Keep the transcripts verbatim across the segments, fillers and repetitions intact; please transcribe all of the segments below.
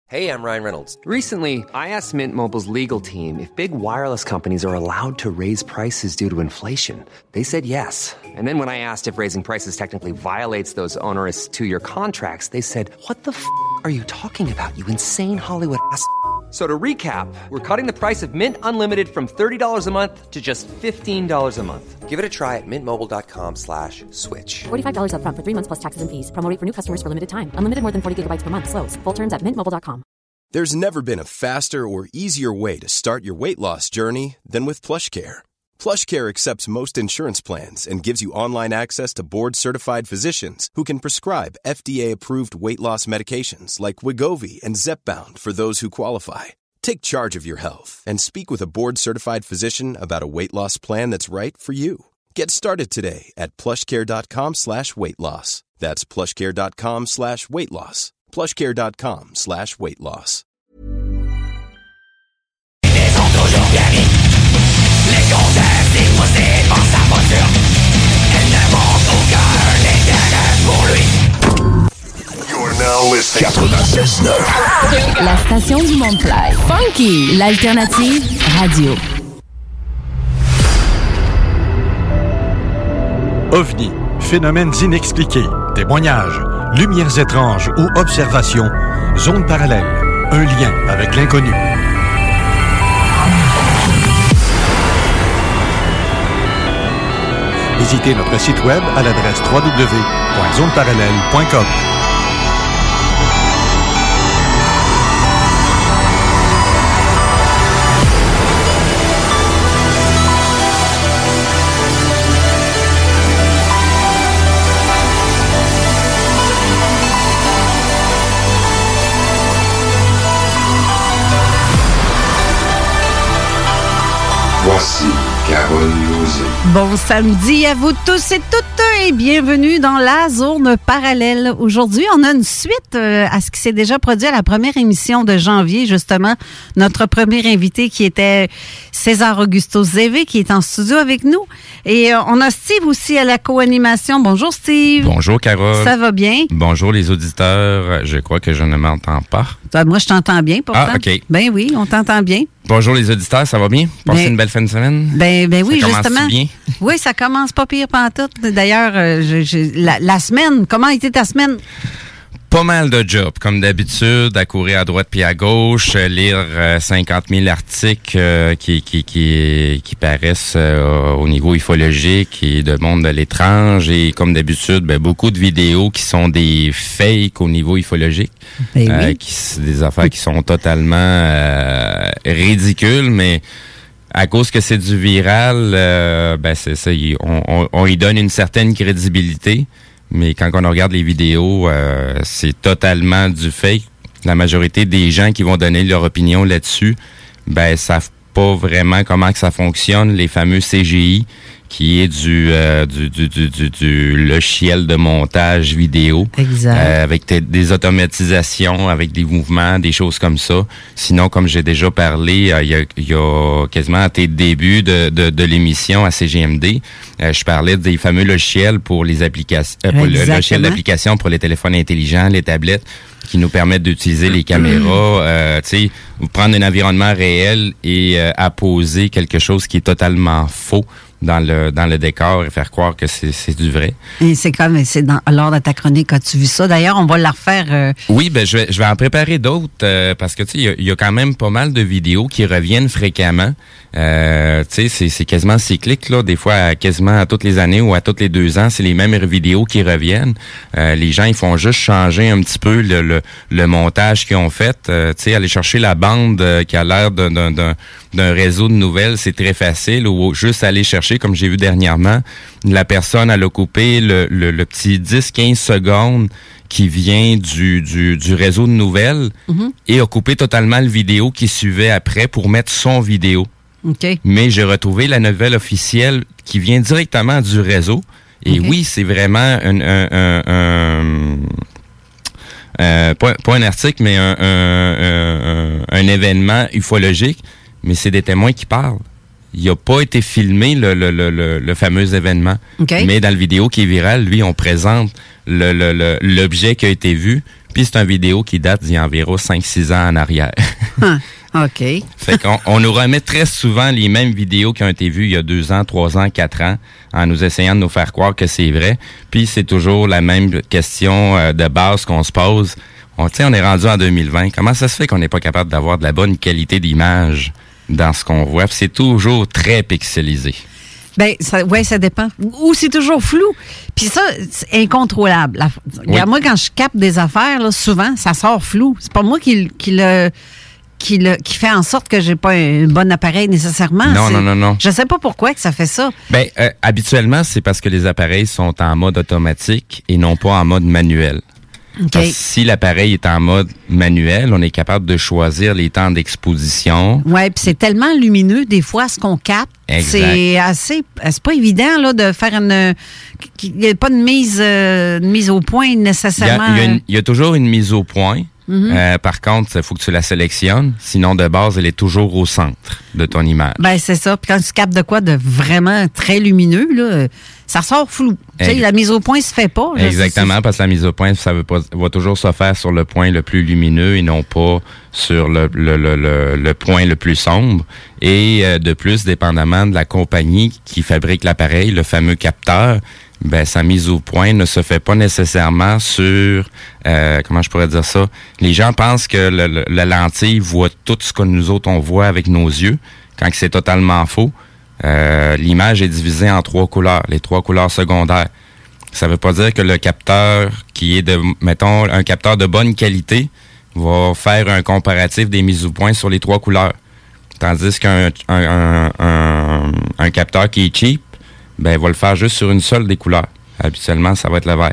Hey, I'm Ryan Reynolds. Recently, I asked Mint Mobile's legal team if big wireless companies are allowed to raise prices due to inflation. They said yes. And then when I asked if raising prices technically violates those onerous two-year contracts, they said, what the f*** are you talking about, you insane Hollywood ass f- So to recap, we're cutting the price of Mint Unlimited from thirty dollars a month to just fifteen dollars a month. Give it a try at mintmobile.com slash switch. forty-five dollars up front for three months plus taxes and fees. Promo rate for new customers for limited time. Unlimited more than forty gigabytes per month. Slows full terms at mint mobile dot com. There's never been a faster or easier way to start your weight loss journey than with PlushCare. PlushCare accepts most insurance plans and gives you online access to board-certified physicians who can prescribe F D A-approved weight loss medications like Wegovy and Zepbound for those who qualify. Take charge of your health and speak with a board-certified physician about a weight loss plan that's right for you. Get started today at plushcare.com slash weight loss. That's plushcare.com slash weight loss. plushcare.com slash weight loss. Ils sont toujours bien mis. Les concepts impossibles pour sa voiture. Elle ne montre aucun intérêt pour lui. You're now listening quatre-vingt-seize neuf. La station du Mont-Clair. Funky, l'alternative radio. OVNI, phénomènes inexpliqués, témoignages, lumières étranges ou observations, zone parallèle, un lien avec l'inconnu. Visitez notre site web à l'adresse w w w point zone parallèle point com. Voici Carole Lozé. Bon samedi à vous tous et toutes et bienvenue dans la zone parallèle. Aujourd'hui, on a une suite euh, à ce qui s'est déjà produit à la première émission de janvier, justement. Notre premier invité qui était César Augusto Zévé, qui est en studio avec nous. Et euh, on a Steve aussi à la co-animation. Bonjour Steve. Bonjour Carole. Ça va bien? Bonjour les auditeurs. Je crois que je ne m'entends pas. Ben, moi, je t'entends bien pourtant. Ah, OK. Ben oui, on t'entend bien. Bonjour les auditeurs, ça va bien? Passez Ben, une belle fin de semaine? Ben, ben oui, ça justement. Commence bien? Oui, ça commence pas pire pantoute. D'ailleurs, euh, je, je, la, la semaine, comment était ta semaine? Pas mal de jobs, comme d'habitude, à courir à droite puis à gauche, euh, lire euh, cinquante mille articles euh, qui, qui, qui, qui paraissent euh, au niveau ufologique et de monde de l'étrange. Et comme d'habitude, ben, beaucoup de vidéos qui sont des fakes au niveau ufologique. Ben euh, oui. qui, des affaires qui sont totalement euh, ridicules, mais à cause que c'est du viral, euh, ben c'est ça, on, on, on y donne une certaine crédibilité. Mais quand on regarde les vidéos, euh, c'est totalement du fake. La majorité des gens qui vont donner leur opinion là-dessus, ben savent pas vraiment comment que ça fonctionne, les fameux C G I, qui est du euh, du, du, du, du, du logiciel de montage vidéo. Exact. Euh, avec t- des automatisations, avec des mouvements, des choses comme ça. Sinon, comme j'ai déjà parlé, euh, il y, a, y a quasiment à tes débuts de, de, de l'émission à C G M D, euh, je parlais des fameux logiciels pour les applications, euh, pour le logiciel d'application pour les téléphones intelligents, les tablettes, qui nous permettent d'utiliser les caméras, euh, tu sais, prendre un environnement réel et euh, apposer quelque chose qui est totalement faux dans le dans le décor et faire croire que c'est c'est du vrai. Et c'est comme, c'est dans, lors de ta chronique, as-tu vu ça? D'ailleurs, on va la refaire. Euh... Oui, ben je vais je vais en préparer d'autres euh, parce que tu sais, il y a, y a quand même pas mal de vidéos qui reviennent fréquemment. Euh, tu sais, c'est c'est quasiment cyclique là, des fois quasiment à toutes les années ou à toutes les deux ans, c'est les mêmes vidéos qui reviennent. Euh, les gens ils font juste changer un petit peu le le, le montage qu'ils ont fait. Euh, tu sais, aller chercher la bande euh, qui a l'air d'un d'un d'un d'un réseau de nouvelles, c'est très facile. Ou juste aller chercher, comme j'ai vu dernièrement, la personne elle a coupé le le, le petit dix quinze secondes qui vient du, du, du réseau de nouvelles mm-hmm. et a coupé totalement le vidéo qui suivait après pour mettre son vidéo. Okay. Mais j'ai retrouvé la nouvelle officielle qui vient directement du réseau. Et okay. oui, c'est vraiment un, un, un, un, un pas, pas un article, mais un, un, un, un événement ufologique, mais c'est des témoins qui parlent. Il n'a pas été filmé, le, le, le, le, le fameux événement. Okay. Mais dans la vidéo qui est virale, lui, on présente le, le, le, l'objet qui a été vu, Puis c'est une vidéo qui date d'il y a environ cinq six ans en arrière. Hein, OK. Fait qu'on on nous remet très souvent les mêmes vidéos qui ont été vues il y a deux ans, trois ans, quatre ans, en nous essayant de nous faire croire que c'est vrai. Puis c'est toujours la même question euh, de base qu'on se pose. On, on est rendu en deux mille vingt. Comment ça se fait qu'on n'est pas capable d'avoir de la bonne qualité d'image dans ce qu'on voit? Puis c'est toujours très pixelisé. Ben, ça, ouais, ça dépend. Ou c'est toujours flou. Puis ça, c'est incontrôlable. La, Oui. regarde, moi, quand je capte des affaires, là, souvent, ça sort flou. C'est pas moi qui, qui le... Qui, le, qui fait en sorte que j'ai pas un bon appareil nécessairement. Non, C'est- non, non, non. Je sais pas pourquoi que ça fait ça. Ben, euh, habituellement, c'est parce que les appareils sont en mode automatique et non pas en mode manuel. OK. Parce que si l'appareil est en mode manuel, on est capable de choisir les temps d'exposition. Ouais, puis c'est tellement lumineux des fois ce qu'on capte. Exact. C'est assez, c'est pas évident là de faire une, il n'y a pas de mise, euh, de mise au point Il y, nécessairement. a, il, y a une- il y a toujours une mise au point. Mhm. Euh, par contre, il faut que tu la sélectionnes. Sinon, de base, elle est toujours au centre de ton image. Ben c'est ça. Puis quand tu captes de quoi de vraiment très lumineux là, ça sort flou. Tu sais, Ex- la mise au point se fait pas. là. Exactement, parce que la mise au point, ça veut pas, va toujours se faire sur le point le plus lumineux et non pas sur le, le, le, le, le point le plus sombre. Et euh, de plus, dépendamment de la compagnie qui fabrique l'appareil, le fameux capteur, ben sa mise au point ne se fait pas nécessairement sur, euh, comment je pourrais dire ça, les gens pensent que le, le- la lentille voit tout ce que nous autres on voit avec nos yeux, quand que c'est totalement faux. Euh, l'image est divisée en trois couleurs, les trois couleurs secondaires. Ça veut pas dire que le capteur qui est de, mettons, un capteur de bonne qualité va faire un comparatif des mises au point sur les trois couleurs. Tandis qu'un un, un, un, un capteur qui est cheap, ben, il va le faire juste sur une seule des couleurs. Habituellement, ça va être le vert.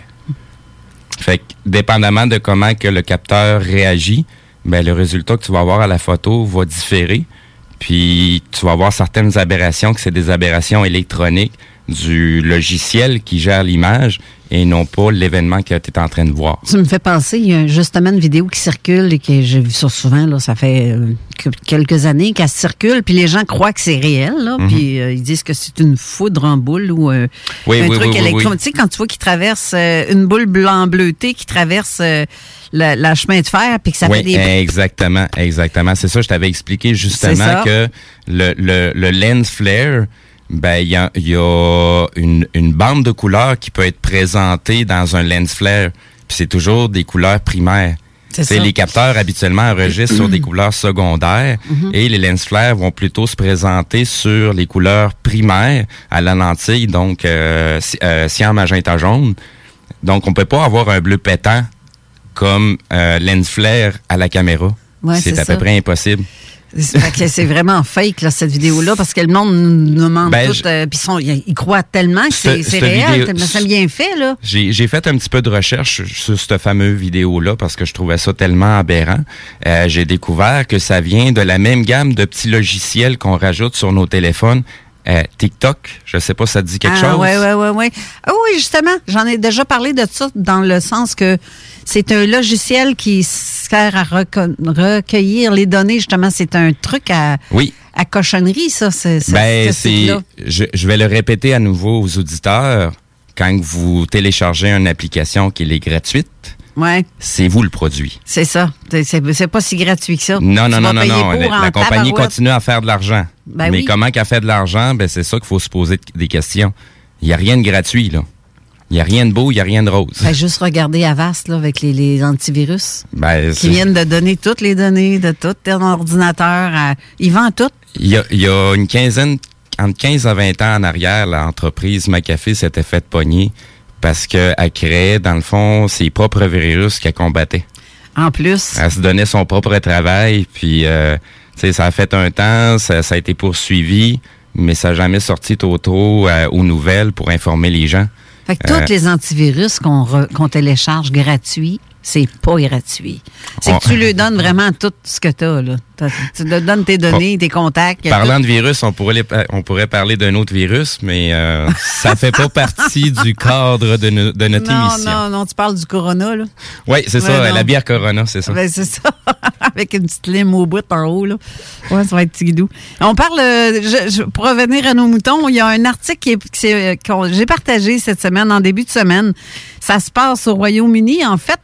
Fait que, dépendamment de comment que le capteur réagit, ben, le résultat que tu vas avoir à la photo va différer. Puis, tu vas avoir certaines aberrations, que c'est des aberrations électroniques du logiciel qui gère l'image et non pas l'événement que tu es en train de voir. Tu me fais penser, il y a justement une vidéo qui circule et que j'ai vu ça souvent, là, ça fait euh, que- quelques années qu'elle circule, puis les gens croient que c'est réel, là, Mhm. puis euh, ils disent que c'est une foudre en boule ou euh, Oui, un oui, truc oui, oui, électronique. oui. Tu sais, quand tu vois qu'il traverse euh, une boule blanc bleutée qui traverse euh, la, la chemin de fer, puis que ça oui, fait des... exactement, exactement. C'est ça, je t'avais expliqué C'est justement ça. que le, le, le lens flare, ben il y a, il y a une, une bande de couleurs qui peut être présentée dans un lens flare. Puis c'est toujours des couleurs primaires. C'est T'sais, ça. les capteurs habituellement enregistrent sur des couleurs secondaires Mhm. et les lens flares vont plutôt se présenter sur les couleurs primaires à la lentille, donc euh, ci- euh, cyan, magenta, jaune. Donc on peut pas avoir un bleu pétant comme euh, lens flare à la caméra. Ouais, c'est c'est à ça. peu près impossible. C'est fait que c'est vraiment fake, là, cette vidéo-là, parce que le monde nous demande Ben, tout, je- euh, puis ils sont- ils ils croient tellement que c'est Ce- c'est cette réel, vidéo- tellement c'est bien fait, là. J'ai, j'ai fait un petit peu de recherche sur cette fameuse vidéo-là parce que je trouvais ça tellement aberrant. Euh, j'ai découvert que ça vient de la même gamme de petits logiciels qu'on rajoute sur nos téléphones. Euh, TikTok, je sais pas si ça te dit quelque ah, chose. ouais, ouais, ouais, ouais. Ah oui, justement, j'en ai déjà parlé de ça dans le sens que c'est un logiciel qui sert à reco- recueillir les données. Justement, c'est un truc à, Oui. à cochonnerie, ça. C'est, c'est- Ben, ce c'est, site-là. je, je vais le répéter à nouveau aux auditeurs. Quand vous téléchargez une application qui est gratuite, Ouais, c'est vous le produit. c'est ça. C'est, c'est, c'est pas si gratuit que ça. Non, Tu non, vas non, non, payer non. pour La, en la compagnie tabarouette. continue à faire de l'argent. Ben Mais oui. comment qu'elle fait de l'argent? Ben, c'est ça qu'il faut se poser des questions. Il n'y a rien de gratuit, là. Il n'y a rien de beau, il n'y a rien de rose. Ben, juste regarder Avast, là, avec les, les antivirus. Ben, Qui c'est- viennent de donner toutes les données de tout ton ordinateur. À... Ils vendent tout. il y a, il y a une quinzaine, entre quinze à vingt ans en arrière, l'entreprise McAfee s'était fait pogner parce qu'elle créait, dans le fond, ses propres virus qu'elle combattait. En plus. Elle se donnait son propre travail, puis euh, tu sais, ça a fait un temps, ça, ça a été poursuivi, mais ça n'a jamais sorti trop trop euh, aux nouvelles pour informer les gens. Fait que Euh, tous les antivirus qu'on re- qu'on télécharge gratuits, c'est pas gratuit. C'est On- que tu lui donnes vraiment tout ce que t'as, là. T'as- Tu lui donnes tes données, tes contacts. Parlant de virus, on pourrait, les- on pourrait parler d'un autre virus, mais euh, ça fait pas partie du cadre de, no- de notre non, émission. non, non, tu parles du Corona, là. Oui, c'est Ouais, ça, non. la bière Corona, c'est ça. Ben, c'est ça. Avec une petite lime au bout en haut, là. Ouais, ça va être tigidou. On parle, euh, je, je- pour revenir à nos moutons, il y a un article qui est, qui est- qu'on- j'ai partagé cette semaine, en début de semaine. Ça se passe au Royaume-Uni. En fait,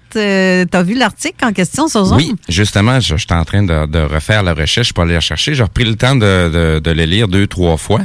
Euh, tu as vu l'article en question sur Zone? Oui, justement, je, je suis en train de, de refaire la recherche pour aller la chercher. J'ai repris le temps de, de, de le lire deux, trois fois.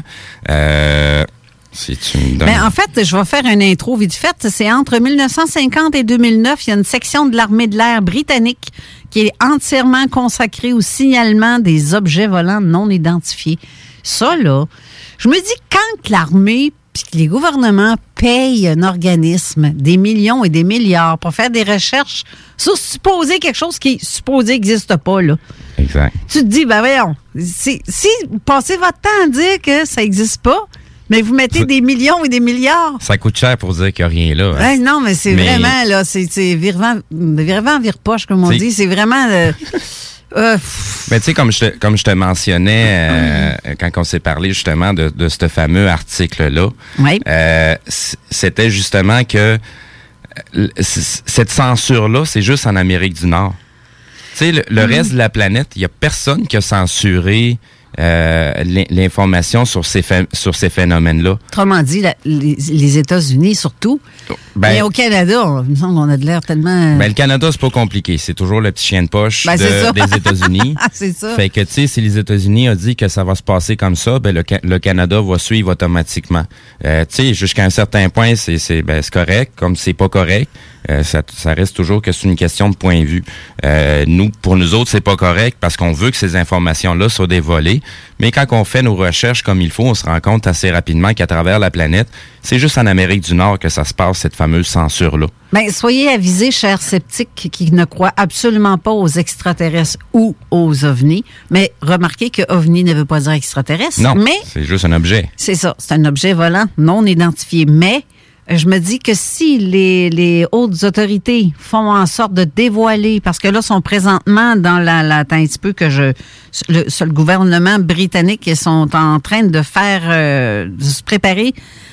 Euh, si tu me donnes... Ben, en fait, je vais faire une intro vite faite. C'est entre mille neuf cent cinquante et deux mille neuf, il y a une section de l'armée de l'air britannique qui est entièrement consacrée au signalement des objets volants non identifiés. Ça, là, je me dis, quand l'armée puis que les gouvernements payent un organisme des millions et des milliards pour faire des recherches sur supposer quelque chose qui supposé n'existe pas, là. Exact. Tu te dis, ben voyons, si, si vous passez votre temps à dire que ça n'existe pas, mais vous mettez ça, des millions et des milliards. Ça coûte cher pour dire qu'il n'y a rien là. Hein? Ouais, non, mais c'est mais... vraiment, là, c'est, c'est virevant, virevant, vire-poche, comme on c'est... dit. C'est vraiment... Euh, Euh, Mais tu sais, comme je te, comme je te mentionnais euh, quand on s'est parlé justement de, de ce fameux article-là, oui. euh, c'était justement que euh, cette censure-là, c'est juste en Amérique du Nord. Tu sais, le, le mm-hmm. reste de la planète, il n'y a personne qui a censuré euh, l'information sur ces, ph- sur ces phénomènes-là. Autrement dit, la, les, les États-Unis surtout. Ben, mais au Canada, on, il me semble qu'on a de l'air tellement... Ben, le Canada, c'est pas compliqué. C'est toujours le petit chien de poche ben, de, des États-Unis. C'est ça. Fait que, tu sais, si les États-Unis ont dit que ça va se passer comme ça, ben, le, le Canada va suivre automatiquement. Euh, tu sais, jusqu'à un certain point, c'est, c'est, ben, c'est correct. Comme c'est pas correct, euh, ça, ça reste toujours que c'est une question de point de vue. Euh, nous, pour nous autres, c'est pas correct parce qu'on veut que ces informations-là soient dévoilées. Mais quand on fait nos recherches comme il faut, on se rend compte assez rapidement qu'à travers la planète, c'est juste en Amérique du Nord que ça se passe, cette fameuse censure-là. Bien, soyez avisés, chers sceptiques qui ne croient absolument pas aux extraterrestres ou aux ovnis. Mais remarquez que ovni ne veut pas dire extraterrestre. Non, mais c'est juste un objet. C'est ça, c'est un objet volant non identifié. Mais je me dis que si les, les hautes autorités font en sorte de dévoiler, parce que là, sont présentement dans la... la attends un petit peu que je... Le, le gouvernement britannique, ils sont en train de faire... Euh, de se préparer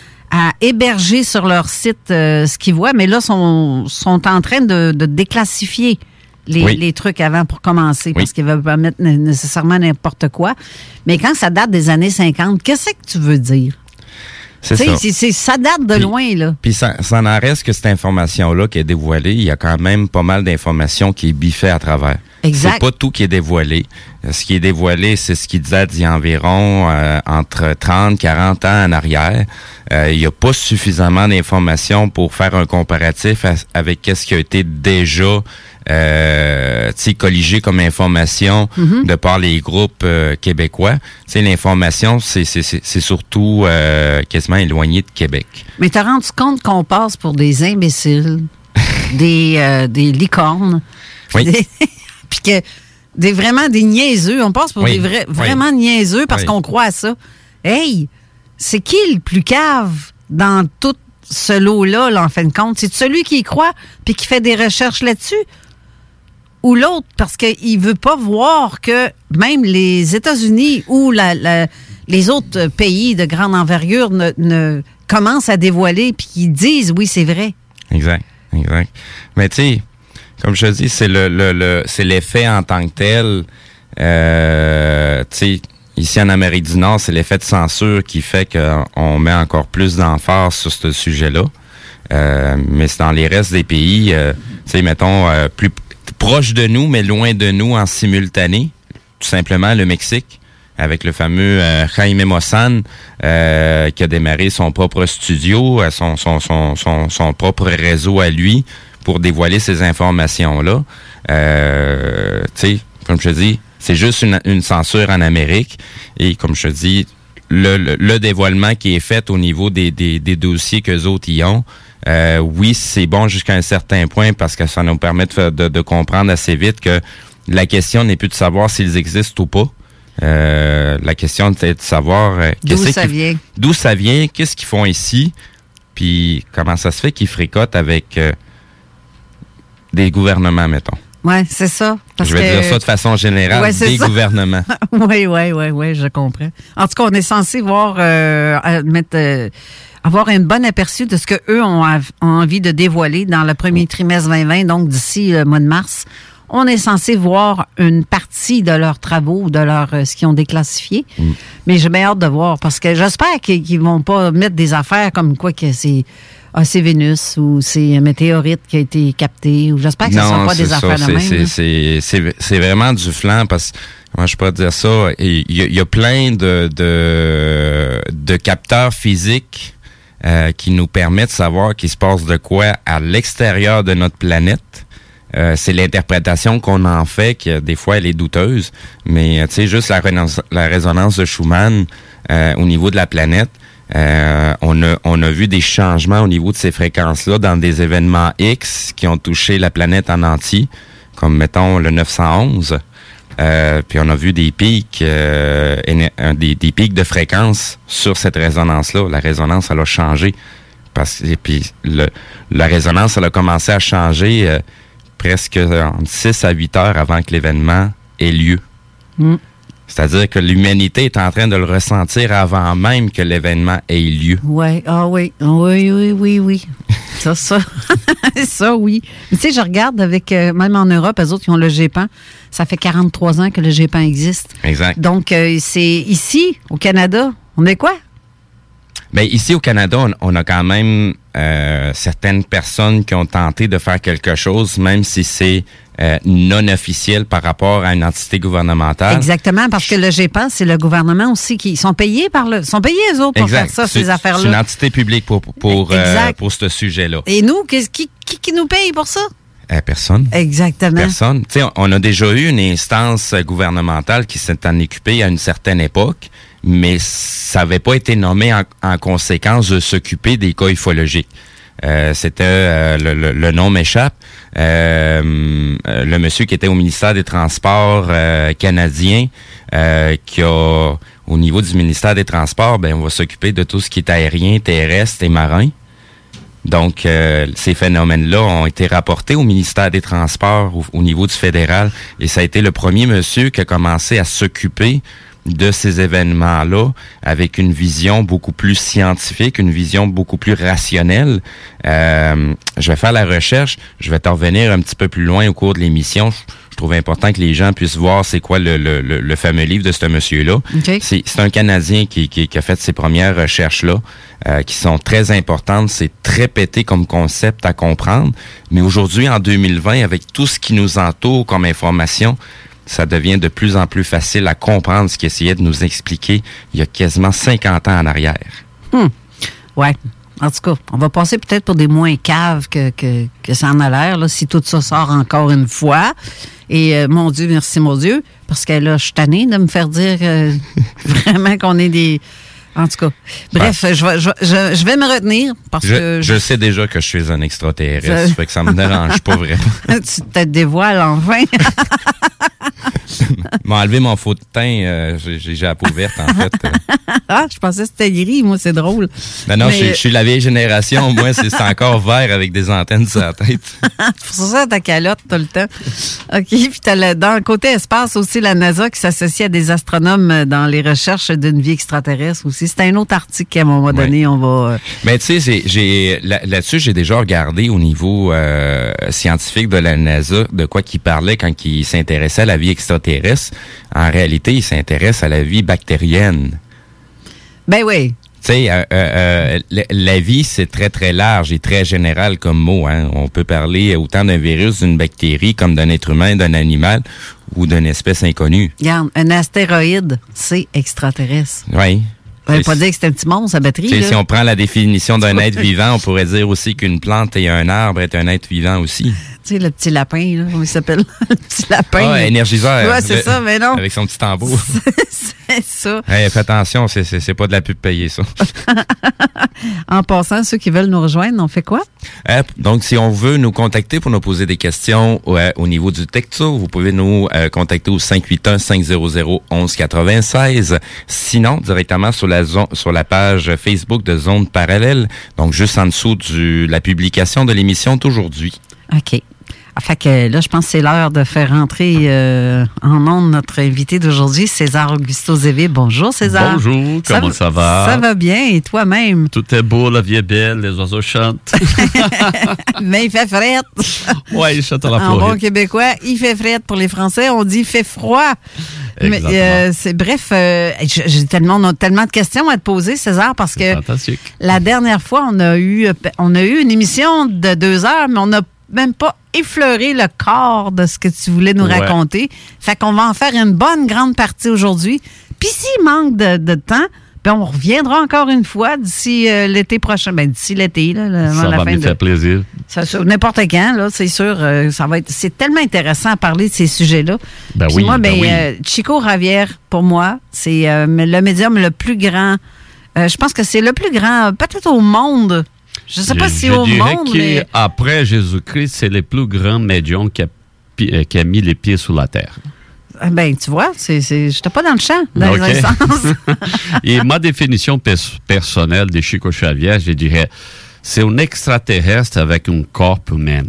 à héberger sur leur site euh, ce qu'ils voient, mais là, sont, sont en train de, de déclassifier les, oui. les trucs avant pour commencer, oui. parce qu'ils ne veulent pas mettre nécessairement n'importe quoi. Mais quand ça date des années cinquante, qu'est-ce que tu veux dire? C'est ça. C'est, c'est, ça date de puis, loin, là. Puis ça, ça en reste que cette information-là qui est dévoilée, il y a quand même pas mal d'informations qui est biffée à travers. Exact. C'est pas tout qui est dévoilé. Ce qui est dévoilé, c'est ce qui date d'il y a environ euh, entre trente, quarante ans en arrière. Euh, il n'y a pas suffisamment d'informations pour faire un comparatif à, avec qu'est-ce qui a été déjà euh, tu sais, colligé comme information mm-hmm. de par les groupes euh, québécois. Tu sais, l'information, c'est, c'est, c'est, c'est surtout euh, quasiment éloigné de Québec. Mais t'as rendu compte qu'on passe pour des imbéciles, des, euh, des licornes, oui. des puis que des vraiment des niaiseux, on passe pour oui. des vrais, vraiment oui. niaiseux parce oui. qu'on croit à ça. Hey, c'est qui le plus cave dans tout ce lot-là, là, en fin de compte? C'est celui qui y croit puis qui fait des recherches là-dessus? Ou l'autre, parce qu'il veut pas voir que même les États-Unis ou la, la, les autres pays de grande envergure ne, ne commencent à dévoiler puis qu'ils disent oui, c'est vrai. Exact, exact. Mais tu sais, comme je te dis, c'est le, le, le c'est l'effet en tant que tel. Euh, tu sais, ici en Amérique du Nord, c'est l'effet de censure qui fait qu'on met encore plus d'emphase sur ce sujet-là. Euh, mais c'est dans les restes des pays, euh, tu sais, mettons, euh, plus proche de nous, mais loin de nous en simultané. Tout simplement, le Mexique, avec le fameux euh, Jaime Maussan, euh, qui a démarré son propre studio, son, son, son, son, son propre réseau à lui, pour dévoiler ces informations-là. Euh, tu sais, comme je te dis, c'est juste une, une censure en Amérique. Et comme je te dis, le, le, le dévoilement qui est fait au niveau des, des, des dossiers qu'eux autres y ont, euh, oui, c'est bon jusqu'à un certain point parce que ça nous permet de, de, de comprendre assez vite que la question n'est plus de savoir s'ils existent ou pas. Euh, la question est de savoir euh, d'où ça vient. D'où ça vient, qu'est-ce qu'ils font ici, puis comment ça se fait qu'ils fricotent avec... Euh, des gouvernements, mettons. Oui, c'est ça. Parce je vais que... dire ça de façon générale, ouais, des ça. gouvernements. Oui, oui, oui, oui, je comprends. En tout cas, on est censé voir, euh, mettre, euh, avoir un bon aperçu de ce qu'eux ont, ont envie de dévoiler dans le premier trimestre vingt vingt, donc d'ici le mois de mars. On est censé voir une partie de leurs travaux, de leur, euh, ce qu'ils ont déclassifié. Mm. Mais j'ai bien hâte de voir parce que j'espère qu'ils, qu'ils vont pas mettre des affaires comme quoi que c'est... ah, c'est Vénus ou c'est un météorite qui a été capté, ou j'espère que ce ne sont pas des ça, affaires de même. C'est, c'est, c'est, c'est vraiment du flan parce que, comment je peux dire ça, il y, y a plein de, de, de capteurs physiques euh, qui nous permettent de savoir qu'il se passe de quoi à l'extérieur de notre planète. Euh, c'est l'interprétation qu'on en fait, qui des fois elle est douteuse, mais tu sais, juste la, résonance, la résonance de Schumann euh, au niveau de la planète, euh, on a on a vu des changements au niveau de ces fréquences-là dans des événements X qui ont touché la planète en entier, comme mettons le neuf cent onze. Euh, puis on a vu des pics, euh, des, des pics de fréquence sur cette résonance-là. La résonance, elle a changé. Parce, et puis le, la résonance, elle a commencé à changer euh, presque entre six à huit heures avant que l'événement ait lieu. Mm. C'est-à-dire que l'humanité est en train de le ressentir avant même que l'événement ait lieu. Ouais. Ah oui, oui, oui, oui, oui. Ça, ça. Ça, oui. Mais tu sais, je regarde avec, euh, même en Europe, eux autres qui ont le G P A N, ça fait quarante-trois ans que le G P A N existe. Exact. Donc, euh, c'est ici, au Canada, on est quoi? Bien, ici au Canada, on, on a quand même euh, certaines personnes qui ont tenté de faire quelque chose, même si c'est euh, non officiel par rapport à une entité gouvernementale. Exactement, parce que le G P A N, c'est le gouvernement aussi qui sont payés par le, sont payés eux autres pour exact. faire ça, c'est, ces affaires-là. C'est une entité publique pour pour euh, pour ce sujet-là. Et nous, qui qui, qui nous paye pour ça? Euh, personne. Exactement. Personne. Tu sais, on, on a déjà eu une instance gouvernementale qui s'est en occupée à une certaine époque, mais ça n'avait pas été nommé en, en conséquence de s'occuper des cas ufologiques. Euh, c'était euh, le, le, le nom m'échappe. Euh, euh, le monsieur qui était au ministère des Transports euh, canadien, euh, qui a au niveau du ministère des Transports, ben on va s'occuper de tout ce qui est aérien, terrestre et marin. Donc, euh, ces phénomènes-là ont été rapportés au ministère des Transports au, au niveau du fédéral, et ça a été le premier monsieur qui a commencé à s'occuper de ces événements-là avec une vision beaucoup plus scientifique, une vision beaucoup plus rationnelle. Euh, je vais faire la recherche, je vais t'en revenir un petit peu plus loin au cours de l'émission. Je, je trouve important que les gens puissent voir c'est quoi le, le, le, le fameux livre de ce monsieur-là. Okay. C'est, c'est un Canadien qui, qui, qui a fait ces premières recherches-là, euh, qui sont très importantes. C'est très pété comme concept à comprendre. Mais aujourd'hui, en deux mille vingt, avec tout ce qui nous entoure comme information, ça devient de plus en plus facile à comprendre ce qu'il essayait de nous expliquer il y a quasiment cinquante ans en arrière. Hum. Ouais. En tout cas, on va passer peut-être pour des moins caves que, que, que ça en a l'air, là, si tout ça sort encore une fois. Et euh, mon Dieu, merci mon Dieu, parce que là, je suis tannée de me faire dire euh, vraiment qu'on est des... En tout cas, bref, ouais. je, vais, je, je, je vais me retenir parce je, que... Je... je sais déjà que je suis un extraterrestre, ça fait que ça me dérange pas vraiment. Tu te dévoiles enfin. M'a enlevé mon faux de teint, euh, j'ai, j'ai la peau verte en fait. Ah, je pensais que c'était gris, moi, c'est drôle. Non, non, Mais... je, je suis la vieille génération, moi, c'est, c'est encore vert avec des antennes sur la tête. Pour ça, ta calotte tout le temps. OK, puis t'as le, dans le côté espace aussi, la NASA qui s'associe à des astronomes dans les recherches d'une vie extraterrestre aussi. C'est un autre article qu'à un moment donné, ouais. on va... Mais tu sais, c'est, j'ai, là, là-dessus, j'ai déjà regardé au niveau euh, scientifique de la NASA de quoi qu'il parlait quand il s'intéressait à la vie extraterrestre. En réalité, il s'intéresse à la vie bactérienne. Ben oui. Tu sais, euh, euh, la, la vie, c'est très, très large et très général comme mot. Hein. On peut parler autant d'un virus, d'une bactérie, comme d'un être humain, d'un animal ou d'une espèce inconnue. Regarde, un astéroïde, c'est extraterrestre. Oui. Ça veut pas dire que c'est un petit monstre, sa batterie. Là. Si on prend la définition d'un être vivant, on pourrait dire aussi qu'une plante et un arbre est un être vivant aussi. Tu sais, le petit lapin, là, comment il s'appelle? Le petit lapin. Ah, énergiseur. Ouais, c'est le, ça, mais non. Avec son petit tambour. C'est ça. Hey, fais attention, c'est, c'est, c'est pas de la pub payée, ça. En passant, ceux qui veulent nous rejoindre, on fait quoi? Euh, donc, si on veut nous contacter pour nous poser des questions ouais, au niveau du texto, vous pouvez nous euh, contacter au cinq huit un, cinq zéro zéro, onze quatre-vingt-seize. Sinon, directement sur la zone, sur la page Facebook de Zone Parallèle, donc juste en dessous de la publication de l'émission d'aujourd'hui. OK. Ah, fait que là, je pense que c'est l'heure de faire rentrer euh, en ondes notre invité d'aujourd'hui, César Augusto Zévé. Bonjour, César. Bonjour, ça comment va, ça va? Ça va bien, et toi-même? Tout est beau, la vie est belle, les oiseaux chantent. Mais il fait fret. Oui, il chante à la En Floride. bon québécois, il fait fret. Pour les Français, on dit il fait froid. Mais, euh, c'est, bref, euh, j'ai tellement, on a tellement de questions à te poser, César, parce que fantastique. La dernière fois, on a eu, on a eu une émission de deux heures, mais on n'a même pas effleuré le corps de ce que tu voulais nous ouais. raconter. Fait qu'on va en faire une bonne grande partie aujourd'hui. Puis s'il manque de, de temps, ben on reviendra encore une fois d'ici euh, l'été prochain. Ben d'ici l'été, là, avant ça la va fin me de... faire plaisir. Ça, n'importe quand, là, c'est sûr, euh, ça va être. C'est tellement intéressant à parler de ces sujets-là. Ben Puis oui, moi, ben, ben oui. euh, Chico Javier, pour moi, c'est euh, le médium le plus grand. Euh, je pense que c'est le plus grand, peut-être au monde. Je ne sais pas je, si je au dirais monde, mais... Après Jésus-Christ, c'est le plus grand médium qui a, qui a mis les pieds sous la terre. Ben, tu vois, c'est, c'est, je n'étais pas dans le champ, dans okay. les sens. Et ma définition pers- personnelle de Chico Xavier, je dirais, c'est un extraterrestre avec un corps humain.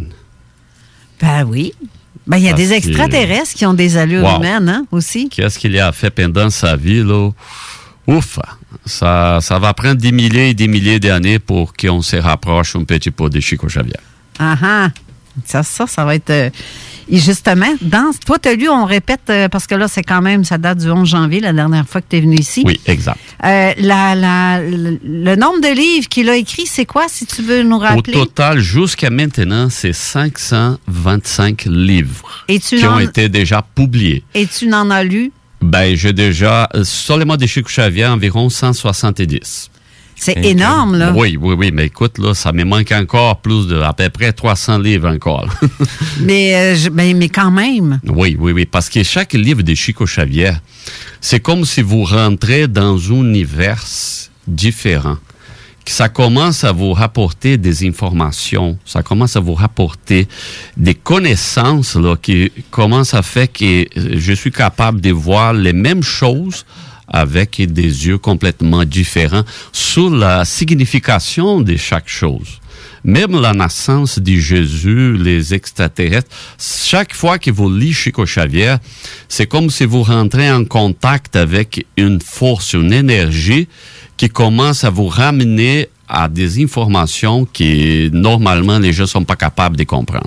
Ben oui. Ben, il y a Parce des extraterrestres qui ont des allures wow. humaines, hein, aussi. Qu'est-ce qu'il a fait pendant sa vie, là? Ouf! Ça, ça va prendre des milliers et des milliers d'années pour qu'on se rapproche un petit peu de Chico Xavier. Ah ah! Ça, ça, ça va être... Euh, et justement, dans... Toi, tu as lu, on répète, euh, parce que là, c'est quand même, ça date du onze janvier, la dernière fois que tu es venu ici. Oui, exact. Euh, la, la, le, le nombre de livres qu'il a écrit, c'est quoi, si tu veux nous rappeler? Au total, jusqu'à maintenant, c'est cinq cent vingt-cinq livres et tu qui n'en... ont été déjà publiés. Et tu n'en as lu? Ben, j'ai déjà, seulement de Chico Xavier, environ cent soixante-dix. C'est et énorme, là. Oui, oui, oui, mais écoute, là, ça me manque encore plus de, à peu près trois cents livres encore. mais, euh, je, ben, mais quand même. Oui, oui, oui, parce que chaque livre de Chico Xavier, c'est comme si vous rentrez dans un univers différent. Ça commence à vous rapporter des informations, ça commence à vous rapporter des connaissances là, qui commencent à faire que je suis capable de voir les mêmes choses avec des yeux complètement différents sur la signification de chaque chose. Même la naissance de Jésus, les extraterrestres, chaque fois que vous lisez Chico Xavier, c'est comme si vous rentrez en contact avec une force, une énergie qui commence à vous ramener à des informations que normalement les gens ne sont pas capables de comprendre.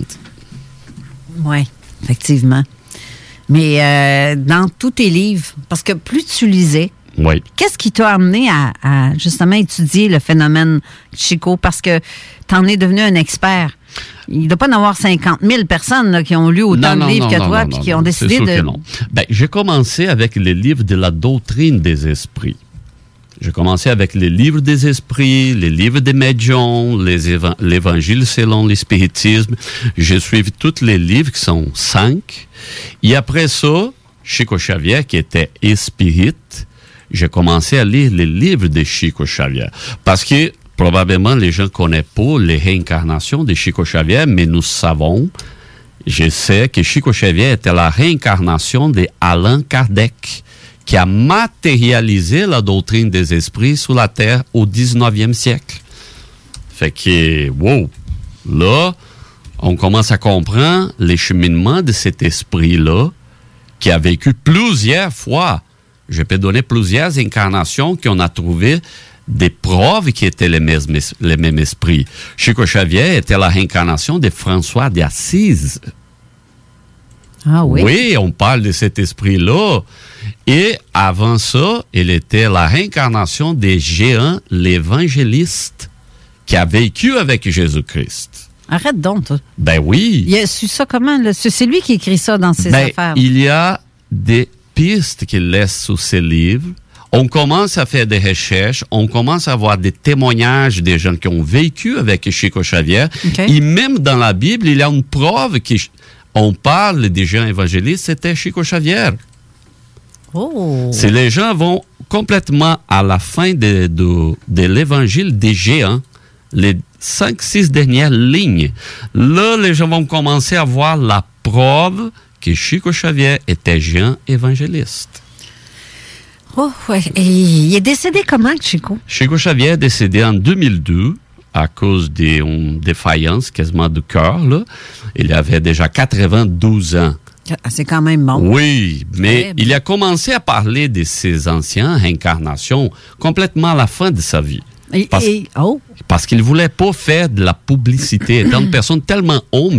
Oui, effectivement. Mais euh, dans tous tes livres, parce que plus tu lisais, oui. Qu'est-ce qui t'a amené à, à justement étudier le phénomène Chico? Parce que tu en es devenu un expert. Il ne doit pas y avoir cinquante mille personnes là, qui ont lu autant non, de livres non, que non, toi non, puis non, qui non, ont décidé c'est sûr de... Que non. Ben, j'ai commencé avec les livres de la doctrine des esprits. J'ai commencé avec les livres des esprits, les livres des médiums, les éva- l'évangile selon l'espiritisme. J'ai suivi tous les livres qui sont cinq. Et après ça, Chico Xavier, qui était spirit, j'ai commencé à lire les livres de Chico Xavier. Parce que probablement les gens ne connaissent pas les réincarnations de Chico Xavier, mais nous savons, je sais que Chico Xavier était la réincarnation de Allan Kardec, qui a matérialisé la doctrine des esprits sur la Terre au dix-neuvième siècle. Fait que, wow, là, on commence à comprendre les cheminements de cet esprit-là qui a vécu plusieurs fois. Je peux donner plusieurs incarnations qu'on a trouvé des preuves qui étaient les mêmes, les mêmes esprits. Chico Xavier était la réincarnation de François d'Assise. Ah oui? Oui, on parle de cet esprit-là. Et avant ça, il était la réincarnation des géants, l'évangéliste, qui a vécu avec Jésus-Christ. Arrête donc, toi. Ben oui. Il a su ça comment? Là? C'est lui qui écrit ça dans ses ben, affaires. Il y a des pistes qu'il laisse sous ses livres. On commence à faire des recherches, on commence à avoir des témoignages des gens qui ont vécu avec Chico Xavier. Okay. Et même dans la Bible, il y a une preuve qu'on parle des gens évangélistes, c'était Chico Xavier. Oh. Si les gens vont complètement à la fin de, de, de l'évangile des géants, les cinq, six dernières lignes, là, les gens vont commencer à voir la preuve que Chico Xavier était géant évangéliste. Oh, ouais. Et il est décédé comment, Chico? Chico Xavier est décédé en deux mille deux à cause d'une défaillance quasiment du cœur. Là. Il avait déjà quatre-vingt-douze ans. C'est quand même bon. Oui, mais Très il a commencé à parler de ses anciennes incarnations complètement à la fin de sa vie. Et, parce, et, oh. parce qu'il ne voulait pas faire de la publicité. Étant une personne tellement humble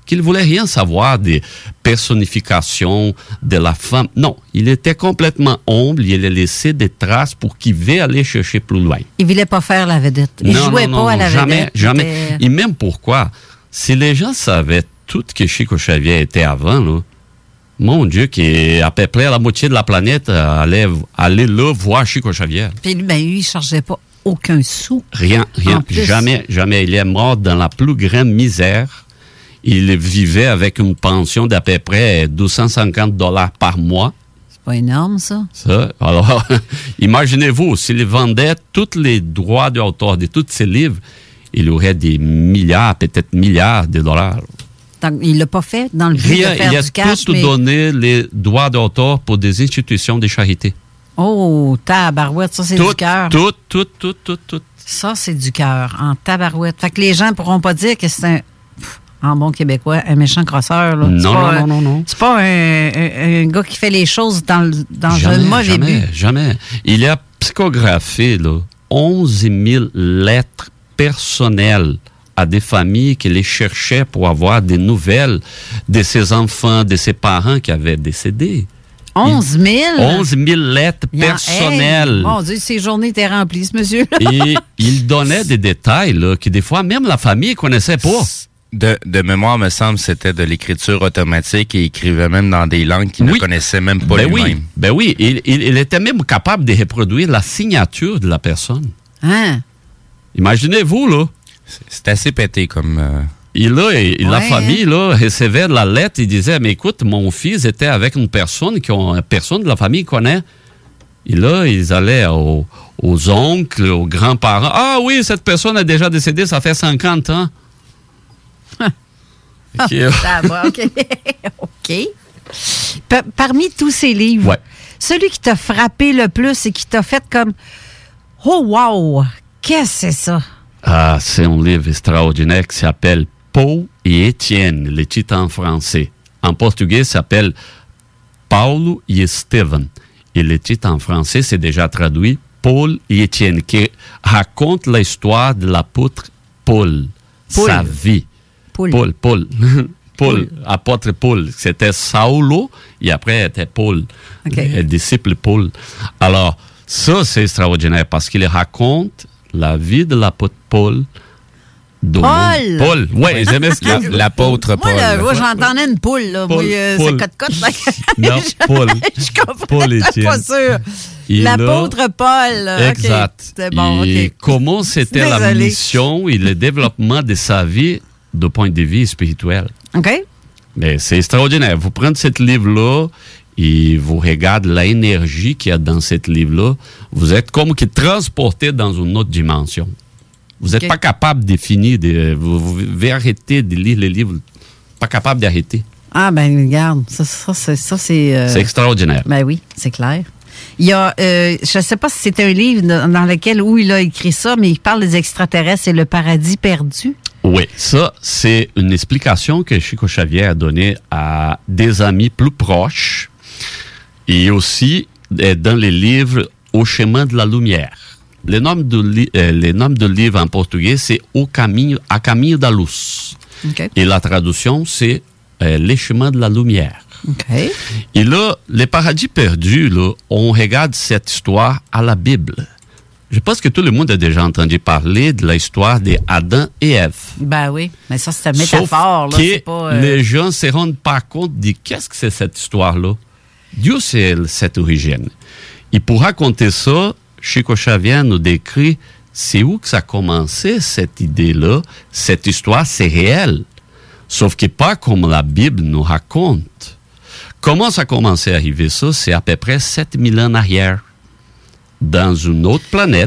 qu'il voulait rien savoir des personnifications de la femme. Non, il était complètement humble, il a laissé des traces pour qu'il veuille aller chercher plus loin. Il voulait pas faire la vedette. Il non, jouait non, pas non, à la jamais, vedette. Jamais, Était... Et même pourquoi, si les gens savaient tout que Chico Xavier était avant, là, mon Dieu, qui est à peu près la moitié de la planète allait, allait là voir Chico Xavier. Puis lui, ben, lui, il ne chargeait pas aucun sou. Rien, rien, jamais, jamais. Il est mort dans la plus grande misère. Il vivait avec une pension d'à peu près deux cent cinquante dollars par mois. C'est pas énorme, ça? Ça. Alors, imaginez-vous, s'il vendait tous les droits d'auteur de tous ses livres, il aurait des milliards, peut-être milliards de dollars. Donc, il l'a pas fait dans le but Rien, de faire il a du cash, tout mais... donné les droits d'auteur pour des institutions de charité. Oh, tabarouette, ça, c'est tout, du cœur. Tout, tout, tout, tout, tout. Ça, c'est du cœur, en tabarouette. Fait que les gens pourront pas dire que c'est un, pff, en bon québécois, un méchant crosseur. Là. Non, pas, non, non, non, non. C'est pas un, un, un gars qui fait les choses dans, le, dans jamais, un mauvais jamais, but. Jamais. Il a psychographié là, onze mille lettres personnelles à des familles qui les cherchaient pour avoir des nouvelles de ses enfants, de ses parents qui avaient décédé. onze mille? onze mille lettres personnelles. Hey, mon Dieu, ces journées étaient remplies, ce monsieur. Et il donnait des détails là, que des fois, même la famille ne connaissait pas. De, de mémoire, me semble, c'était de l'écriture automatique et il écrivait même dans des langues qu'il oui. ne connaissait même pas ben lui-même. Oui. Ben oui, il, il, il était même capable de reproduire la signature de la personne. Hein? Imaginez-vous, là. C'est assez pété comme... Euh... Et là, et, et ouais. la famille, là, recevait la lettre, il disait, mais écoute, mon fils était avec une personne que personne de la famille connaît. Et là, ils allaient au, aux oncles, aux grands-parents. Ah oui, cette personne est déjà décédée, ça fait cinquante ans. Okay. Ça va, OK. OK. P- parmi tous ces livres, ouais. celui qui t'a frappé le plus et qui t'a fait comme « Oh, wow! Qu'est-ce que c'est ça? » Ah, c'est un livre extraordinaire qui s'appelle « Paul et Étienne », le titre en français. En portugais, ça s'appelle « Paulo e Estevam ». Et le titre en français, c'est déjà traduit « Paul et Étienne », qui raconte l'histoire de l'apôtre Paul, Paul. sa vie. Paul. Paul, Paul. Paul, apôtre Paul. C'était Saulo et après était Paul, okay. le disciple Paul. Alors, ça, c'est extraordinaire parce qu'il raconte la vie de l'apôtre Paul. Paul! Paul, oui, j'aime ce l'apôtre Paul. Moi, là, moi j'entendais une poule, là. Paul, moi, euh, Paul. c'est cote-cote. Là. Non, Paul. Je comprends. Paul Étienne. Pas sûr. Et l'apôtre là, Paul. Là. Exact. Okay. C'est bon, et OK. comment c'était Désolé. la mission et le développement de sa vie de point de vue spirituel. OK. Mais c'est extraordinaire. Vous prenez ce livre-là et vous regardez l'énergie qu'il y a dans ce livre-là. Vous êtes comme que transporté dans une autre dimension. Vous n'êtes okay. pas capable de finir, de, vous, vous devez arrêter de lire les livres. Pas capable d'arrêter. Ah, ben regarde, ça, ça c'est... Ça, c'est, euh... c'est extraordinaire. Ben oui, c'est clair. Il y a, euh, je ne sais pas si c'est un livre dans lequel, où il a écrit ça, mais il parle des extraterrestres et le paradis perdu. Oui, ça, c'est une explication que Chico Xavier a donnée à des amis plus proches et aussi dans les livres Au chemin de la lumière. Le nom de, li- euh, le nom de livre en portugais, c'est Au caminho, A caminho da luz. Okay. Et la traduction, c'est euh, Les chemins de la lumière. Okay. Et là, les paradis perdus, là, on regarde cette histoire à la Bible. Je pense que tout le monde a déjà entendu parler de l'histoire d'Adam et Ève. Ben oui, mais ça, c'est une métaphore. Sauf là, que c'est pas, euh... les gens ne se rendent pas compte de qu'est-ce que c'est cette histoire-là. Dieu, c'est cette origine. Et pour raconter ça, Chico Xavier nous décrit c'est où que ça a commencé, cette idée-là. Cette histoire, c'est réel. Sauf que pas comme la Bible nous raconte. Comment ça a commencé à arriver ça? C'est à peu près sept mille ans en arrière. Dans une autre planète.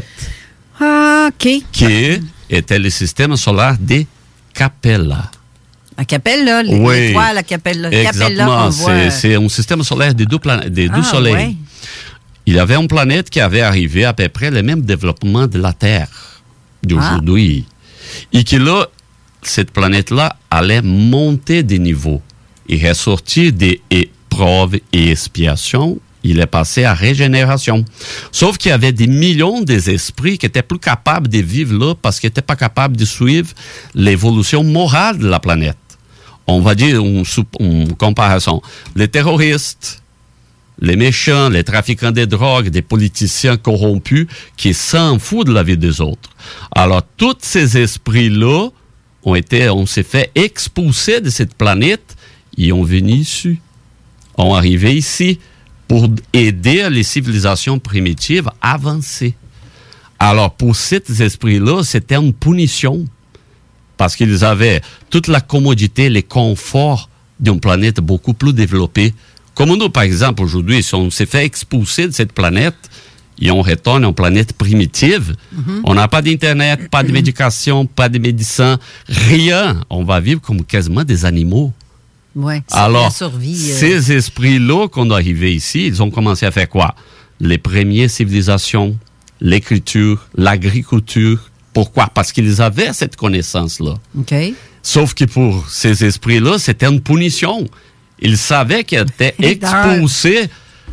Ah, OK. Qui était le système solaire de Capella. La Capella, oui, l'étoile, la Capella. Exactement. C'est, c'est un système solaire des deux, plan- des deux ah, soleils. Ouais. Il y avait une planète qui avait arrivé à peu près le même développement de la Terre d'aujourd'hui. Ah. Et que là, cette planète-là allait monter des niveaux. Et ressortir des épreuves et expiations. Il est passé à régénération. Sauf qu'il y avait des millions d'esprits qui étaient plus capables de vivre là parce qu'ils n'étaient pas capables de suivre l'évolution morale de la planète. on va dire une, une comparaison. Les terroristes, les méchants, les trafiquants de drogue, des politiciens corrompus qui s'en foutent de la vie des autres. Alors, tous ces esprits-là ont été, on s'est fait expulser de cette planète et ont venu ici, ont arrivé ici pour aider les civilisations primitives à avancer. Alors, pour ces esprits-là, c'était une punition parce qu'ils avaient toute la commodité, les conforts d'une planète beaucoup plus développée. Comme nous, par exemple, aujourd'hui, si on s'est fait expulser de cette planète et on retourne à une planète primitive, mm-hmm. on n'a pas d'Internet, pas de médication, pas de médecins, rien. On va vivre comme quasiment des animaux. Ouais, c'est alors, la survie, euh... ces esprits-là qu'on est arrivés ici, ils ont commencé à faire quoi? Les premières civilisations, l'écriture, l'agriculture. Pourquoi? Parce qu'ils avaient cette connaissance-là. Okay. Sauf que pour ces esprits-là, c'était une punition. Ils savaient qu'ils étaient expulsés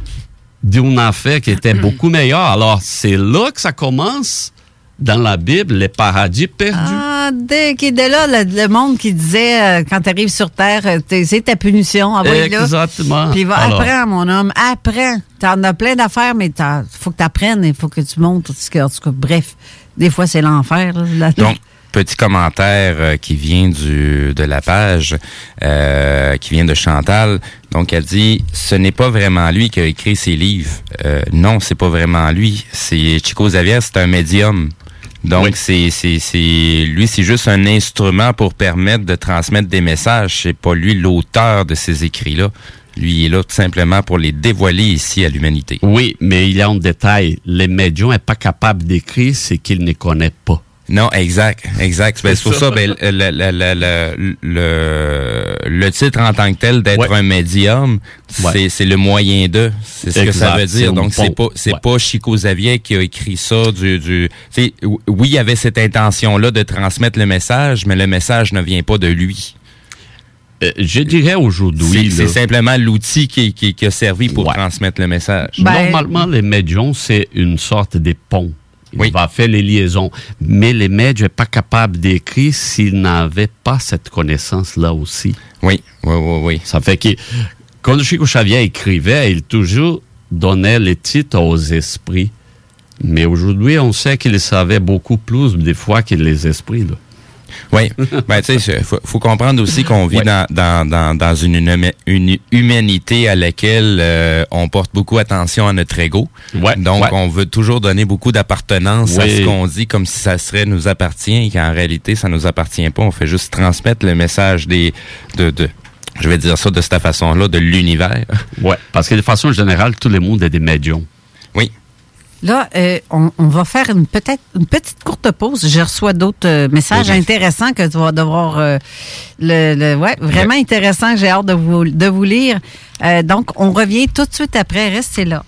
d'une affaire qui était beaucoup meilleure. Alors, c'est là que ça commence, dans la Bible, les paradis perdus. Ah, dès, dès là, le, le monde qui disait, euh, quand tu arrives sur Terre, c'est ta punition. Exactement. Puis va, apprends, mon homme, apprends. T'en as plein d'affaires, mais il faut que tu apprennes, il faut que tu montes. En tout cas, bref, des fois, c'est l'enfer. Là. Donc, petit commentaire euh, qui vient du de la page, euh, qui vient de Chantal. Donc, elle dit, ce n'est pas vraiment lui qui a écrit ses livres. Euh, non, c'est pas vraiment lui. C'est Chico Xavier, c'est un médium. Donc, oui. c'est, c'est, c'est, lui, c'est juste un instrument pour permettre de transmettre des messages. C'est pas lui l'auteur de ces écrits-là. Lui, il est là tout simplement pour les dévoiler ici à l'humanité. Oui, mais il y a un détail. Les médiums n'est pas capable d'écrire ce qu'il ne connaît pas. Non, exact, exact. C'est, ben, c'est pour ça, ben, le, le, le, le, le titre en tant que tel d'être ouais. un médium, c'est, ouais. c'est le moyen de. C'est ce exact, que ça veut dire. Donc, c'est pas, c'est ouais. pas Chico Xavier qui a écrit ça du, du, t'sais, oui, il y avait cette intention-là de transmettre le message, mais le message ne vient pas de lui. Euh, je dirais aujourd'hui... C'est, c'est simplement l'outil qui, qui, qui a servi pour ouais. transmettre le message. Ben, normalement, les médiums, c'est une sorte de pont. Il oui. va faire les liaisons. Mais les médiums n'est pas capable d'écrire s'ils n'avaient pas cette connaissance-là aussi. Oui, oui, oui, oui. Ça fait que quand Chico Xavier écrivait, il toujours donnait les titres aux esprits. Mais aujourd'hui, on sait qu'il savait beaucoup plus des fois que les esprits, là. Oui, ben tu sais, faut, faut comprendre aussi qu'on vit ouais. dans, dans, dans, dans une, une humanité à laquelle euh, on porte beaucoup attention à notre ego. Ouais. Donc, ouais. on veut toujours donner beaucoup d'appartenance oui. à ce qu'on dit comme si ça serait nous appartient et qu'en réalité, ça nous appartient pas. On fait juste transmettre le message des de, de je vais dire ça de cette façon-là, de l'univers. Oui, parce que de façon générale, tout le monde est des médiums. Oui. Là, euh, on, on va faire une peut-être une petite courte pause. Je reçois d'autres euh, messages oui, intéressants que tu vas devoir euh, le, le ouais vraiment ouais. intéressant. J'ai hâte de vous de vous lire. Euh, donc, on revient tout de suite après. Restez là.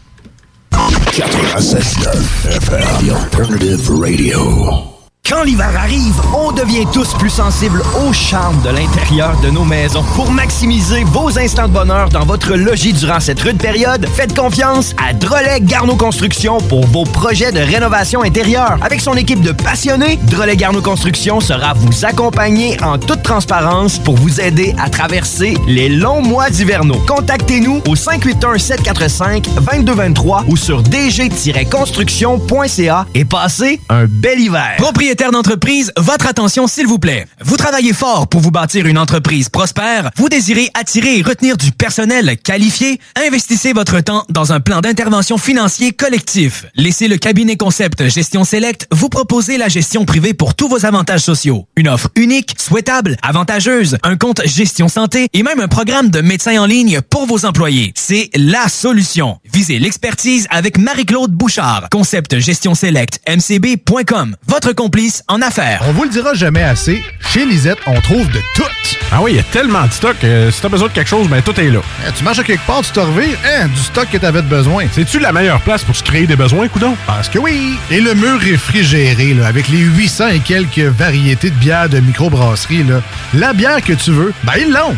quatre-vingt-seize neuf F M, The Alternative Radio. Quand l'hiver arrive, on devient tous plus sensibles au charme de l'intérieur de nos maisons. Pour maximiser vos instants de bonheur dans votre logis durant cette rude période, faites confiance à Drolet Garneau Construction pour vos projets de rénovation intérieure. Avec son équipe de passionnés, Drolet Garneau Construction sera vous accompagner en toute transparence pour vous aider à traverser les longs mois d'hivernaux. Contactez-nous au cinq huit un, sept quatre cinq, deux deux deux trois ou sur d g tiret construction point c a et passez un bel hiver. Propriétaire d'entreprise, votre attention s'il vous plaît. Vous travaillez fort pour vous bâtir une entreprise prospère. Vous désirez attirer et retenir du personnel qualifié. Investissez votre temps dans un plan d'intervention financier collectif. Laissez le cabinet Concept Gestion Select vous proposer la gestion privée pour tous vos avantages sociaux. Une offre unique, souhaitable, avantageuse, un compte gestion santé et même un programme de médecin en ligne pour vos employés. C'est la solution. Visez l'expertise avec Marie-Claude Bouchard. Concept Gestion Select M C B point com. Votre complice en affaires. On vous le dira jamais assez, chez Lisette, on trouve de tout. Ah oui, il y a tellement de stock. Euh, si t'as besoin de quelque chose, ben tout est là. Eh, tu marches à quelque part, tu te revires, hein, du stock que t'avais de besoin. C'est-tu la meilleure place pour se créer des besoins, coudonc? Parce que oui! Et le mur réfrigéré, là, avec les huit cents et quelques variétés de bières de microbrasserie, là, la bière que tu veux, ben ils l'ont. Ce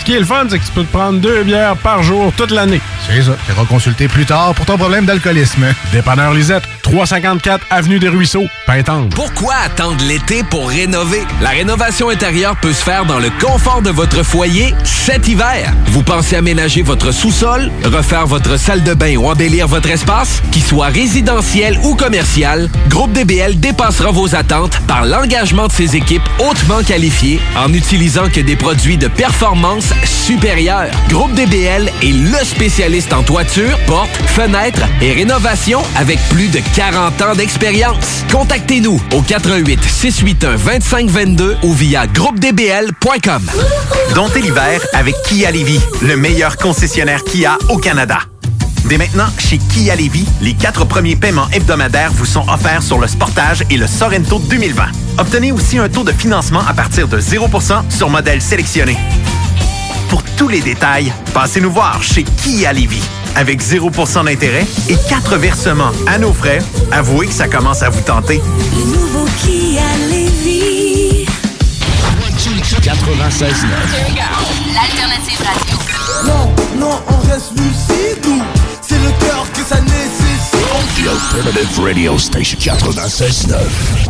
qui est le fun, c'est que tu peux te prendre deux bières par jour toute l'année. C'est ça. Tu iras consulter plus tard pour ton problème d'alcoolisme. Dépanneur Lisette, trois cent cinquante-quatre Avenue des Ruisseaux, Pintendre. Pourquoi attendre l'été pour rénover? La rénovation intérieure peut se faire dans le confort de votre foyer cet hiver. Vous pensez aménager votre sous-sol, refaire votre salle de bain ou embellir votre espace? Qu'il soit résidentiel ou commercial, Groupe D B L dépassera vos attentes par l'engagement de ses équipes hautement qualifiées en n'utilisant que des produits de performance supérieure. Groupe D B L est le spécialiste en toiture, portes, fenêtres et rénovation avec plus de quarante ans d'expérience. Contactez-nous au quatre un huit, six huit un, deux cinq deux deux ou via groupe d b l point com. Domptez l'hiver avec Kia Lévis, le meilleur concessionnaire Kia au Canada. Dès maintenant, chez Kia Lévis, les quatre premiers paiements hebdomadaires vous sont offerts sur le Sportage et le Sorento deux mille vingt. Obtenez aussi un taux de financement à partir de zéro pour cent sur modèles sélectionnés. Pour tous les détails, passez nous voir chez Kia Lévis. Avec zéro pour cent d'intérêt et quatre versements à nos frais, avouez que ça commence à vous tenter. Le nouveau Kia Lévis. quatre-vingt-seize neuf. L'alternative radio. Non, non, on reste lucide ou c'est le cœur que ça nécessite. The Alternative Radio Station quatre-vingt-seize neuf.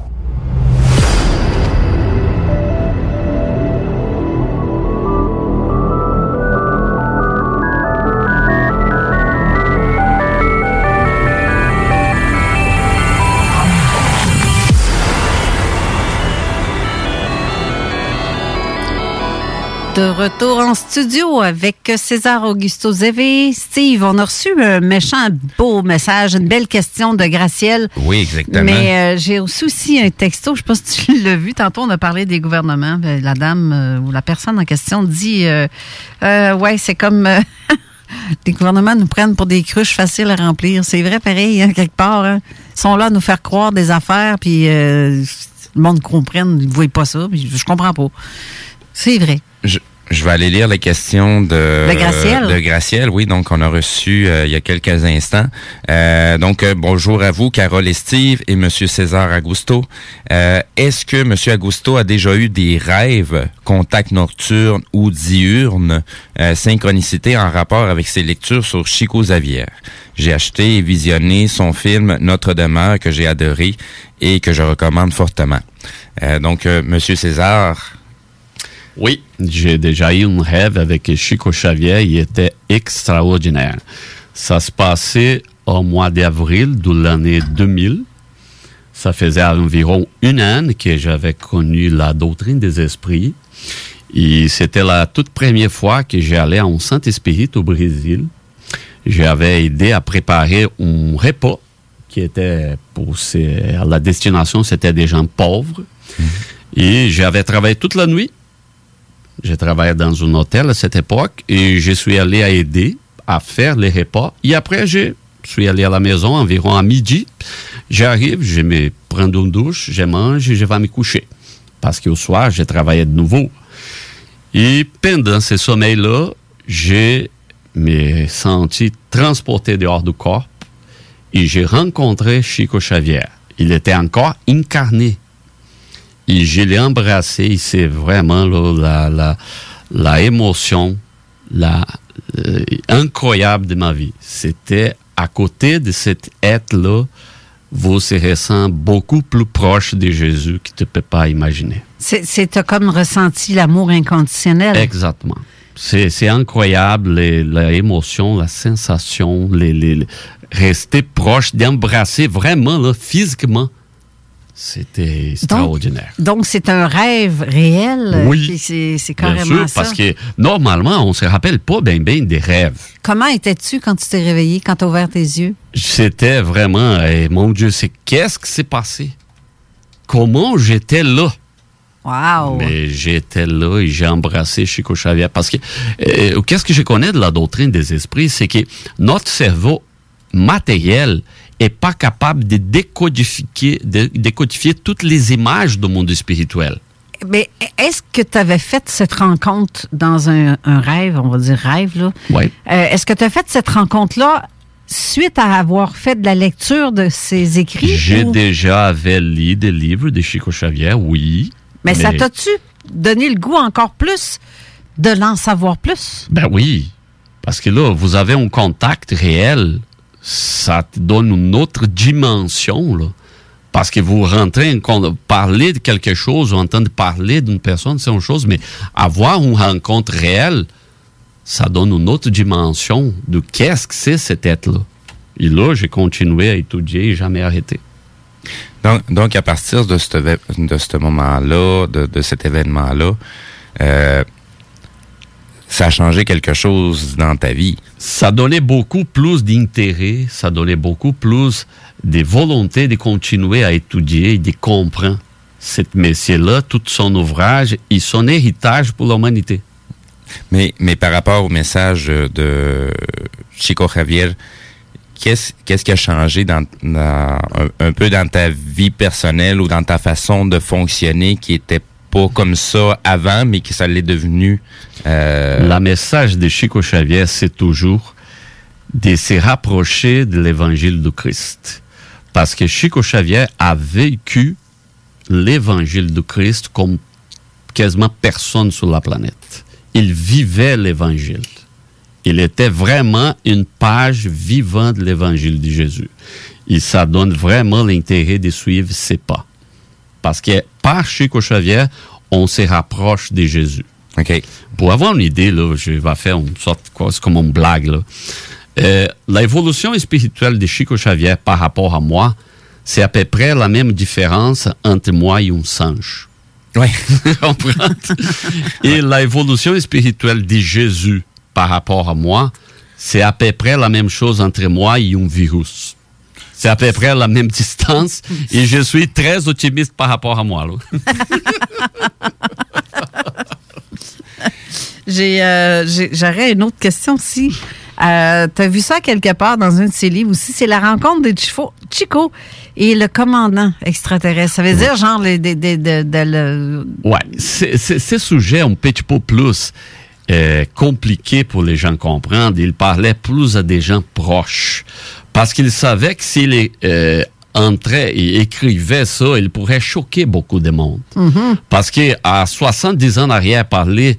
De retour en studio avec César Augusto Zévé. Steve, on a reçu un méchant beau message, une belle question de Gracielle. Oui, exactement. Mais euh, j'ai aussi, aussi un texto, je ne sais pas si tu l'as vu, tantôt on a parlé des gouvernements. La dame euh, ou la personne en question dit euh, euh, ouais, c'est comme euh, les gouvernements nous prennent pour des cruches faciles à remplir. C'est vrai, pareil, hein, quelque part. Hein. Ils sont là à nous faire croire des affaires, puis euh, le monde comprenne, ils ne voient pas ça, puis je comprends pas. C'est vrai. Je, je vais aller lire les questions de, de Gracielle. De Gracielle, oui. Donc, on a reçu euh, il y a quelques instants. Euh, donc, euh, bonjour à vous, Carole et Steve et Monsieur César Augusto. Euh, est-ce que Monsieur Augusto a déjà eu des rêves, contact nocturne ou diurne, euh, synchronicité en rapport avec ses lectures sur Chico Xavier? J'ai acheté et visionné son film Notre demeure que j'ai adoré et que je recommande fortement. Euh, donc, euh, Monsieur César... Oui, j'ai déjà eu un rêve avec Chico Xavier, il était extraordinaire. Ça se passait au mois d'avril de l'année deux mille. Ça faisait environ une année que j'avais connu la doctrine des esprits. Et c'était la toute première fois que j'allais en Saint-Esprit au Brésil. J'avais aidé à préparer un repas qui était pour ces, à la destination, c'était des gens pauvres. Mmh. Et j'avais travaillé toute la nuit. J'ai travaillé dans un hôtel à cette époque et je suis allé à aider à faire les repas. Et après, je suis allé à la maison environ à midi. J'arrive, je me prends une douche, je mange et je vais me coucher. Parce qu'au soir, j'ai travaillé de nouveau. Et pendant ce sommeil-là, je me senti transporté dehors du corps et j'ai rencontré Chico Xavier. Il était encore incarné. Et je l'ai embrassé, et c'est vraiment là, la, la, la émotion la, euh, incroyable de ma vie. C'était à côté de cet être-là, vous se ressent beaucoup plus proche de Jésus que tu ne peux pas imaginer. C'est, c'est t'as comme ressenti l'amour inconditionnel. Exactement. C'est, c'est incroyable, les, l'émotion, la sensation, les, les, les, rester proche, d'embrasser vraiment là, physiquement. C'était extraordinaire. Donc, donc, c'est un rêve réel? Oui. C'est, c'est carrément bien sûr, ça? Parce que normalement, on ne se rappelle pas bien bien des rêves. Comment étais-tu quand tu t'es réveillé, quand tu as ouvert tes yeux? C'était vraiment, eh, mon Dieu, c'est qu'est-ce qui s'est passé? Comment j'étais là? Wow! Mais j'étais là et j'ai embrassé Chico Xavier. Parce que, euh, qu'est-ce que je connais de la doctrine des esprits? C'est que notre cerveau matériel n'est pas capable de décodifier, de décodifier toutes les images du monde spirituel. Mais est-ce que tu avais fait cette rencontre dans un, un rêve, on va dire rêve, là? Oui. Euh, est-ce que tu as fait cette rencontre-là suite à avoir fait de la lecture de ses écrits? J'ai ou... déjà avait lu des livres de Chico Xavier, oui. Mais, mais ça t'a-tu donné le goût encore plus de l'en savoir plus. Ben oui, parce que là, vous avez un contact réel, ça te donne une autre dimension, là. Parce que vous rentrez en parler de quelque chose ou entendre parler d'une personne, c'est une chose, mais avoir une rencontre réelle, ça donne une autre dimension de qu'est-ce que c'est cet être-là. Et là, j'ai continué à étudier et jamais arrêté. Donc, donc à partir de ce, de ce moment-là, de, de cet événement-là, euh, ça a changé quelque chose dans ta vie. Ça donnait beaucoup plus d'intérêt, ça donnait beaucoup plus de volonté de continuer à étudier et de comprendre ce métier-là, tout son ouvrage et son héritage pour l'humanité. Mais, mais par rapport au message de Chico Xavier, qu'est-ce, qu'est-ce qui a changé dans, dans, un, un peu dans ta vie personnelle ou dans ta façon de fonctionner qui était pas comme ça avant, mais que ça l'est devenu? Euh... Le message de Chico Xavier, c'est toujours de se rapprocher de l'évangile du Christ. Parce que Chico Xavier a vécu l'évangile du Christ comme quasiment personne sur la planète. Il vivait l'évangile. Il était vraiment une page vivante de l'évangile de Jésus. Et ça donne vraiment l'intérêt de suivre ses pas. Parce que par Chico Xavier, on se rapproche de Jésus. Okay. Pour avoir une idée, là, je vais faire une sorte, quoi, c'est comme une blague, là. Euh, l'évolution spirituelle de Chico Xavier par rapport à moi, c'est à peu près la même différence entre moi et un singe. Oui. Et l'évolution spirituelle de Jésus par rapport à moi, c'est à peu près la même chose entre moi et un virus. C'est à peu près la même distance et je suis très optimiste par rapport à moi. Là. j'ai, euh, j'ai, j'aurais une autre question aussi. Euh, tu as vu ça quelque part dans un de ses livres aussi. C'est la rencontre de Chifo, Chico et le commandant extraterrestre. Ça veut dire genre les, de, de, de, de le... Ouais, c'est, c'est, c'est sujet un petit peu plus euh, compliqué pour les gens comprendre. Il parlait plus à des gens proches. Parce qu'il savait que s'il euh, entrait et écrivait ça, il pourrait choquer beaucoup de monde. Mm-hmm. Parce qu'à soixante-dix ans en arrière, parler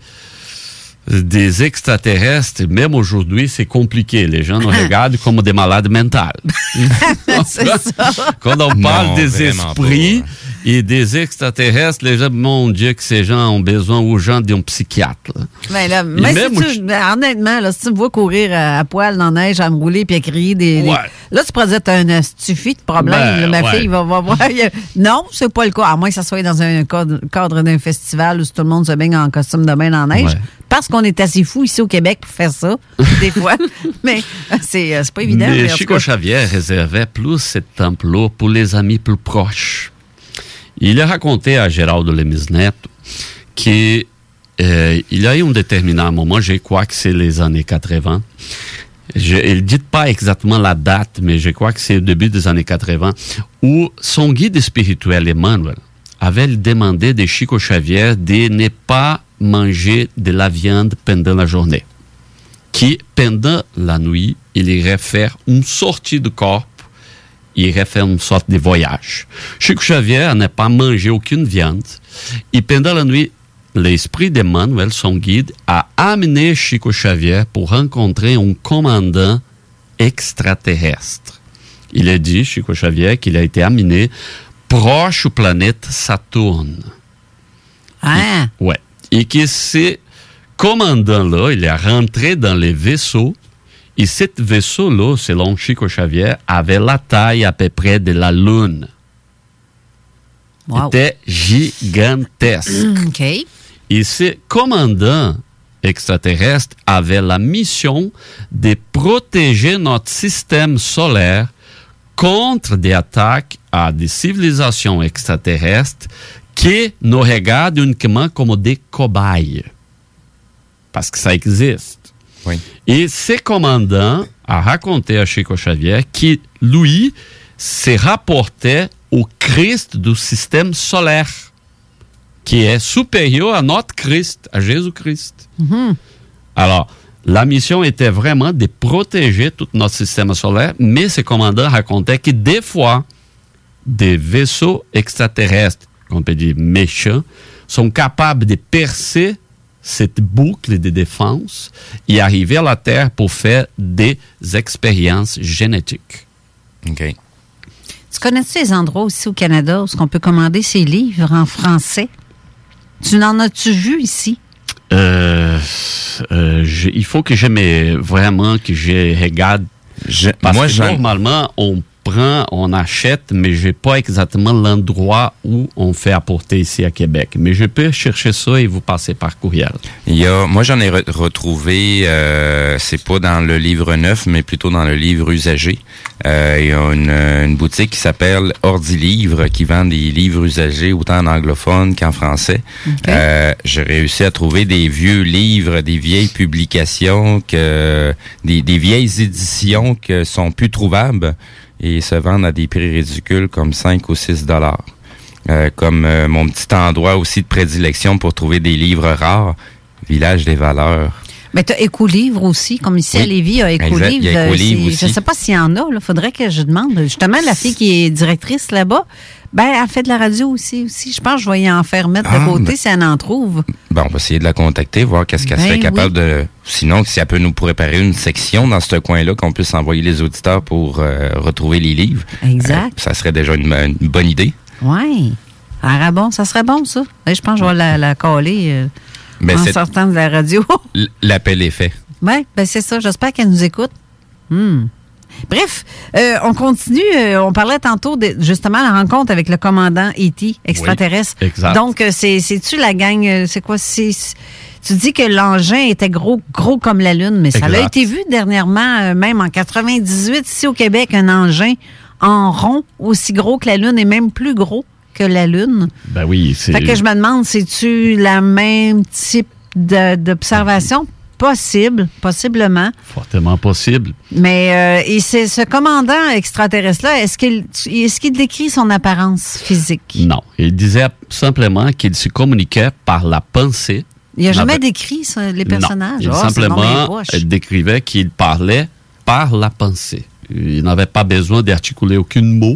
des extraterrestres, même aujourd'hui, c'est compliqué. Les gens nous regardent comme des malades mentaux. C'est ça. Quand on parle non, des esprits pas. Et des extraterrestres, les gens, mon Dieu, que ces gens ont besoin aux gens d'un psychiatre. Là. Mais là, mais si tu, honnêtement, là, si tu me vois courir à, à poil dans la neige, à me rouler puis à crier des... Ouais. des là, tu pourrais dire que tu as un stuffi de problème. Ben, là, ma ouais. fille va, va voir. Non, c'est pas le cas. À moins que ça soit dans un cadre, cadre d'un festival où tout le monde se baigne en costume de bain dans la neige. Ouais. Parce qu'on est assez fous ici au Québec pour faire ça, des fois. Mais c'est, c'est pas évident. Mais mais Chico Xavier réservait plus ce temps-là pour les amis plus proches. Il a raconté à Geraldo Lemes Neto qu'il euh, y a eu un déterminant moment, je crois que c'est les années quatre-vingts. Je, il ne dit pas exactement la date, mais je crois que c'est au début des années quatre-vingts, où son guide spirituel, Emmanuel, avait demandé de Chico Xavier de ne pas manger de la viande pendant la journée. Qui, pendant la nuit, il irait faire une sortie de corps. Il irait faire une sorte de voyage. Chico Xavier n'a pas mangé aucune viande. Et pendant la nuit, l'esprit d'Emmanuel, son guide, a amené Chico Xavier pour rencontrer un commandant extraterrestre. Il a dit, Chico Xavier, qu'il a été amené proche de la planète Saturne. Ah! Et, ouais. Et que ce commandant-là, il est rentré dans les vaisseaux. Et ce vaisseau-là, selon Chico Xavier, avait la taille à peu près de la Lune. Wow. C'était gigantesque. Mm, OK. Et ce commandant extraterrestre avait la mission de protéger notre système solaire contre des attaques à des civilisations extraterrestres qui nous regardent uniquement comme des cobayes. Parce que ça existe. Oui. Et ce commandant a raconté à Chico Xavier que lui se rapportait au Christ du système solaire, qui est supérieur à notre Christ, à Jésus-Christ. Mm-hmm. Alors, la mission était vraiment de protéger tout notre système solaire, mais ce commandant racontait que des fois, des vaisseaux extraterrestres, qu'on peut dire méchants, sont capables de percer cette boucle de défense et arriver à la Terre pour faire des expériences génétiques. OK. Tu connais-tu les endroits aussi au Canada où on peut commander ces livres en français? Tu n'en as-tu vu ici? Euh, euh, je, il faut que je me, vraiment que je regarde. Je, parce moi, que j'en... normalement, on prend, on achète, mais je n'ai pas exactement l'endroit où on fait apporter ici à Québec. Mais je peux chercher ça et vous passer par courriel. Il y a, moi, j'en ai re- retrouvé, euh, c'est pas dans le livre neuf, mais plutôt dans le livre usagé. Euh, il y a une, une boutique qui s'appelle Ordi-Livre, qui vend des livres usagés autant en anglophone qu'en français. Okay. Euh, j'ai réussi à trouver des vieux livres, des vieilles publications, que des, des vieilles éditions qui sont plus trouvables et se vendent à des prix ridicules comme cinq ou six dollars. Euh, comme euh, mon petit endroit aussi de prédilection pour trouver des livres rares, Village des Valeurs. Mais tu as Écolivre aussi, comme ici oui. à Lévis, il y a Écolivre. Il y a Écolivre aussi. Je ne sais pas s'il y en a, il faudrait que je demande. Justement, la fille qui est directrice là-bas, ben, elle fait de la radio aussi. aussi. Je pense que je vais y en faire mettre ah, de côté ben, si elle en trouve. Bon, on va essayer de la contacter, voir qu'est-ce qu'elle ben, serait capable oui. de... Sinon, si elle peut nous préparer une section dans ce coin-là, qu'on puisse envoyer les auditeurs pour euh, retrouver les livres. Exact. Euh, ça serait déjà une, une bonne idée. Oui. Ah, bon, ça serait bon, ça. Et je pense que je vais la, la coller euh, ben, en sortant de la radio. L'appel est fait. Oui, ben c'est ça. J'espère qu'elle nous écoute. Hmm. Bref, euh, on continue. Euh, on parlait tantôt de justement la rencontre avec le commandant E T extraterrestre. Oui, exact. Donc, c'est, c'est-tu la gang, c'est quoi? C'est, tu dis que l'engin était gros, gros comme la Lune, mais exact. Ça a été vu dernièrement, euh, même en quatre-vingt-dix-huit, ici au Québec, un engin en rond aussi gros que la Lune et même plus gros que la Lune. Ben oui, c'est... Fait que je me demande, c'est-tu la même type de, d'observation? Possible, possiblement. Fortement possible. Mais euh, et c'est ce commandant extraterrestre-là, est-ce qu'il, est-ce qu'il décrit son apparence physique? Non. Il disait simplement qu'il se communiquait par la pensée. Il n'a jamais décrit ça, les personnages? Non. Il oh, simplement décrivait qu'il parlait par la pensée. Il n'avait pas besoin d'articuler aucun mot.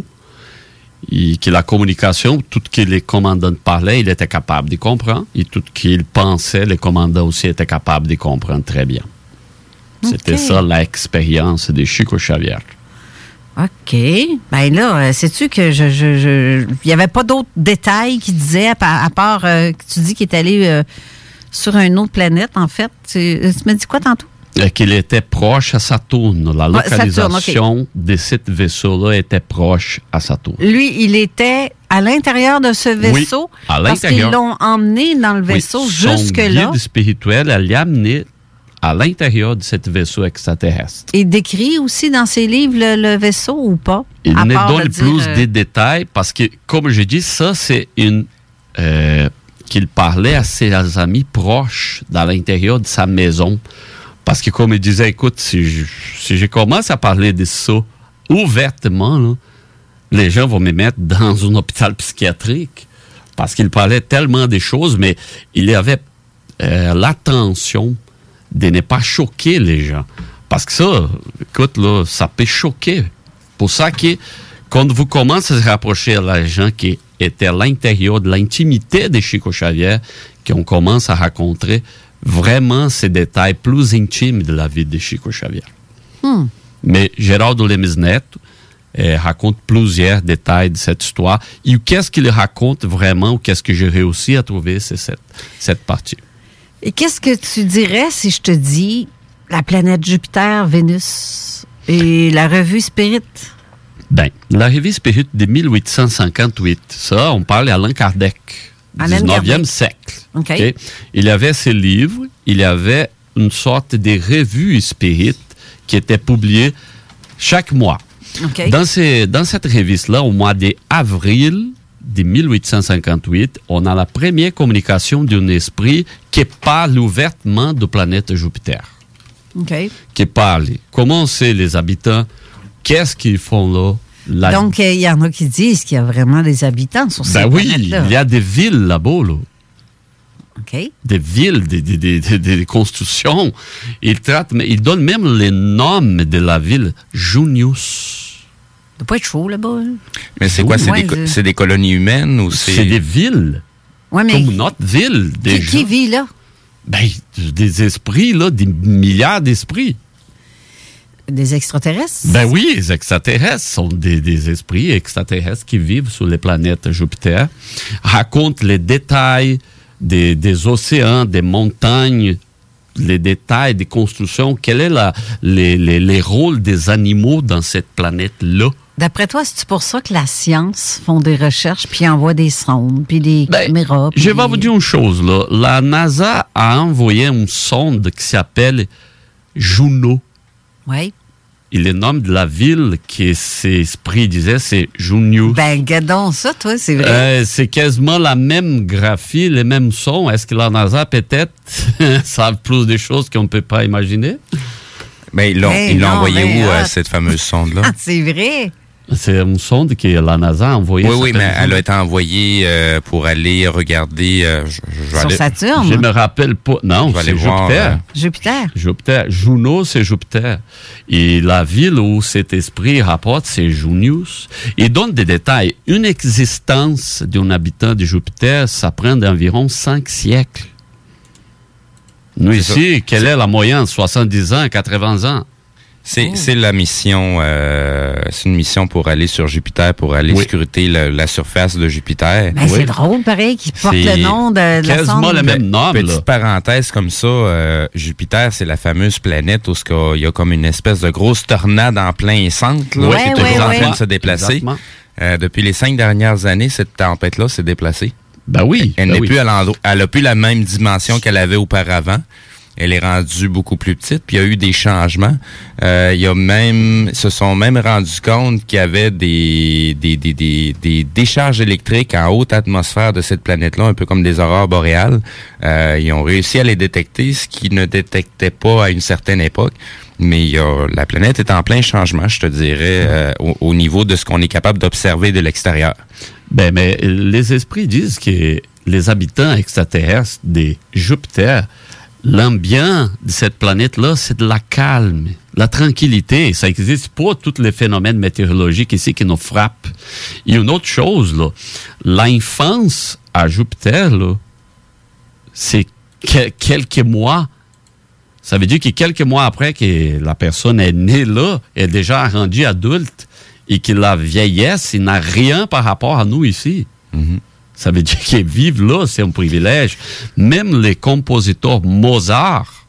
Et que la communication, tout ce que les commandants parlaient, il était capable de comprendre. Et tout ce qu'il pensait, les commandants aussi étaient capables de comprendre très bien. Okay. C'était ça l'expérience de Chico Xavier. OK. Ben là, sais-tu que je, je, je... il n'y avait pas d'autres détails qu'il disait, à, à part euh, que tu dis qu'il est allé euh, sur une autre planète, en fait. Tu, tu m'as dit quoi tantôt? Qu'il était proche à Saturne. La localisation Saturne, okay. de ce vaisseau-là était proche à Saturne. Lui, il était à l'intérieur de ce vaisseau? Oui, à l'intérieur. Parce qu'ils l'ont emmené dans le vaisseau oui, jusque-là? Son guide spirituel, elle l'a amené à l'intérieur de ce vaisseau extraterrestre. Il décrit aussi dans ses livres le, le vaisseau ou pas? Il ne donne plus euh... de détails parce que, comme je dis, ça, c'est une... Euh, qu'il parlait à ses amis proches dans l'intérieur de sa maison. Parce que, comme il disait, écoute, si je, si je commence à parler de ça ouvertement, là, les gens vont me mettre dans un hôpital psychiatrique. Parce qu'il parlait tellement des choses, mais il y avait euh, l'attention de ne pas choquer les gens. Parce que ça, écoute, là, ça peut choquer. Pour ça que, quand vous commencez à se rapprocher des gens qui étaient à l'intérieur de l'intimité de Chico Xavier, qu'on commence à rencontrer vraiment ces détails plus intimes de la vie de Chico Xavier. Hmm. Mais Geraldo Lemes Neto eh, raconte plusieurs détails de cette histoire. Et qu'est-ce qu'il raconte vraiment, ou qu'est-ce que j'ai réussi à trouver, c'est cette, cette partie. Et qu'est-ce que tu dirais si je te dis la planète Jupiter, Vénus et la revue Spirit? Ben, la revue Spirit de dix-huit cent cinquante-huit, ça, on parle d'Allan Kardec. dix-neuvième siècle. Okay. Okay? Il y avait ces livres, il y avait une sorte de revue spirit qui était publiée chaque mois. Okay. Dans, ces, dans cette revue-là, au mois d'avril de dix-huit cent cinquante-huit, on a la première communication d'un esprit qui parle ouvertement de la planète Jupiter. Okay. Qui parle comment c'est les habitants, qu'est-ce qu'ils font là. La... Donc, il euh, y en a qui disent qu'il y a vraiment des habitants sur cette ben oui, planète-là. Il y a des villes là-bas, là. OK. Des villes, des, des, des, des, des constructions. Il, traite, il donne même les noms de la ville. Junius. Ça doit pas être chaud là-bas. Hein? Mais c'est quoi? C'est, ouais, des, c'est des colonies humaines ou c'est... C'est des villes. Ouais, mais comme notre ville. Qui, qui vit là? Ben, des esprits, là, des milliards d'esprits. Des extraterrestres? Ben oui, les extraterrestres sont des, des esprits extraterrestres qui vivent sur les planètes Jupiter, racontent les détails des, des océans, des montagnes, les détails des constructions. Quel est la, les, les, les rôles des animaux dans cette planète-là? D'après toi, c'est pour ça que la science font des recherches, puis envoie des sondes, puis des ben, caméras? Je vais vous dire une chose, là. La NASA a envoyé une sonde qui s'appelle Juno. Oui. Et le nom de la ville que ces esprits disaient, c'est Junius. Ben, gadons ça, toi, c'est vrai. Euh, c'est quasiment la même graphie, les mêmes sons. Est-ce que la NASA, peut-être, savent plus des choses qu'on ne peut pas imaginer? Mais ils l'ont, hey, ils l'ont non, envoyé mais, où, ah, euh, cette fameuse sonde-là? Ah, c'est vrai. C'est une sonde que la NASA a envoyée. Oui, oui, mais elle a été envoyée euh, pour aller regarder... Euh, je, je Sur aller, Saturne? Je me rappelle pas. Non, c'est Jupiter. Voir, euh, Jupiter. Jupiter. Juno, c'est Jupiter. Et la ville où cet esprit rapporte, c'est Junius. Il donne des détails. Une existence d'un habitant de Jupiter, ça prend d'environ cinq siècles. Nous, c'est ici, ça. quelle est la moyenne? soixante-dix ans, quatre-vingts ans? C'est, oh. c'est la mission, euh, c'est une mission pour aller sur Jupiter, pour aller oui. scruter la, la surface de Jupiter. Ben, oui. c'est drôle, pareil, qu'il porte C'est le nom de, de la quasiment sonde. le même nom. Petite là. parenthèse comme ça, euh, Jupiter, c'est la fameuse planète où il y a comme une espèce de grosse tornade en plein centre, là, Ouais, qui est ouais, toujours en ouais. train de se déplacer. Euh, depuis les cinq dernières années, cette tempête-là s'est déplacée. Ben oui. Elle ben n'est oui. plus à l'endroit, elle a plus la même dimension qu'elle avait auparavant. Elle est rendue beaucoup plus petite, puis il y a eu des changements. Euh, il y a même, se sont même rendus compte qu'il y avait des, des, des, des, des décharges électriques en haute atmosphère de cette planète-là, un peu comme des aurores boréales. Euh, ils ont réussi à les détecter, ce qu'ils ne détectaient pas à une certaine époque. Mais il y a, la planète est en plein changement, je te dirais, euh, au, au niveau de ce qu'on est capable d'observer de l'extérieur. Ben, mais les esprits disent que les habitants extraterrestres de Jupiter, l'ambiance de cette planète-là, c'est de la calme, la tranquillité. Ça n'existe pas tous les phénomènes météorologiques ici qui nous frappent. Il y a une autre chose, là. L'enfance à Jupiter, là, c'est que, quelques mois. Ça veut dire que quelques mois après que la personne est née là, elle est déjà rendue adulte et que la vieillesse, il n'a rien par rapport à nous ici. Mm-hmm. Ça veut dire qu'ils vivent là, c'est un privilège. Même les compositeurs Mozart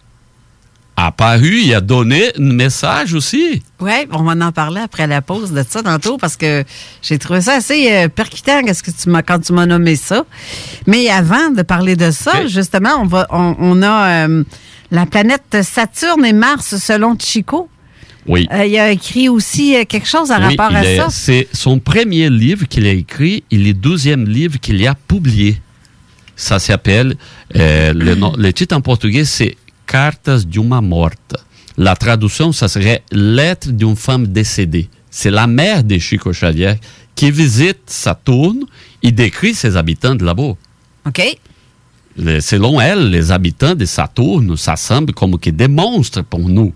a paru, il a donné un message aussi. Oui, on va en parler après la pause de ça tantôt parce que j'ai trouvé ça assez euh, percutant qu'est-ce que tu m'as, quand tu m'as nommé ça. Mais avant de parler de ça, okay. justement, on, va, on, on a euh, la planète Saturne et Mars selon Chico. Oui. Euh, il a écrit aussi euh, quelque chose en oui, rapport à est, ça. C'est son premier livre qu'il a écrit et le douzième livre qu'il a publié. Ça s'appelle, euh, le, nom, le titre en portugais, c'est Cartas de uma morta. La traduction, ça serait Lettre d'une femme décédée. C'est la mère de Chico Xavier qui visite Saturne et décrit ses habitants de là-bas. OK. Le, selon elle, les habitants de Saturne, ça semble comme que des monstres pour nous.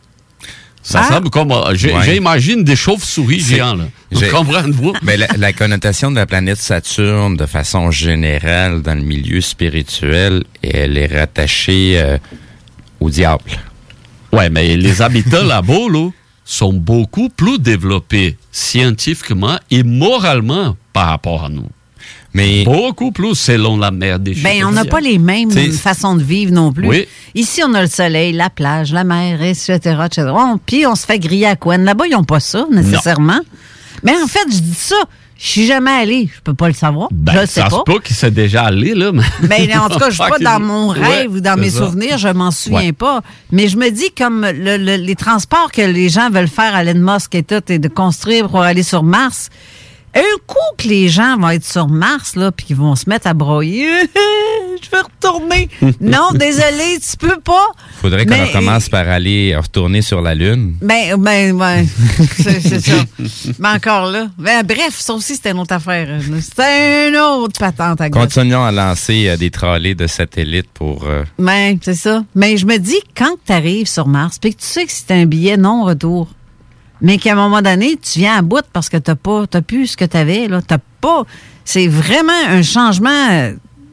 Ça ah. semble comme... J'ai, ouais. J'imagine des chauves-souris c'est, géants, là. Vous comprenez-vous? Mais la, la connotation de la planète Saturne, de façon générale, dans le milieu spirituel, elle est rattachée euh, au diable. Ouais, mais les habitants là-bas, là, sont beaucoup plus développés scientifiquement et moralement par rapport à nous. Mais beaucoup plus selon la mère des Ben, on n'a pas les mêmes T'sais, façons de vivre non plus. Oui. Ici, on a le soleil, la plage, la mer, et cetera, et cetera. Puis, on se fait griller à Couenne. Là-bas, ils n'ont pas ça, nécessairement. Non. Mais en fait, je dis ça. Je suis jamais allé. Je peux pas le savoir. Ben, je le sais ça pas. se peut qu'il s'est déjà allé, là. Mais... Ben, en tout cas, je suis pas dans mon rêve ouais, ou dans mes ça. souvenirs. Je m'en souviens ouais. pas. Mais je me dis, comme le, le, les transports que les gens veulent faire à Elon Musk et tout, et de construire pour aller sur Mars... Un coup que les gens vont être sur Mars, là, puis qu'ils vont se mettre à broyer, je vais retourner. Non, désolé, tu peux pas. Faudrait qu'on mais, commence par aller retourner sur la Lune. Ben, ben, ben, c'est, c'est ça. Mais encore là. Ben, bref, ça aussi, c'était une autre affaire. C'était une autre patente à gauche. Continuons à lancer euh, des trolley de satellites pour... Euh... Ben, c'est ça. Mais je me dis, quand tu arrives sur Mars, puis que tu sais que c'est un billet non-retour, mais qu'à un moment donné, tu viens à bout parce que t'as pas, t'as plus ce que t'avais, là. T'as pas. C'est vraiment un changement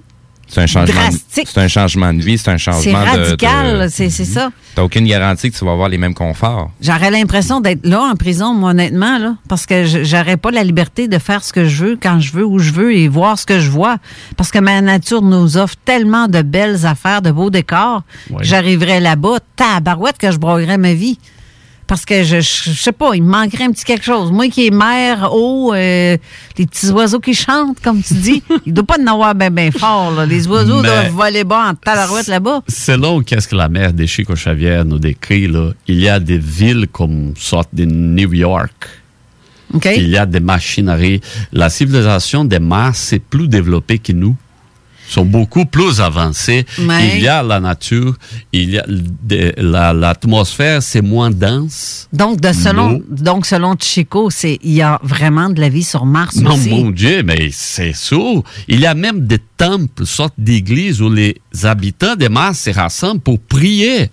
C'est un changement drastique. De, c'est un changement de vie, c'est un changement c'est radical, de... de c'est, c'est ça. T'as aucune garantie que tu vas avoir les mêmes conforts. J'aurais l'impression d'être là en prison, moi, honnêtement, là, parce que j'aurais pas la liberté de faire ce que je veux, quand je veux, où je veux et voir ce que je vois. Parce que ma nature nous offre tellement de belles affaires, de beaux décors. Oui. J'arriverais là-bas, tabarouette, que je broyerais ma vie. Parce que je, je, je sais pas, il me manquerait un petit quelque chose. Moi qui est mère, haut, euh, les petits oiseaux qui chantent, comme tu dis, il ne doit pas en avoir bien ben fort. Là. Les oiseaux Mais doivent voler bas en tabarouette là-bas. Selon qu'est-ce que la mère de Chico Xavier nous décrit, là, il y a des villes comme sorte de New York. Okay. Il y a des machineries. La civilisation des Mars, c'est plus développée que nous. Sont beaucoup plus avancés. Ouais. Il y a la nature, il y a de, la, l'atmosphère, c'est moins dense. Donc, de selon, donc selon Chico, c'est il y a vraiment de la vie sur Mars non, aussi. Mon Dieu, mais c'est sûr. Il y a même des temples, sortes d'églises où les habitants de Mars se rassemblent pour prier.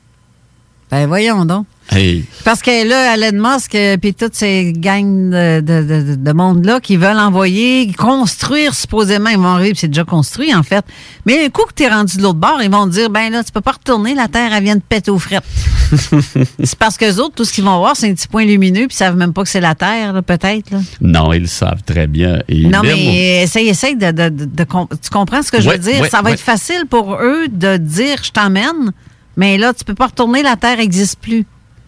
Ben voyons donc. Hey. Parce que là, Elon Musk et toutes ces gangs de, de, de, de monde-là qui veulent envoyer, construire supposément, ils vont arriver, c'est déjà construit en fait. Mais un coup que tu es rendu de l'autre bord, ils vont te dire, ben là, tu peux pas retourner, la Terre, elle vient de péter aux frettes. C'est parce qu'eux autres, tout ce qu'ils vont voir, c'est un petit point lumineux, puis ils savent même pas que c'est la Terre, là, peut-être. Là. Non, ils savent très bien. Et non, même... mais essaye, essaye de, de, de, de... Tu comprends ce que je ouais, veux dire? ouais, Ça va ouais. être facile pour eux de dire, je t'emmène, mais là, tu peux pas retourner, la Terre n'existe plus.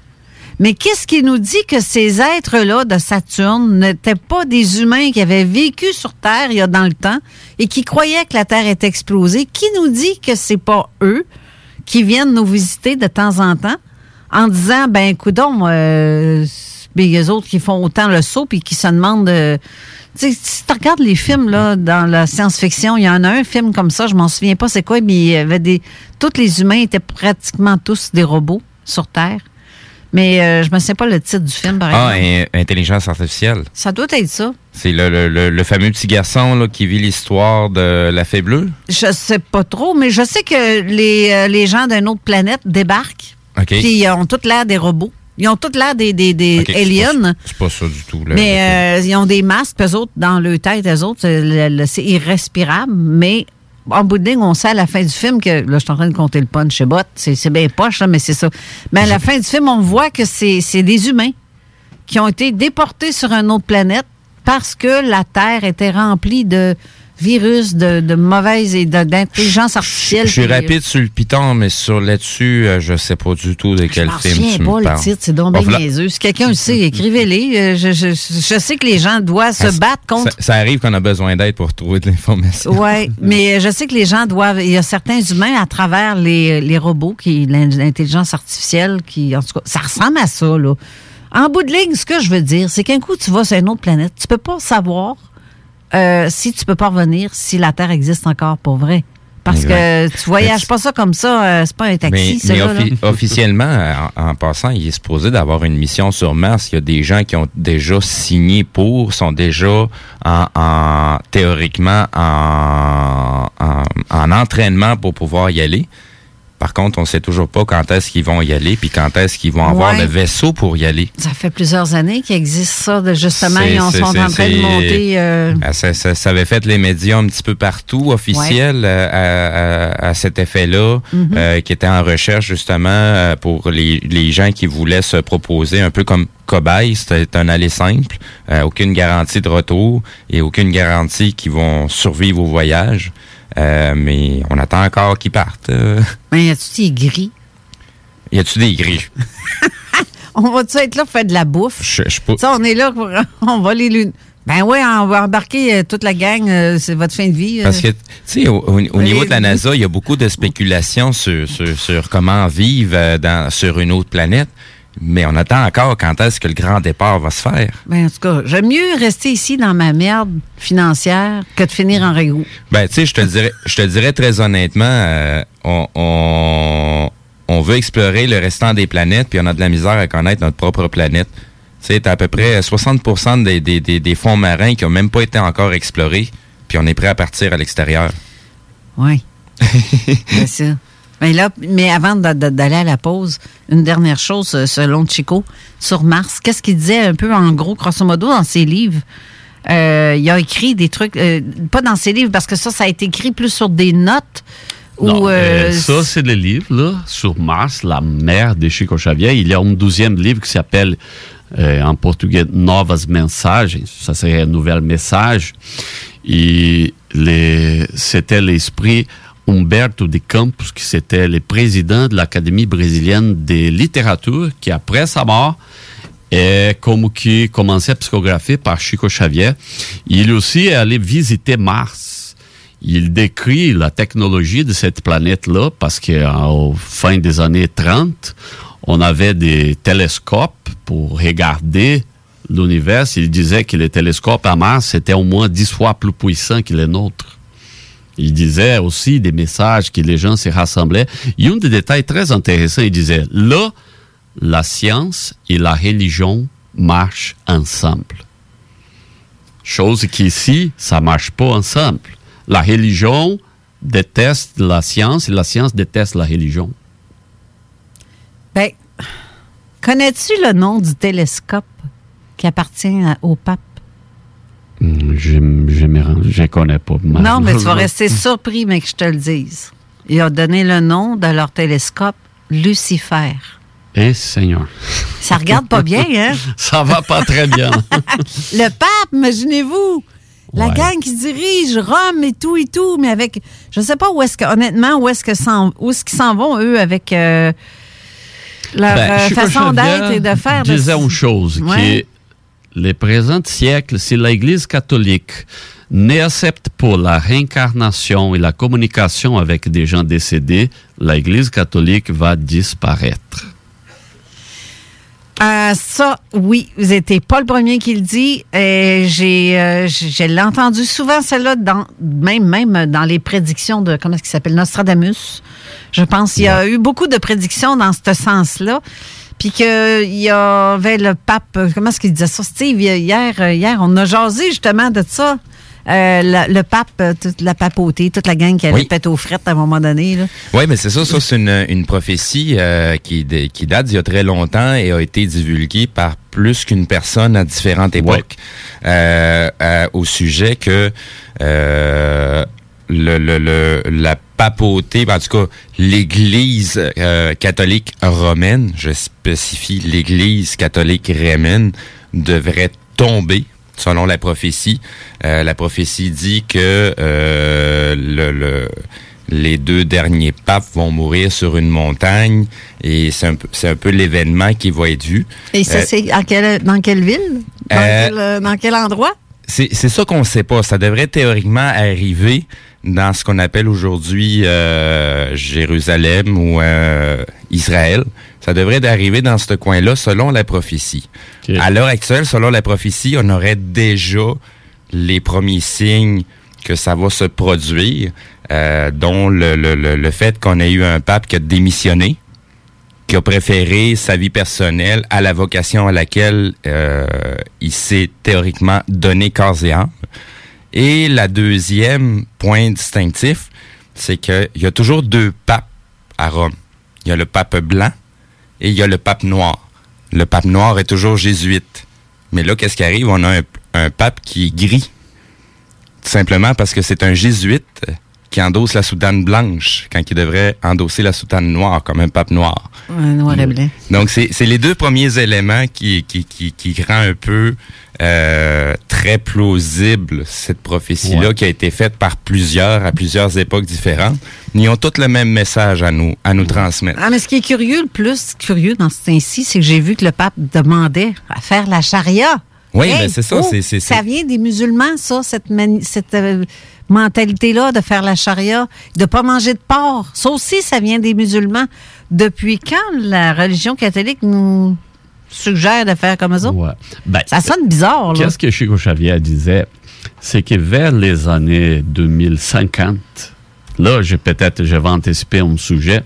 Mais qu'est-ce qui nous dit que ces êtres-là de Saturne n'étaient pas des humains qui avaient vécu sur Terre il y a dans le temps et qui croyaient que la Terre était explosée? Qui nous dit que c'est pas eux qui viennent nous visiter de temps en temps en disant, ben, coudonc, euh, les autres qui font autant le saut puis qui se demandent... Euh, tu sais, si tu regardes les films là, dans la science-fiction, il y en a un film comme ça, je m'en souviens pas c'est quoi, mais il y avait des... Tous les humains étaient pratiquement tous des robots sur Terre. Mais euh, je ne me sais pas le titre du film, par ah, exemple. Ah, Intelligence artificielle. Ça doit être ça. C'est le, le, le, le fameux petit garçon là, qui vit l'histoire de la fée bleue? Je sais pas trop, mais je sais que les, euh, les gens d'une autre planète débarquent. Okay. Puis ils ont tous l'air des robots. Ils ont tous l'air des, des, des okay, aliens. C'est pas, c'est pas ça du tout. Là, mais euh, ils ont des masques, eux autres, dans leur tête, eux autres, c'est, le, le, c'est irrespirable. Mais en bout de ligne, on sait à la fin du film que, là, je suis en train de compter le punch chez Bot, c'est, c'est bien poche, là, mais c'est ça. Mais à la fin du film, on voit que c'est, c'est des humains qui ont été déportés sur une autre planète parce que la Terre était remplie de virus, de, de mauvaises et de, d'intelligence artificielle. Je suis rapide sur le piton, mais sur là-dessus, euh, je sais pas du tout de quel je film tu me pas parles. Le titre, c'est donc bien bon, niaiseux. Si quelqu'un le sait, écrivez-les. Je, je, je sais que les gens doivent se ça, battre contre... Ça, ça arrive qu'on a besoin d'aide pour trouver de l'information. Oui, mais je sais que les gens doivent... Il y a certains humains à travers les, les robots, qui l'intelligence artificielle, qui... En tout cas, ça ressemble à ça, là. En bout de ligne, ce que je veux dire, c'est qu'un coup, tu vas sur une autre planète, tu peux pas savoir euh, si tu peux pas revenir, si la Terre existe encore pour vrai. Parce exact. que tu voyages pas ça comme ça, euh, c'est pas un taxi, mais, mais là, offi- là. officiellement, en, en passant, il est supposé d'avoir une mission sur Mars. Il y a des gens qui ont déjà signé pour, sont déjà en, en théoriquement en, en, en entraînement pour pouvoir y aller. Par contre, on ne sait toujours pas quand est-ce qu'ils vont y aller puis quand est-ce qu'ils vont avoir ouais. le vaisseau pour y aller. Ça fait plusieurs années qu'il existe ça, de justement, c'est, ils sont c'est, en train c'est, de monter... Euh... Ça, ça, ça avait fait les médias un petit peu partout, officiels, ouais. à, à, à cet effet-là, mm-hmm. euh, qui étaient en recherche justement pour les, les gens qui voulaient se proposer un peu comme cobaye. C'était un aller simple, euh, aucune garantie de retour et aucune garantie qu'ils vont survivre au voyage. Euh, mais on attend encore qu'ils partent. Euh. Mais y a-tu des gris? Y a-tu des gris? On va-tu être là pour faire de la bouffe? Je, je peux... Ça, on est là pour... On va les lunes. Ben oui, on va embarquer euh, toute la gang. Euh, c'est votre fin de vie. Euh. Parce que, tu sais, au, au, au niveau de la NASA, il y a beaucoup de spéculations sur, sur, sur comment vivre euh, dans, sur une autre planète. Mais on attend encore quand est-ce que le grand départ va se faire. Ben, en tout cas, j'aime mieux rester ici dans ma merde financière que de finir en ragoût. Ben, tu sais, je te dirais, je te dirais très honnêtement, euh, on, on, on veut explorer le restant des planètes, puis on a de la misère à connaître notre propre planète. Tu sais, t'as à peu près soixante pour cent des, des, des, des fonds marins qui n'ont même pas été encore explorés, puis on est prêt à partir à l'extérieur. Oui. C'est ça. Mais là, mais avant de, de, d'aller à la pause, une dernière chose, selon Chico, sur Mars, qu'est-ce qu'il disait un peu en gros, grosso modo, dans ses livres? Euh, il a écrit des trucs, euh, pas dans ses livres, parce que ça, ça a été écrit plus sur des notes. Non, ou, euh, euh, ça, c'est le livre, là, sur Mars, la mère de Chico Xavier. Il y a un douzième livre qui s'appelle, euh, en portugais, Novas Mensagens. Ça serait un nouvel message. Et les, c'était l'esprit Humberto de Campos, qui c'était le président de l'Académie brésilienne de littérature, qui après sa mort est comme qui commençait à psychographier par Chico Xavier. Il aussi est allé visiter Mars. Il décrit la technologie de cette planète-là parce qu'au fin des années trente, on avait des télescopes pour regarder l'univers. Il disait que les télescopes à Mars étaient au moins dix fois plus puissants que les nôtres. Il disait aussi des messages que les gens se rassemblaient. Et un des détails très intéressants, il disait, là, la science et la religion marchent ensemble. Chose qu'ici, ça ne marche pas ensemble. La religion déteste la science et la science déteste la religion. Ben, connais-tu le nom du télescope qui appartient à, au pape? Je ne connais pas. Non, mais tu vas rester surpris, mais que je te le dise. Il a donné le nom de leur télescope Lucifer. Eh, Seigneur. Ça regarde pas bien, hein? Ça va pas très bien. Le pape, imaginez-vous. La ouais. gang qui dirige Rome et tout et tout, mais avec, je sais pas où est-ce que, honnêtement, où est-ce que s'en, où est-ce qu'ils s'en vont, eux, avec euh, leur ben, euh, façon d'être et de faire. Je disais de... une chose, ouais. qui est les présents siècles, si l'Église catholique n'accepte pas la réincarnation et la communication avec des gens décédés, l'Église catholique va disparaître. Euh, ça, oui, vous n'étiez pas le premier qui le dit. Euh, j'ai, euh, je l'ai entendu souvent, celle-là, dans, même, même dans les prédictions de, comment est-ce qu'il s'appelle, Nostradamus. Je pense qu'il y a ouais. eu beaucoup de prédictions dans ce sens-là. Puis qu'il y avait le pape, comment est-ce qu'il disait ça, Steve? Hier, hier on a jasé justement de ça. Euh, le, le pape, toute la papauté, toute la gang qui allait oui. péter aux frettes à un moment donné. Oui, mais c'est ça, ça c'est une, une prophétie euh, qui, de, qui date d'il y a très longtemps et a été divulguée par plus qu'une personne à différentes époques ouais. euh, euh, au sujet que euh, le, le, le, la papauté, en tout cas l'Église euh, catholique romaine, je spécifie l'Église catholique romaine, devrait tomber. Selon la prophétie, euh, la prophétie dit que euh, le, le, les deux derniers papes vont mourir sur une montagne et c'est un peu, c'est un peu l'événement qui va être vu. Et ça, euh, c'est en quelle, dans quelle ville? Dans, euh, quel, dans quel endroit? C'est, c'est ça qu'on ne sait pas. Ça devrait théoriquement arriver dans ce qu'on appelle aujourd'hui euh, Jérusalem ou euh, Israël. Ça devrait arriver dans ce coin-là selon la prophétie. Okay. À l'heure actuelle, selon la prophétie, on aurait déjà les premiers signes que ça va se produire, euh, dont le, le, le, le fait qu'on ait eu un pape qui a démissionné, qui a préféré sa vie personnelle à la vocation à laquelle euh, il s'est théoriquement donné corps et âme. Et la deuxième point distinctif, c'est qu'il y a toujours deux papes à Rome. Il y a le pape blanc et il y a le pape noir. Le pape noir est toujours jésuite. Mais là, qu'est-ce qui arrive? On a un, un pape qui est gris. Tout simplement parce que c'est un jésuite qui endosse la soutane blanche quand il devrait endosser la soutane noire comme un pape noir. Ouais, noir et blanc. Donc, c'est, c'est les deux premiers éléments qui, qui, qui, qui rend un peu euh, très plausible cette prophétie-là ouais. qui a été faite par plusieurs, à plusieurs époques différentes. Ils ont tous le même message à nous, à nous ouais. transmettre. Ah, mais ce qui est curieux, le plus curieux dans ce temps-ci, c'est que j'ai vu que le pape demandait à faire la charia. Oui, hey, ben c'est ça. Oh, c'est, c'est, ça c'est... vient des musulmans, ça, cette, mani- cette euh, mentalité-là de faire la charia, de ne pas manger de porc. Ça aussi, ça vient des musulmans. Depuis quand la religion catholique nous suggère de faire comme ça? Ouais. Ben, ça sonne bizarre, là. Qu'est-ce que Chico Xavier disait? C'est que vers les années deux mille cinquante, là, j'ai peut-être, je vais anticiper un sujet,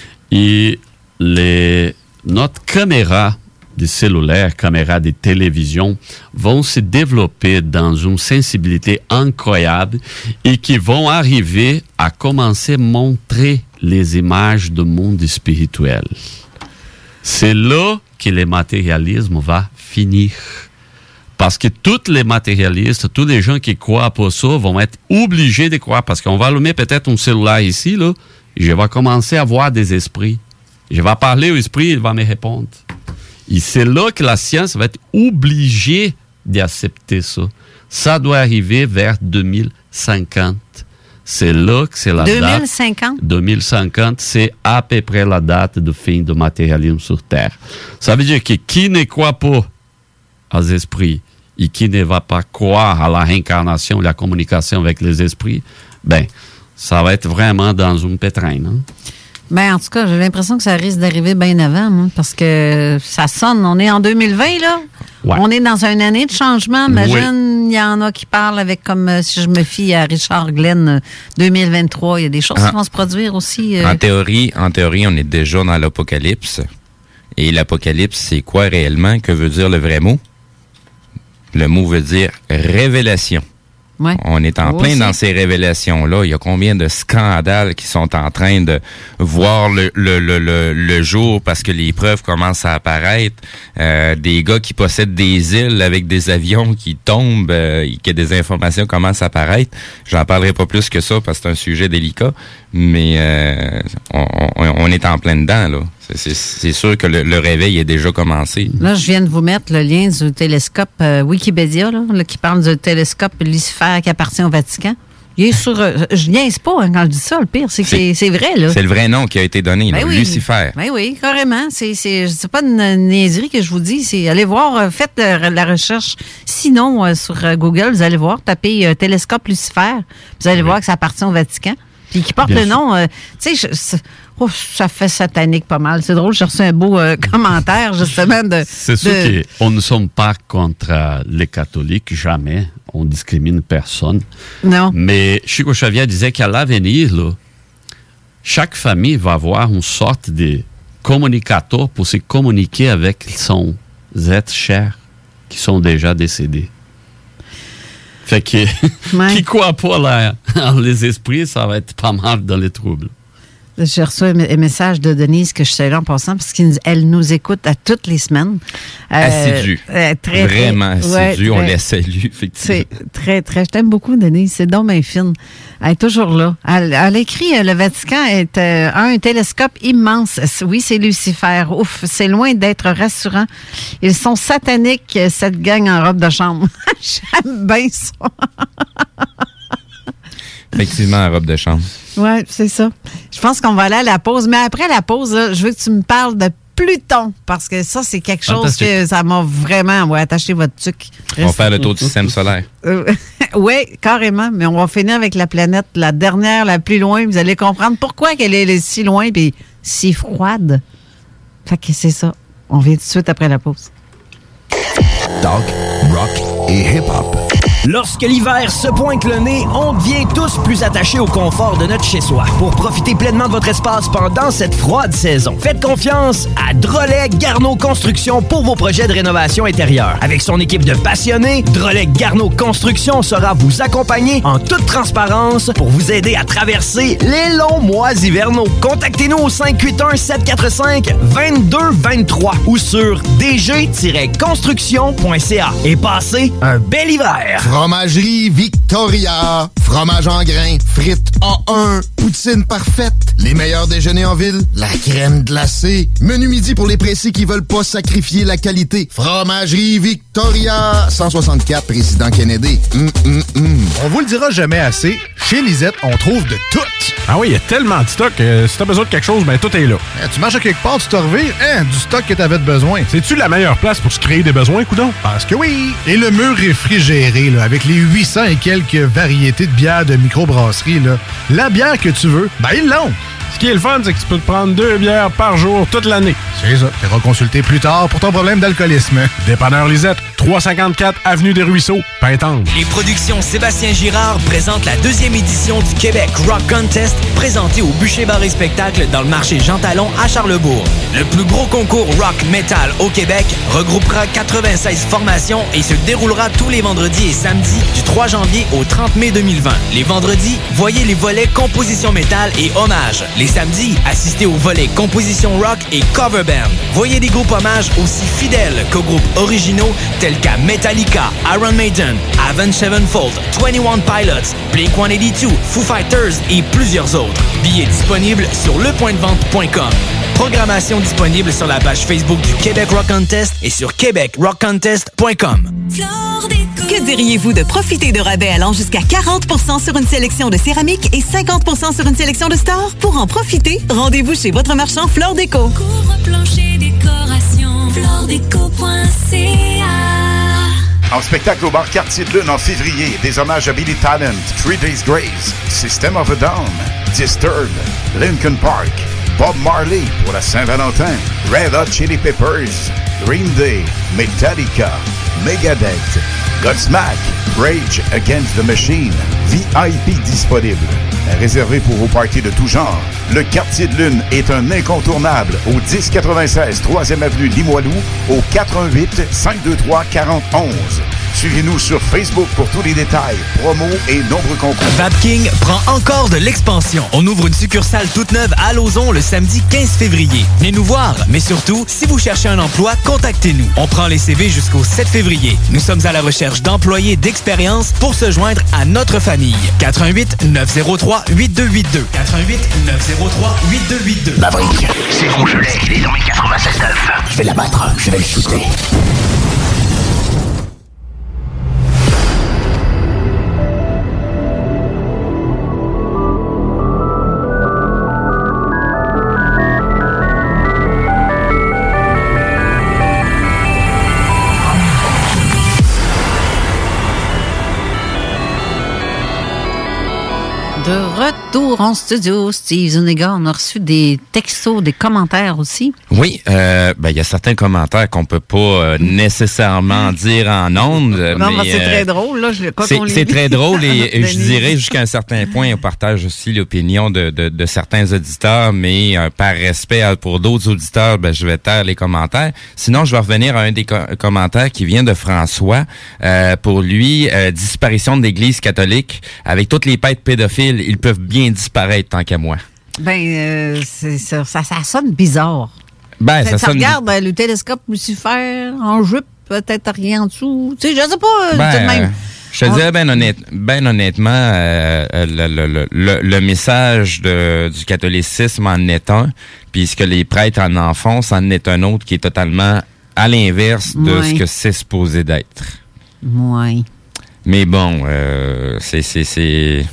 et les, notre caméra des cellulaires, caméras de télévision vont se développer dans une sensibilité incroyable et qui vont arriver à commencer à montrer les images du monde spirituel. C'est là que le matérialisme va finir. Parce que tous les matérialistes, tous les gens qui croient pas ça vont être obligés de croire. Parce qu'on va allumer peut-être un cellulaire ici, là, et je vais commencer à voir des esprits. Je vais parler au esprit, il va me répondre. Et c'est là que la science va être obligée d'accepter ça. Ça doit arriver vers deux mille cinquante. C'est là que c'est la deux mille date. cinquante? deux mille cinquante, c'est à peu près la date de fin du matérialisme sur Terre. Ça veut dire que qui ne croit pas aux esprits et qui ne va pas croire à la réincarnation, la communication avec les esprits, ben, ça va être vraiment dans une pétrine. Hein? Ben, en tout cas, j'ai l'impression que ça risque d'arriver bien avant, moi, parce que ça sonne. On est en deux mille vingt, là. Ouais. On est dans une année de changement. Imagine, il oui. y en a qui parlent avec, comme euh, si je me fie à Richard Glenn, euh, deux mille vingt-trois. Il y a des choses ah. qui vont se produire aussi. Euh... En théorie, en théorie, on est déjà dans l'apocalypse. Et l'apocalypse, c'est quoi réellement? Que veut dire le vrai mot? Le mot veut dire révélation. Ouais. On est en Moi plein aussi. Dans ces révélations-là. Il y a combien de scandales qui sont en train de voir le, le, le, le, le jour parce que les preuves commencent à apparaître. Euh, des gars qui possèdent des îles avec des avions qui tombent euh, et que des informations commencent à apparaître. J'en parlerai pas plus que ça parce que c'est un sujet délicat, mais euh, on, on, on est en plein dedans, là. C'est, c'est, c'est sûr que le, le réveil est déjà commencé. Là, je viens de vous mettre le lien du télescope euh, Wikipédia, là, là, qui parle du télescope Lucifer qui appartient au Vatican. Il est sur. Euh, je niaise pas hein, quand je dis ça, le pire, c'est que c'est, c'est vrai, là. C'est le vrai nom qui a été donné, ben là, oui. Lucifer. Ben oui, carrément. C'est, c'est, c'est pas une niaiserie que je vous dis. C'est allez voir, euh, faites euh, la recherche. Sinon, euh, sur euh, Google, vous allez voir, tapez euh, télescope Lucifer. Vous allez oui. voir que ça appartient au Vatican. Puis qui porte Bien le nom, euh, tu sais, oh, ça fait satanique pas mal. C'est drôle, j'ai reçu un beau euh, commentaire, justement, de... C'est sûr de... qu'on ne sommes pas contre euh, les catholiques, jamais. On discrimine personne. Non. Mais Chico Xavier disait qu'à l'avenir, là, chaque famille va avoir une sorte de communicateur pour se communiquer avec son être cher qui sont déjà décédés. Fait que, ouais. qui croit pas là, les esprits, ça va être pas mal dans les troubles. J'ai reçu un message de Denise que je salue en passant parce qu'elle nous écoute à toutes les semaines. Euh, assidu. Euh, très, Vraiment très, assidu. Ouais, on la salue, effectivement. C'est très, très. Je t'aime beaucoup, Denise. C'est donc bien fine. Elle est toujours là. Elle, elle écrit euh, le Vatican est euh, un télescope immense. Oui, c'est Lucifer. Ouf, c'est loin d'être rassurant. Ils sont sataniques, cette gang en robe de chambre. J'aime bien ça. Effectivement, en robe de chambre. Oui, c'est ça. Je pense qu'on va aller à la pause. Mais après la pause, là, je veux que tu me parles de Pluton, parce que ça, c'est quelque chose Fantastique. Que ça m'a vraiment... Ouais, attaché votre truc. On va faire le tour du système solaire. Euh, oui, carrément. Mais on va finir avec la planète, la dernière, la plus loin. Vous allez comprendre pourquoi elle est si loin et si froide. Fait que c'est ça. On vient tout de suite après la pause. Talk, rock et hip-hop. Lorsque l'hiver se pointe le nez, on devient tous plus attachés au confort de notre chez-soi. Pour profiter pleinement de votre espace pendant cette froide saison, faites confiance à Drolet Garneau Construction pour vos projets de rénovation intérieure. Avec son équipe de passionnés, Drolet Garneau Construction saura vous accompagner en toute transparence pour vous aider à traverser les longs mois hivernaux. Contactez-nous au cinq huit un, sept quatre cinq, deux deux deux trois ou sur d g tiret construction point c a et passez un bel hiver. Fromagerie Victoria. Fromage en grains, frites A un, poutine parfaite, les meilleurs déjeuners en ville, la crème glacée, menu midi pour les pressés qui veulent pas sacrifier la qualité. Fromagerie Victoria. cent soixante-quatre, Président Kennedy. Mm, mm, mm. On vous le dira jamais assez, chez Lisette, on trouve de tout. Ah oui, il y a tellement de stock que si t'as besoin de quelque chose, ben tout est là. Eh, tu marches à quelque part, tu te revires, hein, du stock que t'avais de besoin. C'est-tu la meilleure place pour se créer des besoins, coudonc? Parce que oui! Et le mur réfrigéré, là, avec les huit cents et quelques variétés de bières de microbrasserie, là, la bière que tu veux, ben ils l'ont. Ce qui est le fun, c'est que tu peux te prendre deux bières par jour toute l'année. C'est ça. Tu iras consulter plus tard pour ton problème d'alcoolisme. Dépanneur Lisette, trois cent cinquante-quatre Avenue des Ruisseaux, Pintendre. Les productions Sébastien Girard présentent la deuxième édition du Québec Rock Contest, présentée au Bûcher Bar et Spectacle dans le marché Jean Talon à Charlebourg. Le plus gros concours rock metal au Québec regroupera quatre-vingt-seize formations et se déroulera tous les vendredis et samedis du trois janvier au trente mai deux mille vingt. Les vendredis, voyez les volets composition métal et hommage. Les Les samedis, assistez au volet composition rock et cover band. Voyez des groupes hommages aussi fidèles qu'aux groupes originaux tels qu'à Metallica, Iron Maiden, Avenged Sevenfold, Twenty One Pilots, Blink cent quatre-vingt-deux, Foo Fighters et plusieurs autres. Billets disponibles sur le point de vente point com. Programmation disponible sur la page Facebook du Québec Rock Contest et sur québec rock contest point com. Que diriez-vous de profiter de rabais allant jusqu'à quarante pour cent sur une sélection de céramique et cinquante pour cent sur une sélection de stores? Pour en profiter, rendez-vous chez votre marchand Flore Déco. Couvre-plancher décoration, flore déco point c a. En spectacle au bar Quartier de Lune en février, des hommages à Billy Talent, Three Days Grace, System of a Down, Disturbed, Linkin Park, Bob Marley pour la Saint-Valentin, Red Hot Chili Peppers, Green Day, Metallica, Megadeth, Godsmack, Rage Against the Machine, V I P disponible. Réservé pour vos parties de tout genre, le Quartier de Lune est un incontournable au dix quatre-vingt-seize troisième avenue Limoilou au quatre un huit, cinq deux trois, quatre zéro un un. Suivez-nous sur Facebook pour tous les détails, promos et nombreux concours. Vapking prend encore de l'expansion. On ouvre une succursale toute neuve à Lauson le samedi quinze février. Venez nous voir, mais surtout, si vous cherchez un emploi, contactez-nous. On prend les C V jusqu'au sept février. Nous sommes à la recherche d'employés d'expérience pour se joindre à notre famille. quatre un huit, neuf zéro trois, huit deux huit deux. quatre un huit, neuf zéro trois, huit deux huit deux. Maverick, c'est Rougelet, il est dans mes quatre-vingt-seize neuf. Je vais l'abattre, je vais le shooter. De retour en studio, Steve Zuniga, on a reçu des textos, des commentaires aussi. Oui, euh, ben il y a certains commentaires qu'on peut pas euh, nécessairement dire en ondes. Non, mais, mais c'est euh, très drôle, là. Je, c'est on c'est très drôle et, et je Denis. dirais jusqu'à un certain point, on partage aussi l'opinion de, de, de certains auditeurs, mais euh, par respect à- pour d'autres auditeurs, ben je vais taire les commentaires. Sinon, je vais revenir à un des co- commentaires qui vient de François. Euh, pour lui, euh, disparition de l'Église catholique avec toutes les pètes pédophiles, ils peuvent bien disparaître tant qu'à moi. Ben, euh, c'est, ça, ça, ça sonne bizarre. Ben, ça ça sonne... regarde euh, le télescope Lucifer en jupe, peut-être rien en dessous. Tu sais, je sais pas, euh, Ben, tout de même. je te On- dirais ben, honnête, ben honnêtement, euh, le, le, le, le, le message de, du catholicisme en est un, puis ce que les prêtres en en font, c'en est un autre qui est totalement à l'inverse de Ouais. ce que c'est supposé d'être. Ouais. Mais bon, euh, c'est, c'est, c'est...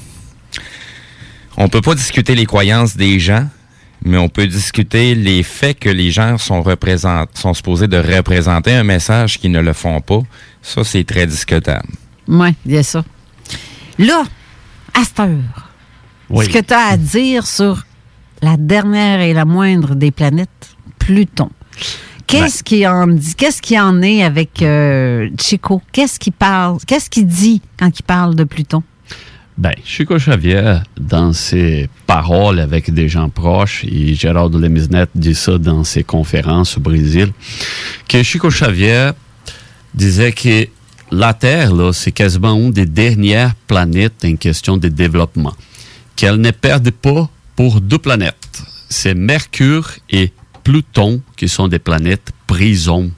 On peut pas discuter les croyances des gens, mais on peut discuter les faits que les gens sont représent... sont supposés de représenter un message qui ne le font pas. Ça, c'est très discutable. Oui, il y a ça. Là, à cette heure, Oui. ce que tu as à dire sur la dernière et la moindre des planètes, Pluton. Qu'est-ce qui en dit? Qu'est-ce qui en est avec euh, Chico? Qu'est-ce qu'il parle? Qu'est-ce qu'il dit quand il parle de Pluton? Ben, Chico Xavier, dans ses paroles avec des gens proches, et Gérard de Lemesnet dit ça dans ses conférences au Brésil, que Chico Xavier disait que la Terre, là, c'est quasiment une des dernières planètes en question de développement, qu'elle ne perd pas pour deux planètes. C'est Mercure et Pluton qui sont des planètes prisons.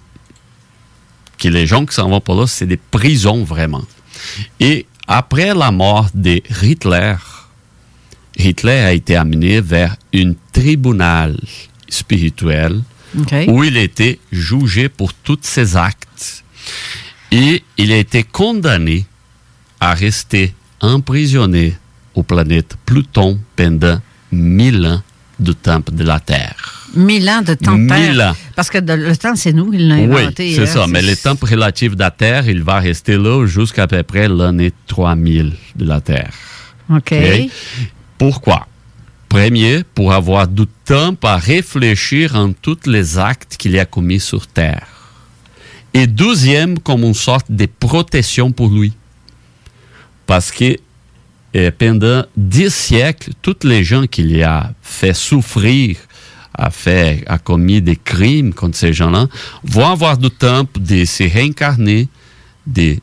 Que les gens qui s'en vont pas là, c'est des prisons vraiment. Et après la mort de Hitler, Hitler a été amené vers un tribunal spirituel Okay. où il était jugé pour tous ses actes. Et il a été condamné à rester emprisonné aux planètes Pluton pendant mille ans de temps de la Terre. Mille ans de temps de terre. Mille ans. Parce que de- le temps, c'est nous qui l'avons Oui, inventé. c'est hein, ça. Mais le temps relatif de la Terre, il va rester là jusqu'à peu près l'année trois mille de la Terre. OK. OK? Pourquoi? Premier, pour avoir du temps à réfléchir en tous les actes qu'il a commis sur Terre. Et deuxième, comme une sorte de protection pour lui. Parce que euh, pendant dix siècles, tous les gens qu'il a fait souffrir, a, fait, a commis des crimes contre ces gens-là, vont avoir du temps de se réincarner, de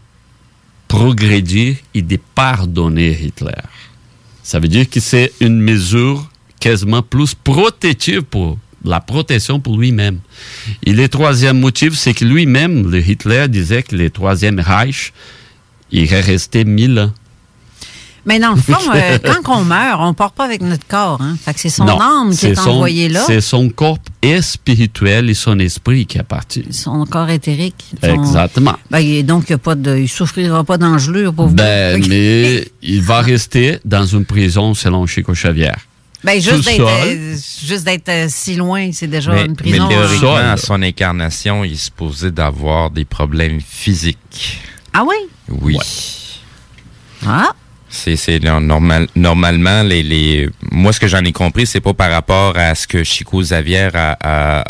progrédir et de pardonner Hitler. Ça veut dire que c'est une mesure quasiment plus protective pour la protection pour lui-même. Et le troisième motif, c'est que lui-même, le Hitler disait que le troisième Reich irait rester mille ans. Mais dans le fond, euh, quand on meurt, on ne part pas avec notre corps. Hein? Fait que c'est son non, âme qui est, est envoyée là. C'est son corps et spirituel et son esprit qui est parti. Son corps éthérique. Son... Exactement. Ben, donc, il ne souffrira pas d'engelure pour vous. Ben, mais il va rester dans une prison selon Chico Xavier. Ben, juste d'être, euh, juste d'être euh, si loin, c'est déjà mais, une prison. Mais théoriquement, à son incarnation, il est supposé d'avoir des problèmes physiques. Ah oui? Oui. Ouais. Ah. C'est, c'est normal, normalement, les, les, moi, ce que j'en ai compris, c'est pas par rapport à ce que Chico Xavier a, a,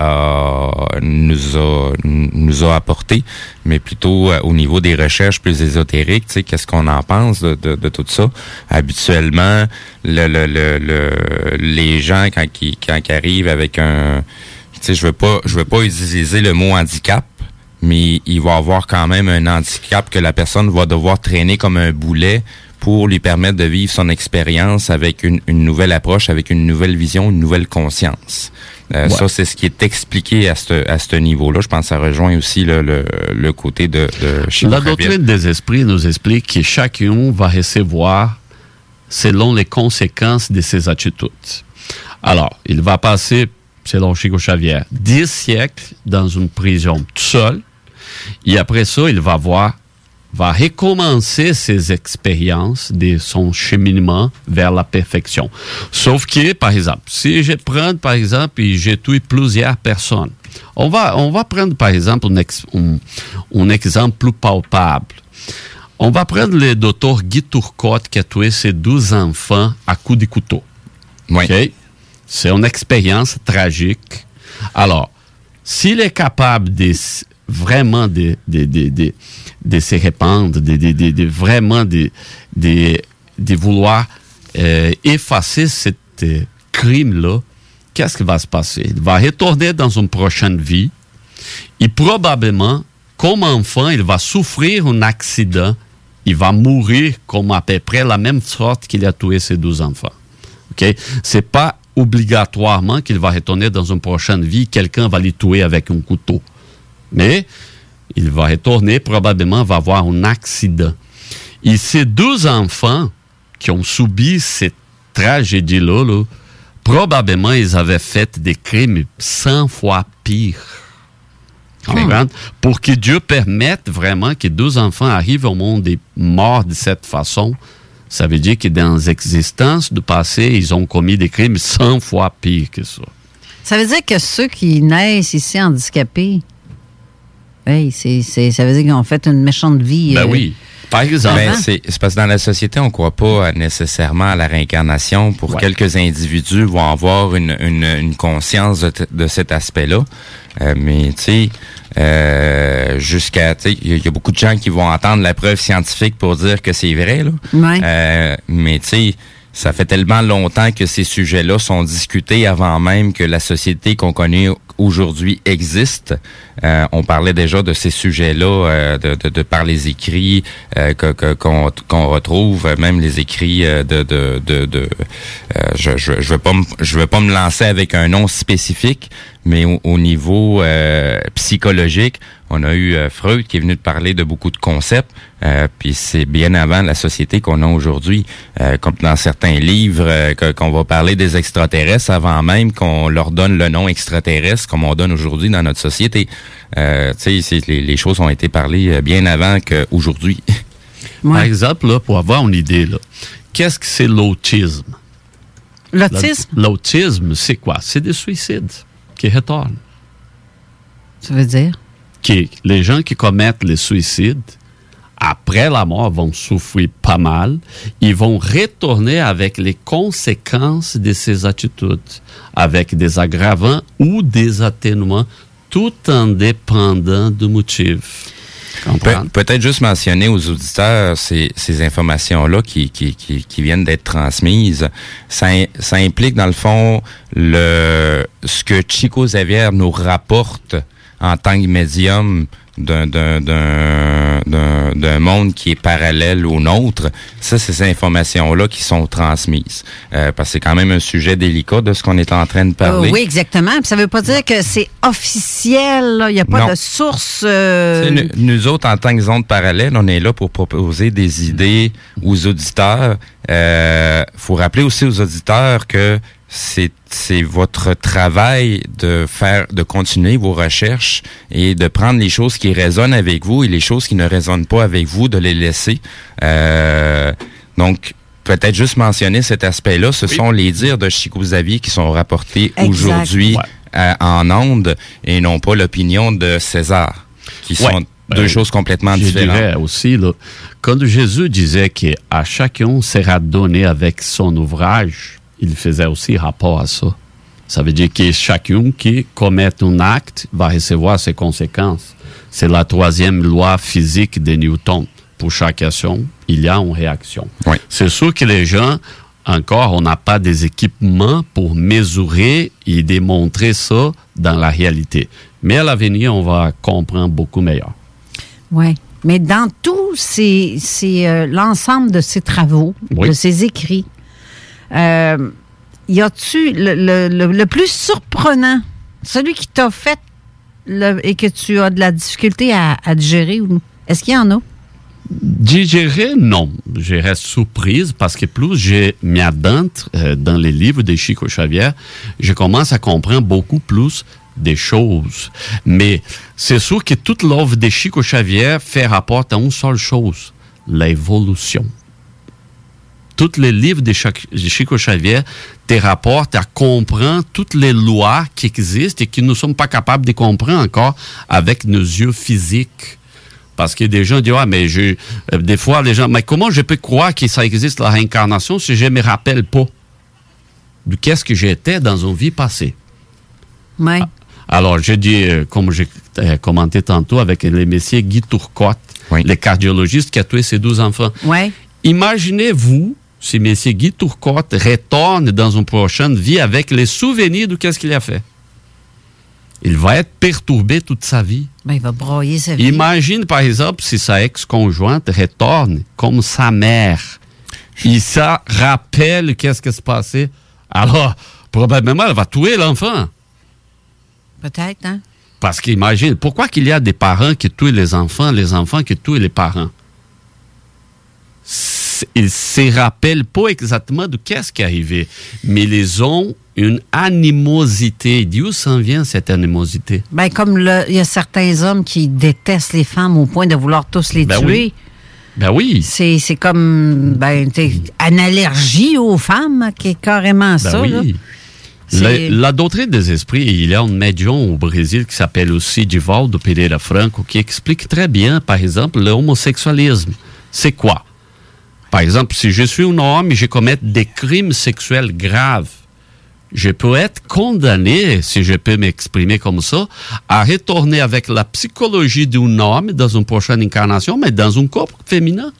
a, nous a, nous a apporté, mais plutôt au niveau des recherches plus ésotériques, tu sais, qu'est-ce qu'on en pense de, de, de tout ça. Habituellement, le, le, le, le les gens, quand ils, quand ils arrivent avec un, tu sais, je veux pas, je veux pas utiliser le mot handicap, mais il va avoir quand même un handicap que la personne va devoir traîner comme un boulet pour lui permettre de vivre son expérience avec une, une nouvelle approche, avec une nouvelle vision, une nouvelle conscience. Euh, ouais. Ça, c'est ce qui est expliqué à ce à ce niveau-là. Je pense que ça rejoint aussi le, le, le côté de, de Chico La doctrine des esprits nous explique que chacun va recevoir selon les conséquences de ses attitudes. Alors, il va passer, selon Chico Xavier, dix siècles dans une prison tout seul, et après ça, il va voir va recommencer ses expériences de son cheminement vers la perfection. Sauf que, par exemple, si je prends, par exemple, et je tue plusieurs personnes, on va, on va prendre, par exemple, un, ex, un, un exemple plus palpable. On va prendre le docteur Guy Turcotte qui a tué ses douze enfants à coups de couteau. Oui. Okay? C'est une expérience tragique. Alors, s'il est capable de vraiment de, de, de, de, de se répandre, de, de, de, de vraiment de, de, de vouloir euh, effacer ce euh, crime-là, qu'est-ce qui va se passer? Il va retourner dans une prochaine vie et probablement, comme enfant, il va souffrir un accident, il va mourir comme à peu près la même sorte qu'il a tué ses douze enfants. Okay? C'est pas obligatoirement qu'il va retourner dans une prochaine vie, quelqu'un va les tuer avec un couteau. Mais il va retourner, probablement va avoir un accident. Et ces deux enfants qui ont subi cette tragédie-là, là, probablement ils avaient fait des crimes cent fois pires. Comprends? Mmh. Pour que Dieu permette vraiment que deux enfants arrivent au monde et morts de cette façon, ça veut dire que dans l'existence du passé, ils ont commis des crimes cent fois pires que ça. Ça veut dire que ceux qui naissent ici handicapés, hey, c'est, c'est, ça veut dire qu'ils ont fait une méchante vie. Ben euh, oui. Par exemple. Ben, c'est, c'est parce que dans la société, on ne croit pas nécessairement à la réincarnation. Pour ouais. quelques individus vont avoir une, une, une conscience de, t- de cet aspect-là. Euh, mais, tu sais, euh, jusqu'à, tu sais, il y, y a beaucoup de gens qui vont entendre la preuve scientifique pour dire que c'est vrai, là. Ouais. Euh, mais, tu sais, ça fait tellement longtemps que ces sujets-là sont discutés avant même que la société qu'on connaît aujourd'hui existe. Euh, on parlait déjà de ces sujets-là, euh, de, de, de par les écrits euh, que, que, qu'on, qu'on retrouve, même les écrits euh, de, de, de, de euh, je, je, je veux pas, m- je veux pas me lancer avec un nom spécifique, mais au, au niveau euh, psychologique, on a eu euh, Freud qui est venu de parler de beaucoup de concepts, euh, puis c'est bien avant la société qu'on a aujourd'hui. Euh, comme dans certains livres, euh, que, qu'on va parler des extraterrestres avant même qu'on leur donne le nom extraterrestre comme on donne aujourd'hui dans notre société. Euh, tu sais, les, les choses ont été parlées bien avant qu'aujourd'hui. Ouais. Par exemple, là, pour avoir une idée, là, qu'est-ce que c'est l'autisme? L'autisme? L'autisme, c'est quoi? C'est des suicides qui retournent. Ça veut dire? Que les gens qui commettent les suicides, après la mort, vont souffrir pas mal. Ils vont retourner avec les conséquences de ces attitudes, avec des aggravants ou des atténuants, tout en dépendant du motif. Pe- peut-être juste mentionner aux auditeurs ces, ces informations-là qui, qui, qui, qui viennent d'être transmises. Ça, ça implique, dans le fond, le ce que Chico Xavier nous rapporte en tant que médium d'un, d'un, d'un, d'un, d'un monde qui est parallèle au nôtre, ça, c'est ces informations-là qui sont transmises. Euh, parce que c'est quand même un sujet délicat de ce qu'on est en train de parler. Euh, oui, exactement. Puis ça veut pas dire que c'est officiel, là. Il n'y a pas Non. de source... Euh... Nous, nous autres, en tant que zone parallèle, on est là pour proposer des idées aux auditeurs. Il euh, faut rappeler aussi aux auditeurs que c'est c'est votre travail de faire de continuer vos recherches et de prendre les choses qui résonnent avec vous et les choses qui ne résonnent pas avec vous, de les laisser. Euh, donc, peut-être juste mentionner cet aspect-là. Ce oui. sont les dires de Chico Xavier qui sont rapportés exact. aujourd'hui ouais. à, en ondes et non pas l'opinion de César, qui ouais. sont deux euh, choses complètement je différentes. Je dirais aussi, là, quand Jésus disait qu'à chacun sera donné avec son ouvrage, il faisait aussi rapport à ça. Ça veut dire que chacun qui commet un acte va recevoir ses conséquences. C'est la troisième loi physique de Newton. Pour chaque action, il y a une réaction. Oui. C'est sûr que les gens, encore, on n'a pas des équipements pour mesurer et démontrer ça dans la réalité. Mais à l'avenir, on va comprendre beaucoup meilleur. Oui. Mais dans tout ces, ces, euh, l'ensemble de ces travaux, oui. de ces écrits, Euh, y a-tu le, le, le, le plus surprenant, celui qui t'a fait le, et que tu as de la difficulté à, à digérer? Ou, est-ce qu'il y en a? Digérer, non. Je reste surprise parce que plus je m'adentre euh, dans les livres de Chico Xavier, je commence à comprendre beaucoup plus des choses. Mais c'est sûr que toute l'œuvre de Chico Xavier fait rapport à une seule chose, l'évolution. Tous les livres de Chico Xavier te rapportent à comprendre toutes les lois qui existent et que nous ne sommes pas capables de comprendre encore avec nos yeux physiques. Parce que des gens disent, ah, mais je, euh, des fois, les gens, mais comment je peux croire que ça existe la réincarnation si je ne me rappelle pas de qu'est-ce que j'étais dans une vie passée? Oui. Alors, je dis, euh, comme j'ai euh, commenté tantôt avec le messieurs Guy Turcotte, oui. le cardiologiste qui a tué ses douze enfants. Oui. Imaginez-vous si M. Guy Turcotte retourne dans une prochaine vie avec les souvenirs de qu'est-ce qu'il a fait. Il va être perturbé toute sa vie. Ben, il va broyer sa vie. Imagine, par exemple, si sa ex-conjointe retourne comme sa mère. Il se rappelle qu'est-ce qui se passait. Alors, probablement, elle va tuer l'enfant. Peut-être, hein? Parce qu'imagine, pourquoi qu'il y a des parents qui tuent les enfants, les enfants qui tuent les parents? Ils ne se rappellent pas exactement de qu'est-ce qui est arrivé, mais ils ont une animosité. D'où s'en vient cette animosité? Ben, comme il y a certains hommes qui détestent les femmes au point de vouloir tous les ben tuer. Oui. Ben oui. C'est, c'est comme ben, une allergie aux femmes qui est carrément ben ça. Oui. La, la doctrine des esprits, il y a un médium au Brésil qui s'appelle aussi Divaldo Pereira Franco qui explique très bien, par exemple, l'homosexualisme. C'est quoi? Par exemple, si je suis un homme et je commets des crimes sexuels graves, je peux être condamné, si je peux m'exprimer comme ça, à retourner avec la psychologie d'un homme dans une prochaine incarnation, mais dans un corps féminin.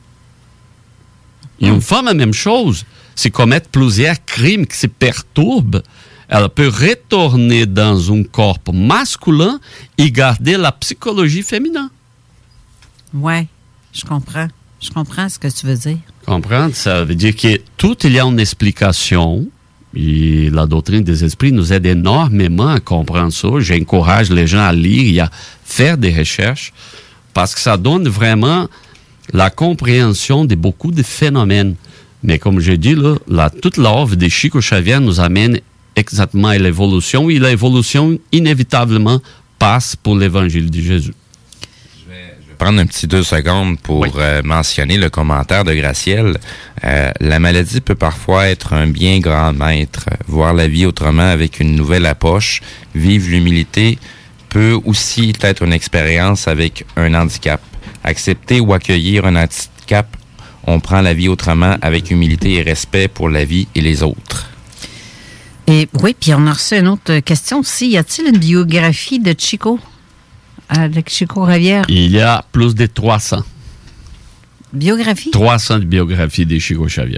Et une femme, la même chose. Si commettre plusieurs crimes qui se perturbent, elle peut retourner dans un corps masculin et garder la psychologie féminine. Oui, je comprends. Je comprends ce que tu veux dire. Comprendre, ça veut dire que tout il y a une explication et la doctrine des esprits nous aide énormément à comprendre ça. J'encourage les gens à lire et à faire des recherches parce que ça donne vraiment la compréhension de beaucoup de phénomènes. Mais comme je dis, là, la, toute l'œuvre de Chico Xavier nous amène exactement à l'évolution et l'évolution inévitablement passe pour l'évangile de Jésus. Prendre un petit deux secondes pour oui. euh, mentionner le commentaire de Gracielle. Euh, la maladie peut parfois être un bien grand maître. Voir la vie autrement avec une nouvelle approche, vivre l'humilité peut aussi être une expérience avec un handicap. Accepter ou accueillir un handicap, on prend la vie autrement avec humilité et respect pour la vie et les autres. Et oui, puis on a reçu une autre question aussi. Y a-t-il une biographie de Chico? Avec Chico Xavier? Il y a plus de trois cents. Biographies? trois cents biographies de Chico Xavier.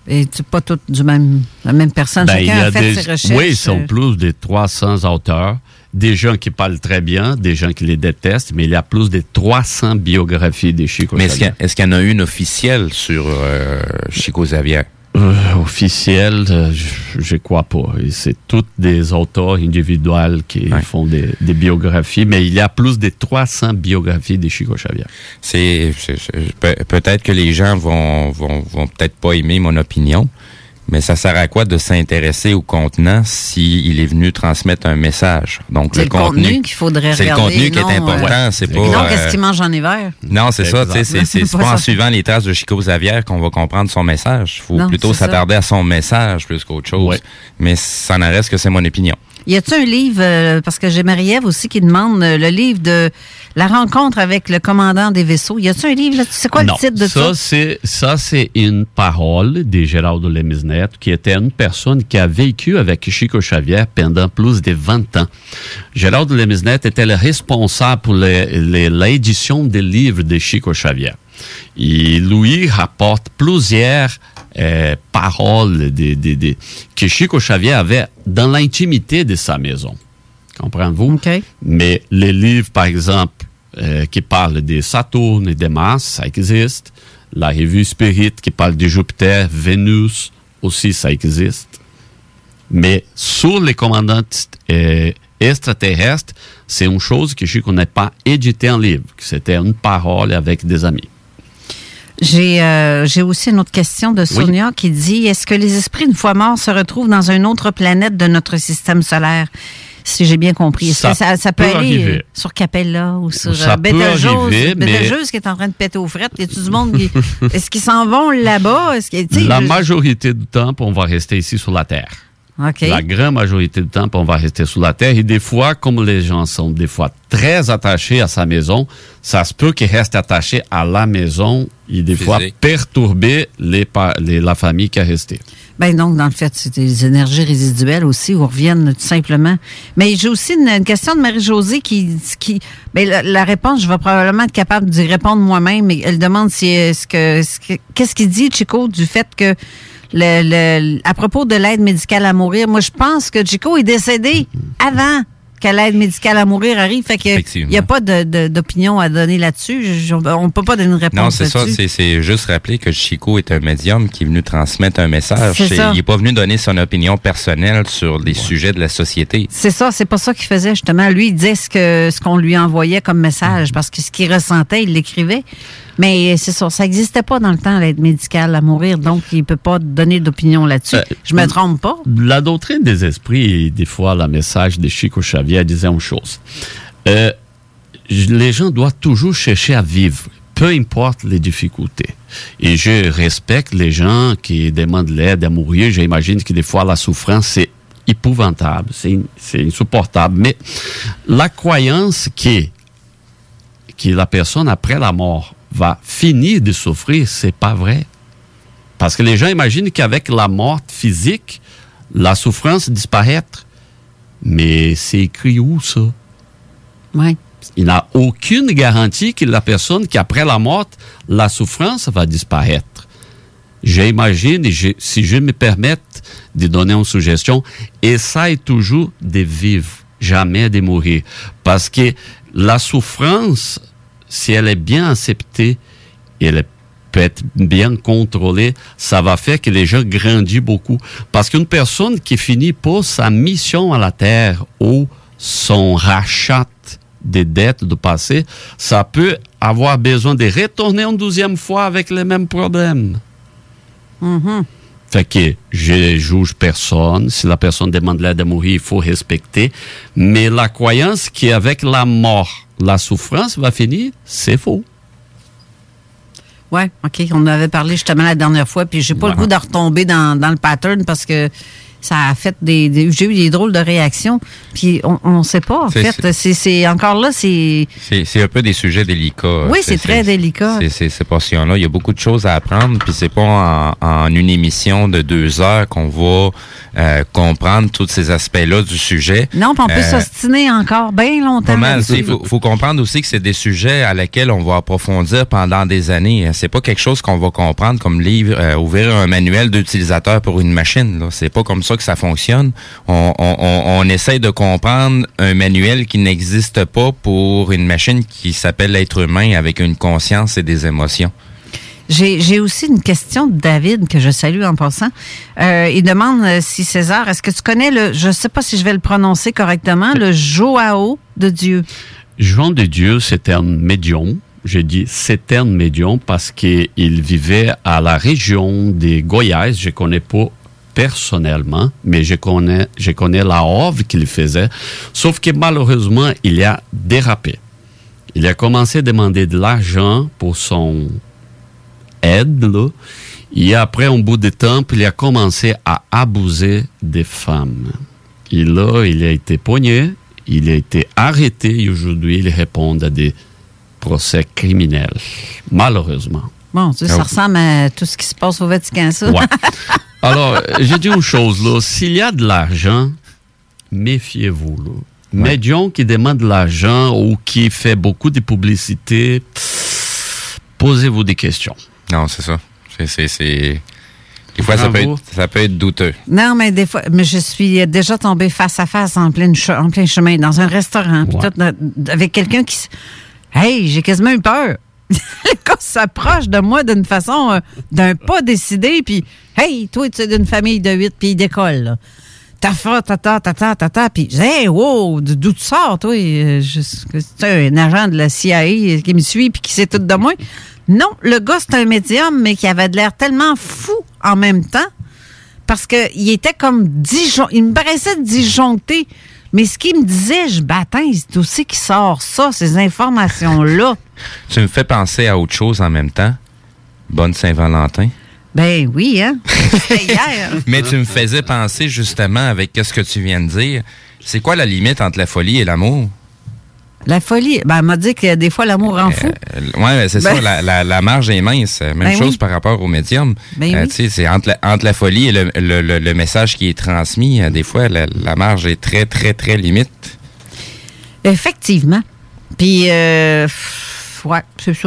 Et c'est pas toutes du même, la même personne. Ben, Chacun il y a a fait des, ses recherches. oui, ils sont plus de trois cents auteurs. Des gens qui parlent très bien, des gens qui les détestent, mais il y a plus de trois cents biographies de Chico Mais est-ce Xavier. qu'il y, a- est-ce qu'il y en a une officielle sur euh, Chico Xavier? Euh, officiel, euh, je, je crois pas. Et c'est tous des auteurs individuels qui Ouais. font des, des biographies, mais il y a plus de trois cents biographies de Chico Xavier. C'est, c'est- c'est- peut- peut-être que les gens vont, vont, vont peut-être pas aimer mon opinion, mais ça sert à quoi de s'intéresser au contenant s'il est venu transmettre un message? Donc C'est le contenu qu'il faudrait c'est regarder. le contenu qui non, est important, euh, c'est et pas. non, euh, qu'est-ce qu'il mange en hiver? Non, c'est ça, tu sais, c'est, c'est, c'est Pas pas en ça. suivant les traces de Chico Xavier qu'on va comprendre son message. Il faut Non, plutôt c'est ça. s'attarder à son message plus qu'autre chose. Ouais. Mais ça n'en reste que c'est mon opinion. Y a-t-il un livre, euh, parce que j'ai Marie-Ève aussi qui demande euh, le livre de la rencontre avec le commandant des vaisseaux. Y a-t-il un livre là? C'est quoi Non, le titre de ça? ça? C'est, ça, c'est une parole de Gérard de Lemesnet, qui était une personne qui a vécu avec Chico Xavier pendant plus de vingt ans. Gérard de Lemesnet était le responsable pour les- les- l'édition des livres de Chico Xavier. Et lui rapporte plusieurs euh, paroles de, de, de- que Chico Xavier avait dans l'intimité de sa maison. Comprenez-vous? OK. Mais les livres, par exemple, euh, qui parlent de Saturne et de Mars, ça existe. La revue Spirit qui parle de Jupiter, Vénus, aussi ça existe. Mais sur les commandants euh, extraterrestres, c'est une chose que Chico n'a pas édité en livre. que C'était une parole avec des amis. J'ai euh, j'ai aussi une autre question de Sonia qui dit, est-ce que les esprits, une fois morts, se retrouvent dans une autre planète de notre système solaire? Si j'ai bien compris. Est-ce Ça que ça, ça peut, peut aller arriver. euh, sur Capella ou sur Ça euh, peut Betelgeuse? arriver, mais- Betelgeuse qui est en train de péter aux frettes. Y a-tu du monde qui... Est-ce qu'ils s'en vont là-bas? Est-ce que, tu sais, La je- majorité du temps, on va rester ici sur la Terre. OK. La grande majorité du temps, on va rester sur la terre. Et des fois, comme les gens sont des fois très attachés à sa maison, ça se peut qu'ils restent attachés à la maison et des fois Physique. perturber les, pa- les- la famille qui est restée. Ben donc, dans le fait, c'est des énergies résiduelles aussi, ou reviennent tout simplement. Mais j'ai aussi une, une question de Marie-Josée qui... qui ben, la, la réponse, je vais probablement être capable d'y répondre moi-même, mais elle demande si est-ce que... est-ce que- qu'est-ce qu'il dit, Chico, du fait que... Le, le, à propos de l'aide médicale à mourir, moi, je pense que Chico est décédé avant que l'aide médicale à mourir arrive. Fait que il n'y a pas de, de, d'opinion à donner là-dessus. Je- je- on ne peut pas donner une réponse Non, c'est ça. là-dessus. C'est, c'est juste rappeler que Chico est un médium qui est venu transmettre un message. C'est C'est- ça. il n'est pas venu donner son opinion personnelle sur des sujets de la société. C'est ça, c'est pas ça qu'il faisait, justement. Lui, il disait ce, que, ce qu'on lui envoyait comme message, parce que ce qu'il ressentait, il l'écrivait. Mais c'est ça, ça n'existait pas dans le temps, l'aide médicale à mourir, donc il ne peut pas donner d'opinion là-dessus. Euh, Je me trompe pas? La doctrine des esprits, et des fois, le message de Chico Xavier disait une chose. Euh, j- les gens doivent toujours chercher à vivre, peu importe les difficultés. Et je respecte les gens qui demandent l'aide à mourir. J'imagine que des fois, la souffrance, c'est épouvantable, c'est, c'est insupportable. Mais la croyance que, que la personne, après la mort, va finir de souffrir, c'est pas vrai. Parce que les gens imaginent qu'avec la mort physique, la souffrance disparaît. Mais c'est écrit où, ça? Oui. Il n'a aucune garantie que la personne qu'après la mort, la souffrance va disparaître. J'imagine, et je- si je me permets de donner une suggestion, essaye toujours de vivre, jamais de mourir. Parce que la souffrance, si elle est bien acceptée, et elle peut être bien contrôlée, ça va faire que les gens grandissent beaucoup. Parce qu'une personne qui finit pas sa mission à la Terre ou son rachat des dettes du passé, ça peut avoir besoin de retourner une douzième fois avec les mêmes problèmes. Mhm. Fait que je juge personne. Si la personne demande l'aide à mourir, il faut respecter. Mais la croyance qu'avec la mort, la souffrance va finir, c'est faux. Oui, OK. On en avait parlé justement la dernière fois, puis j'ai pas le Voilà. goût de retomber dans, dans le pattern parce que ça a fait des, des j'ai eu des drôles de réactions. Puis on ne sait pas, en c'est, fait. C'est, c'est encore là, c'est... c'est... C'est un peu des sujets délicats. Oui, c'est, c'est très c'est, délicat. C'est, c'est, ces portions-là. Il y a beaucoup de choses à apprendre, puis c'est pas en, en une émission de deux heures qu'on va euh, comprendre tous ces aspects-là du sujet. Non, puis on peut euh, s'ostiner encore bien longtemps. Pas mal. Il faut, faut comprendre aussi que c'est des sujets à lesquels on va approfondir pendant des années. C'est pas quelque chose qu'on va comprendre comme livre, euh, ouvrir un manuel d'utilisateur pour une machine. Là. C'est pas comme ça que ça fonctionne. On, on, on, on essaye de comprendre un manuel qui n'existe pas pour une machine qui s'appelle l'être humain avec une conscience et des émotions. J'ai, j'ai aussi une question de David que je salue en passant. Euh, il demande euh, si César, est-ce que tu connais le, je sais pas si je vais le prononcer correctement, le Joao de Dieu? Joao de Dieu, c'est un médium. Je dis c'est un médium parce qu'il vivait à la région des Goiás. Je connais pas personnellement, mais je connais, je connais la œuvre qu'il faisait. Sauf que malheureusement, il a dérapé. Il a commencé à demander de l'argent pour son aide, là. Et après, au bout de temps, il a commencé à abuser des femmes. Et là, il a été pogné, il a été arrêté et aujourd'hui, il répond à des procès criminels, malheureusement. Bon, tu sais, ça ressemble à tout ce qui se passe au Vatican, ça. Ouais. Alors, j'ai dit une chose, là. S'il y a de l'argent, méfiez-vous, là. Ouais. Médium qui demande de l'argent ou qui fait beaucoup de publicité, posez-vous des questions. Non, c'est ça. C'est, c'est, c'est... Des fois, ça peut, être, ça peut être douteux. Non, mais des fois, mais je suis déjà tombée face à face en plein, en plein chemin, dans un restaurant, ouais. tout, avec quelqu'un qui... Hey, j'ai quasiment eu peur. Le gars s'approche de moi d'une façon, euh, d'un pas décidé, puis hey, toi, tu es d'une famille de huit, puis il décolle, là. Tata, tata, tata, tata, puis hey, wow, d'où tu sors, toi? C'est un agent de la C I A qui me suit, puis qui sait tout de moi. Non, le gars, c'est un médium, mais qui avait de l'air tellement fou en même temps, parce qu'il était comme disjoncté, il me paraissait disjoncté. Mais ce qu'il me disait, je baptise, c'est aussi qui sort ça, ces informations-là. Tu me fais penser à autre chose en même temps. Bonne Saint-Valentin. Ben oui, hein? C'était hier. Mais tu me faisais penser justement avec ce que tu viens de dire. C'est quoi la limite entre la folie et l'amour? La folie, ben, elle m'a dit que des fois, l'amour rend fou. Euh, oui, c'est ben, ça, la, la, la marge est mince. Même ben chose oui. par rapport au médium. Ben euh, oui. Tu sais, c'est entre la, entre la folie et le, le, le, le message qui est transmis, des fois, la, la marge est très, très, très limite. Effectivement. Puis, euh, ouais, c'est ça.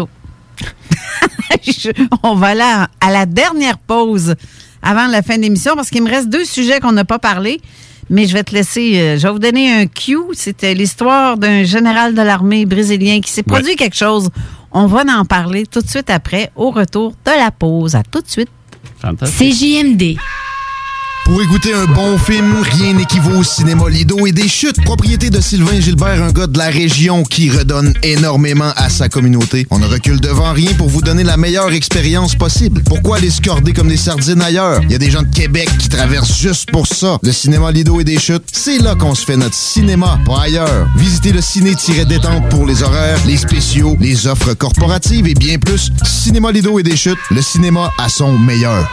Je, on va aller à, à la dernière pause avant la fin de l'émission parce qu'il me reste deux sujets qu'on n'a pas parlé. Mais je vais te laisser, euh, je vais vous donner un cue. C'était l'histoire d'un général de l'armée brésilien qui s'est produit ouais. quelque chose. On va en parler tout de suite après, au retour de la pause. À tout de suite. Fantastique. C J M D. Pour écouter un bon film, rien n'équivaut au cinéma Lido et des chutes. Propriété de Sylvain Gilbert, un gars de la région qui redonne énormément à sa communauté. On ne recule devant rien pour vous donner la meilleure expérience possible. Pourquoi aller se corder comme des sardines ailleurs? Il y a des gens de Québec qui traversent juste pour ça. Le cinéma Lido et des chutes, c'est là qu'on se fait notre cinéma, pas ailleurs. Visitez le ciné-détente pour les horaires, les spéciaux, les offres corporatives et bien plus. Cinéma Lido et des chutes, le cinéma à son meilleur.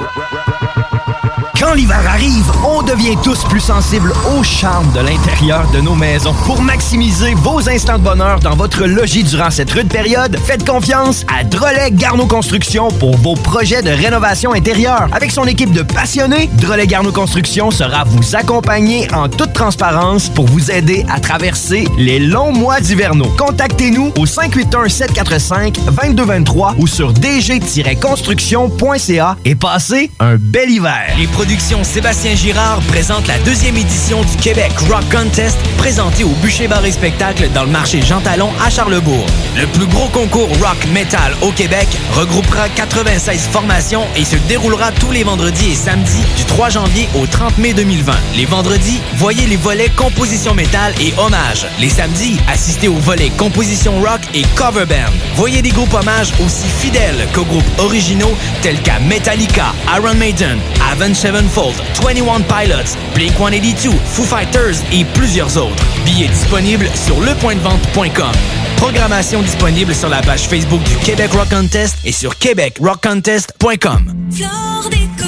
Quand l'hiver arrive, on devient tous plus sensibles au charme de l'intérieur de nos maisons. Pour maximiser vos instants de bonheur dans votre logis durant cette rude période, faites confiance à Drolet Garneau Construction pour vos projets de rénovation intérieure. Avec son équipe de passionnés, Drolet Garneau Construction sera vous accompagner en toute transparence pour vous aider à traverser les longs mois d'hivernaux. Contactez-nous au cinq huit un, sept quatre cinq, deux deux deux trois ou sur d g tiret construction point c a et passez un bel hiver. Les Productions Sébastien Girard présente la deuxième édition du Québec Rock Contest présentée au Bûcher Bar et Spectacle dans le marché Jean Talon à Charlebourg. Le plus gros concours rock metal au Québec regroupera quatre-vingt-seize formations et se déroulera tous les vendredis et samedis du trois janvier au trente mai deux mille vingt. Les vendredis, voyez les volets composition métal et hommage. Les samedis, assistez aux volets composition rock et cover band. Voyez des groupes hommages aussi fidèles qu'aux groupes originaux tels qu'à Metallica, Iron Maiden, Avenged Sevenfold, Twenty One Pilots, Blink cent quatre-vingt-deux, Foo Fighters et plusieurs autres. Billets disponibles sur le point de vente point com. Programmation disponible sur la page Facebook du Québec Rock Contest et sur québec rock contest point com.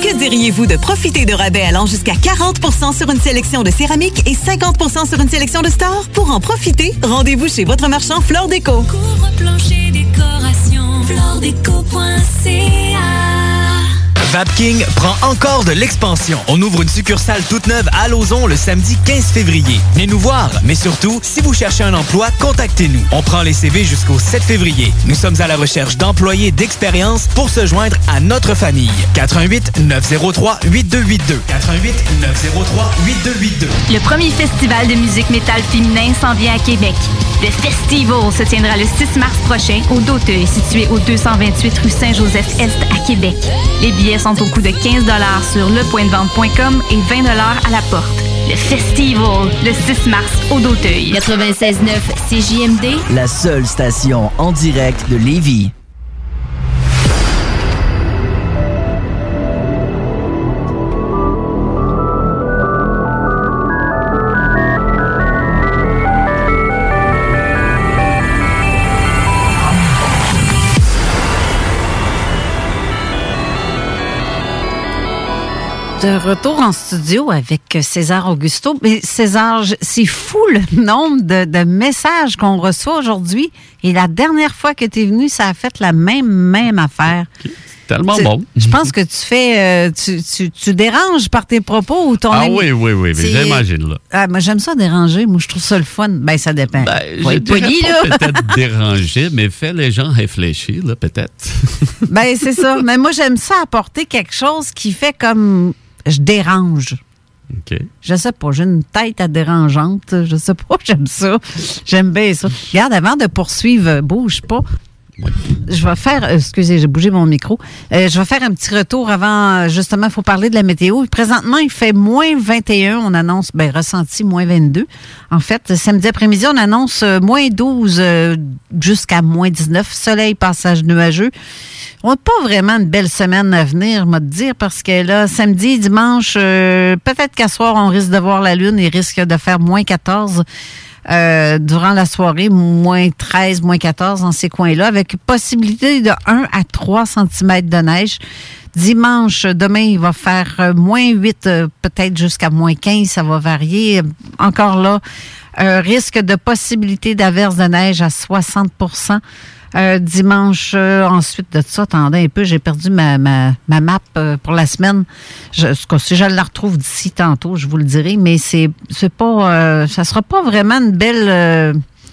Que diriez-vous de profiter de rabais allant jusqu'à quarante pour cent sur une sélection de céramique et cinquante pour cent sur une sélection de stores? Pour en profiter, rendez-vous chez votre marchand Flore Déco. Couvre-plancher décoration, floredeco point c a. Vapking prend encore de l'expansion. On ouvre une succursale toute neuve à Lauson le samedi quinze février. Venez nous voir, mais surtout, si vous cherchez un emploi, contactez-nous. On prend les C V jusqu'au sept février. Nous sommes à la recherche d'employés d'expérience pour se joindre à notre famille. quatre un huit neuf zéro trois huit deux huit deux. quatre un huit neuf zéro trois huit deux huit deux. Le premier festival de musique métal féminin s'en vient à Québec. Le Festival se tiendra le six mars prochain au Doteuil, situé au deux cent vingt-huit rue Saint-Joseph-Est à Québec. Les billets sont au coût de quinze dollars sur le point de vente point com et vingt dollars à la porte. Le Festival, le six mars au Doteuil. quatre-vingt-seize neuf C J M D, la seule station en direct de Lévis. De retour en studio avec César Augusto. Mais César, c'est fou le nombre de, de messages qu'on reçoit aujourd'hui. Et la dernière fois que tu es venu, ça a fait la même, même affaire. Tellement tu, bon. Je pense que tu fais, euh, tu, tu, tu déranges par tes propos ou ton Ah ami. oui, oui, oui, mais j'imagine, là. Ah, moi, j'aime ça déranger. Moi, je trouve ça le fun. Ben, ça dépend. Ben, Faut je être dirais poli, pas là. peut-être déranger, mais fait les gens réfléchir, là, peut-être. Ben, c'est ça. Mais moi, j'aime ça apporter quelque chose qui fait comme je dérange. OK. Je sais pas, j'ai une tête à dérangeante. Je sais pas, j'aime ça. J'aime bien ça. Regarde, avant de poursuivre, bouge pas. Oui. Je vais faire, excusez, j'ai bougé mon micro. Euh, je vais faire un petit retour avant, justement, il faut parler de la météo. Présentement, il fait moins vingt et un. On annonce, ben, ressenti moins vingt-deux. En fait, samedi après-midi, on annonce euh, moins douze euh, jusqu'à moins dix-neuf. Soleil, passage nuageux. On n'a pas vraiment une belle semaine à venir, moi, te dire, parce que là, samedi, dimanche, euh, peut-être qu'à soir, on risque de voir la lune et risque de faire moins quatorze. Euh, durant la soirée, moins treize, moins quatorze dans ces coins-là, avec possibilité de un à trois centimètres de neige. Dimanche, demain, il va faire euh, moins huit, euh, peut-être jusqu'à moins quinze, ça va varier. Encore là, euh, risque de possibilité d'averse de neige à soixante pour cent. Euh, dimanche, euh, ensuite de ça, attendez un peu, j'ai perdu ma, ma, ma map euh, pour la semaine. Je, si je la retrouve d'ici tantôt, je vous le dirai, mais c'est, c'est pas, euh, ça sera pas vraiment une belle, euh,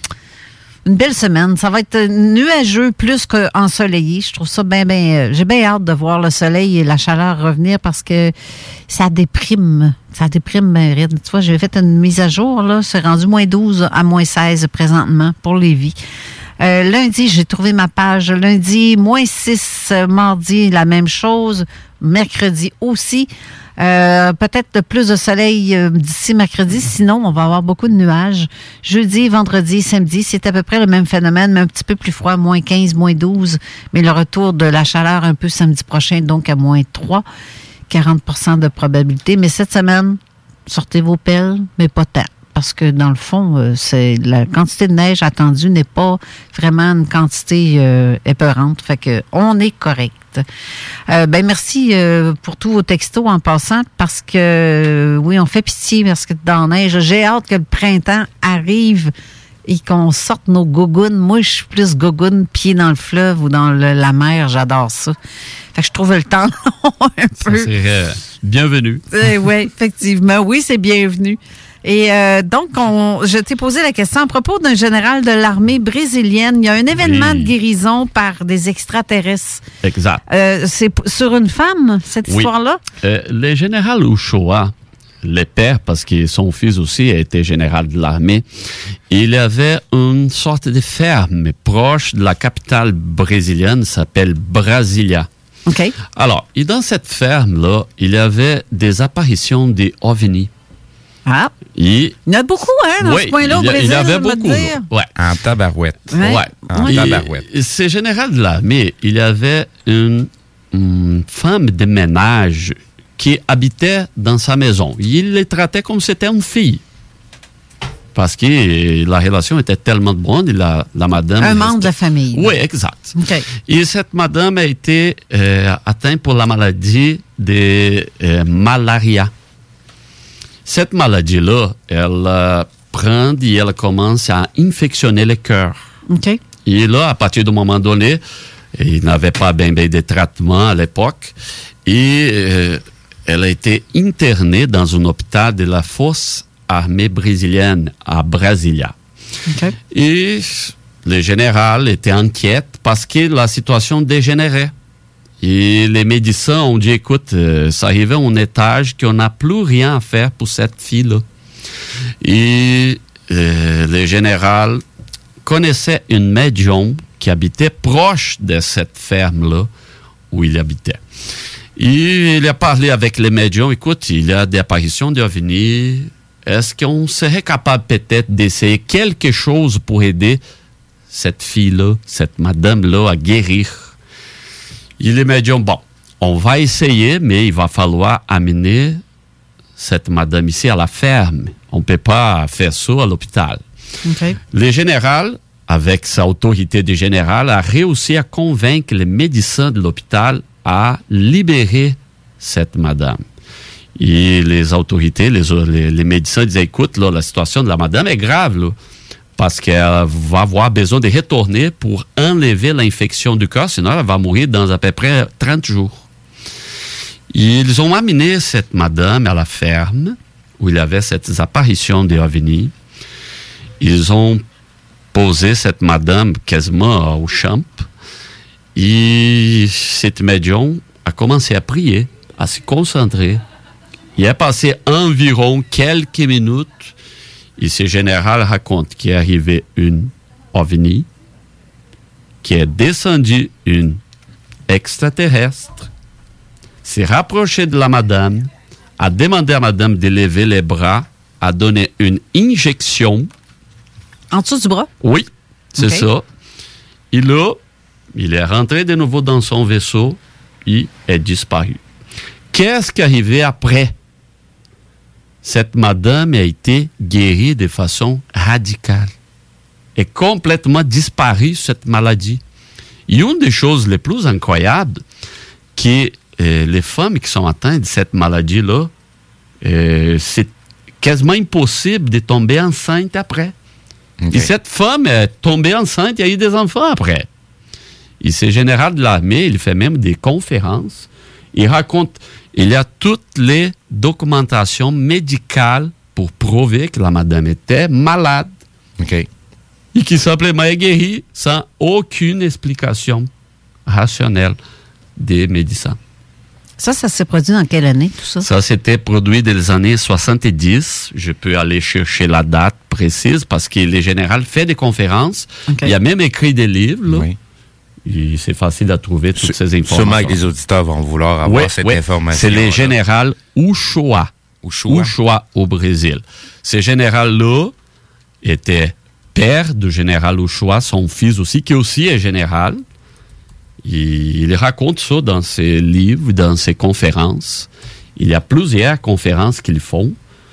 une belle semaine. Ça va être nuageux plus qu'ensoleillé. Je trouve ça bien, bien, j'ai bien hâte de voir le soleil et la chaleur revenir parce que ça déprime. Ça déprime bien raide. Tu vois, j'ai fait une mise à jour, là. C'est rendu moins douze à moins seize présentement pour Lévis. Euh, lundi, j'ai trouvé ma page. Lundi, moins six. Mardi, la même chose. Mercredi aussi. Euh, peut-être plus de soleil euh, d'ici mercredi. Sinon, on va avoir beaucoup de nuages. Jeudi, vendredi, samedi, c'est à peu près le même phénomène, mais un petit peu plus froid. Moins quinze, moins douze. Mais le retour de la chaleur un peu samedi prochain, donc à moins trois. quarante pour cent de probabilité. Mais cette semaine, sortez vos pelles, mais pas tant. Parce que, dans le fond, euh, c'est la quantité de neige attendue n'est pas vraiment une quantité euh, épeurante. Fait que on est correct. Euh, ben merci euh, pour tous vos textos en passant, parce que, euh, oui, on fait pitié parce que dans la neige, j'ai hâte que le printemps arrive et qu'on sorte nos gougounes. Moi, je suis plus gougoune, pied dans le fleuve ou dans le, la mer. J'adore ça. Fait que je trouve le temps un peu. Ça, c'est euh, bienvenu. Euh, oui, effectivement. Oui, c'est bienvenu. Et euh, donc, on, je t'ai posé la question à propos d'un général de l'armée brésilienne. Il y a un événement oui. de guérison par des extraterrestres. Exact. Euh, c'est p- sur une femme, cette oui. histoire-là? Euh, le général Uchoa, le père, parce que son fils aussi a été général de l'armée, il avait une sorte de ferme proche de la capitale brésilienne, s'appelle Brasilia. OK. Alors, et dans cette ferme-là, il y avait des apparitions des ovnis. Ah. Et, il y en a beaucoup, hein, dans oui, ce point-là au il y a, Brésil. Il y avait beaucoup. Ouais. En tabarouette. Ouais. ouais. En et, tabarouette. Et ce général de l'armée, il y avait une, une femme de ménage qui habitait dans sa maison. Il les traitait comme si c'était une fille. parce que la relation était tellement bonne, et la, la madame... Un membre de la famille. Oui, exact. Okay. Et cette madame a été euh, atteinte pour la maladie de euh, malaria. Cette maladie-là, elle euh, prend et elle commence à infectionner le cœur. Okay. Et là, à partir du moment donné, il n'avait pas bien ben de traitement à l'époque, et euh, elle a été internée dans un hôpital de la force armée brésilienne à Brasilia. Okay. Et le général était inquiet parce que la situation dégénérait. Et les médecins ont dit, écoute, euh, ça arrivait à un étage qu'on n'a plus rien à faire pour cette fille-là. Et euh, le général connaissait une médium qui habitait proche de cette ferme-là où il habitait. Et il a parlé avec les médiums, écoute, il y a des apparitions d'ovnis. Est-ce qu'on serait capable peut-être d'essayer quelque chose pour aider cette fille-là, cette madame-là à guérir? Et les médiums, bon, on va essayer, mais il va falloir amener cette madame ici à la ferme. On ne peut pas faire ça à l'hôpital. Okay. Le général, avec sa autorité de général, a réussi à convaincre les médecins de l'hôpital à libérer cette madame. Et les autorités, les, les, les médecins disaient, écoute, là, la situation de la madame est grave, là, parce qu'elle va avoir besoin de retourner pour enlever l'infection du corps, sinon elle va mourir dans à peu près trente jours. Ils ont amené cette madame à la ferme, où il y avait cette apparition des ovnis. Ils ont posé cette madame quasiment au champ, et cette médium a commencé à prier, à se concentrer. Il a passé environ quelques minutes, et ce général raconte qu'il est arrivé une ovni, qui est descendu une extraterrestre, s'est rapproché de la madame, a demandé à madame de lever les bras, a donné une injection. En dessous du bras? Oui, c'est okay. ça. Et là, il est rentré de nouveau dans son vaisseau, il est disparu. Qu'est-ce qui est arrivé après? Cette madame a été guérie de façon radicale. Et complètement disparue, cette maladie. Et une des choses les plus incroyables, que euh, les femmes qui sont atteintes de cette maladie-là, euh, c'est quasiment impossible de tomber enceinte après. Okay. Et cette femme est tombée enceinte, il y a eu des enfants après. Et c'est général de l'armée, il fait même des conférences. Il raconte, il y a toutes les documentations médicales pour prouver que la madame était malade. Okay. Et qui simplement est guérie sans aucune explication rationnelle des médecins. Ça, ça s'est produit dans quelle année, tout ça? Ça s'était produit dans les années soixante-dix. Je peux aller chercher la date précise parce que le général fait des conférences. Okay. Il a même écrit des livres. Là. Oui. Et c'est facile à trouver toutes S- ces informations. Sûrement que les auditeurs vont vouloir avoir oui, cette oui. information. C'est le général Uchoa. Uchoa. Uchoa au Brésil. Ce général-là était père du général Uchoa, son fils aussi, qui aussi est général. Il raconte ça dans ses livres, dans ses conférences. Il y a plusieurs conférences qu'ils font.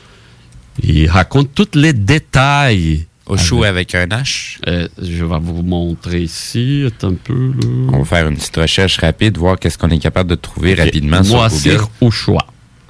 Il raconte tous les détails. Uchoa avec, avec un H. Euh, je vais vous montrer ici, un peu. Là. On va faire une petite recherche rapide, voir qu'est-ce qu'on est capable de trouver okay. rapidement Moacir sur Google. Uchoa.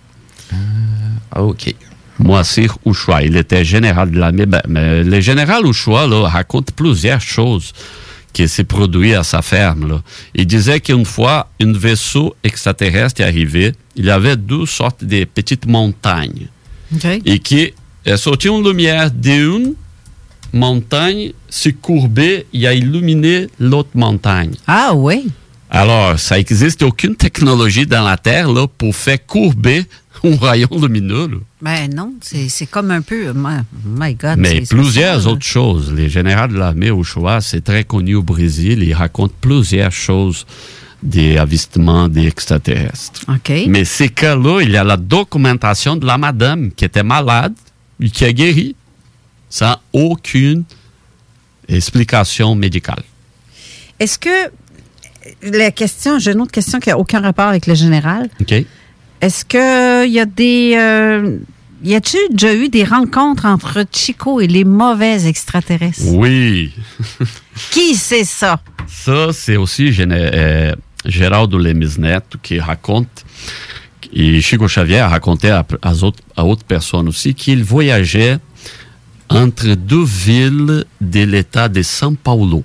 Euh, OK. Moacir Uchoa. Il était général de l'armée. Ben, mais le général Uchoa là, raconte plusieurs choses qui s'est produit à sa ferme. Là. Il disait qu'une fois, un vaisseau extraterrestre est arrivé. Il y avait deux sortes de petites montagnes. Okay. Et qui est sorti une lumière d'une montagne, s'est courbée, il a illuminé l'autre montagne. Ah oui? Alors, ça n'existe aucune technologie dans la Terre là, pour faire courber un rayon lumineux. Là. Ben non, c'est, c'est comme un peu... My, my God. Mais c'est plusieurs spécial. autres choses. Les généraux de l'armée Uchoa, c'est très connu au Brésil. Ils racontent plusieurs choses des avistements des extraterrestres. OK. Mais ces cas-là, il y a la documentation de la madame qui était malade et qui a guéri sans aucune explication médicale. Est-ce que... La question, j'ai une autre question qui n'a aucun rapport avec le général. OK. Est-ce qu'il y a des, euh, y a-tu déjà eu des rencontres entre Chico et les mauvais extraterrestres? Oui. Qui c'est ça? Ça, c'est aussi euh, Geraldo Lemes Neto qui raconte, et Chico Xavier a raconté à, à, autres, à autres personnes aussi, qu'il voyageait entre deux villes de l'État de São Paulo.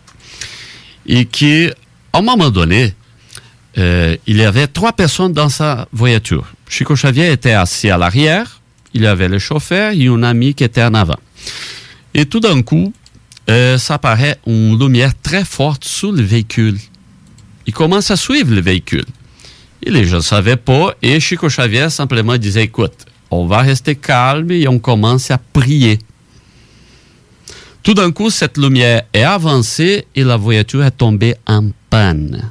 Et qu'à un moment donné, euh, il y avait trois personnes dans sa voiture. Chico Xavier était assis à l'arrière, il y avait le chauffeur et un ami qui était en avant. Et tout d'un coup, euh, ça apparaît une lumière très forte sur le véhicule. Il commence à suivre le véhicule. Et les gens ne savaient pas, et Chico Xavier simplement disait, écoute, on va rester calme et on commence à prier. Tout d'un coup, cette lumière est avancée et la voiture est tombée en panne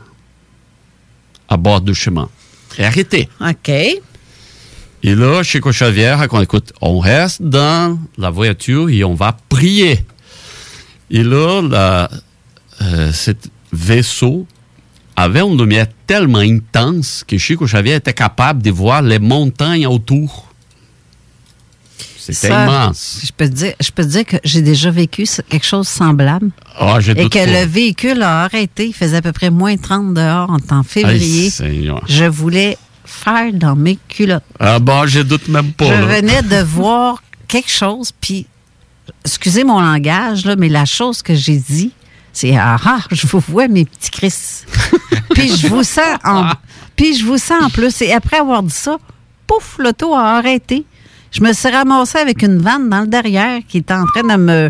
à bord du chemin. Et arrêtée. OK. Et là, Chico Xavier raconte, écoute, on reste dans la voiture et on va prier. Et là, la, euh, ce vaisseau avait une lumière tellement intense que Chico Xavier était capable de voir les montagnes autour. C'était Ça, immense. Je peux te dire, je peux te dire que j'ai déjà vécu quelque chose de semblable. Ah, j'ai et doute que pas. le véhicule a arrêté. Il faisait à peu près moins trente dehors en temps février. Aïe, Seigneur. Je voulais faire dans mes culottes. Ah bon, je doute même pas. Je là. venais de voir quelque chose, puis, excusez mon langage, là, mais la chose que j'ai dit, c'est « Ah, ah, je vous vois, mes petits Chris. » Puis je vous sens en puis je vous sens en plus. Et après avoir dit ça, pouf, l'auto a arrêté. Je me suis ramassée avec une vanne dans le derrière qui était en train de me,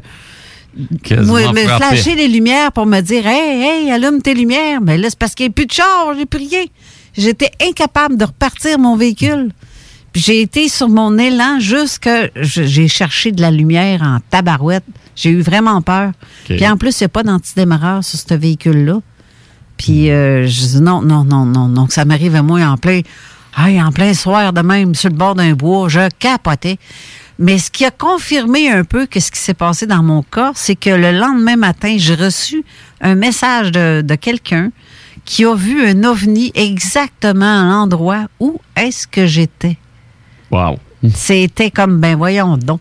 me, me flasher les lumières pour me dire « Hey, hey, allume tes lumières. » Mais là, c'est parce qu'il n'y a plus de char, j'ai prié. J'étais incapable de repartir mon véhicule. Puis j'ai été sur mon élan jusqu'à... J'ai cherché de la lumière en tabarouette. J'ai eu vraiment peur. Okay. Puis en plus, il n'y a pas d'antidémarreur sur ce véhicule-là. Puis euh, je dis non, non, non, non. Donc ça m'arrive à moi en plein... Hey, en plein soir de même, sur le bord d'un bois, je capotais. Mais ce qui a confirmé un peu que ce qui s'est passé dans mon cas, c'est que le lendemain matin, j'ai reçu un message de, de quelqu'un qui a vu un ovni exactement à l'endroit où est-ce que j'étais. Wow. C'était comme, ben voyons donc.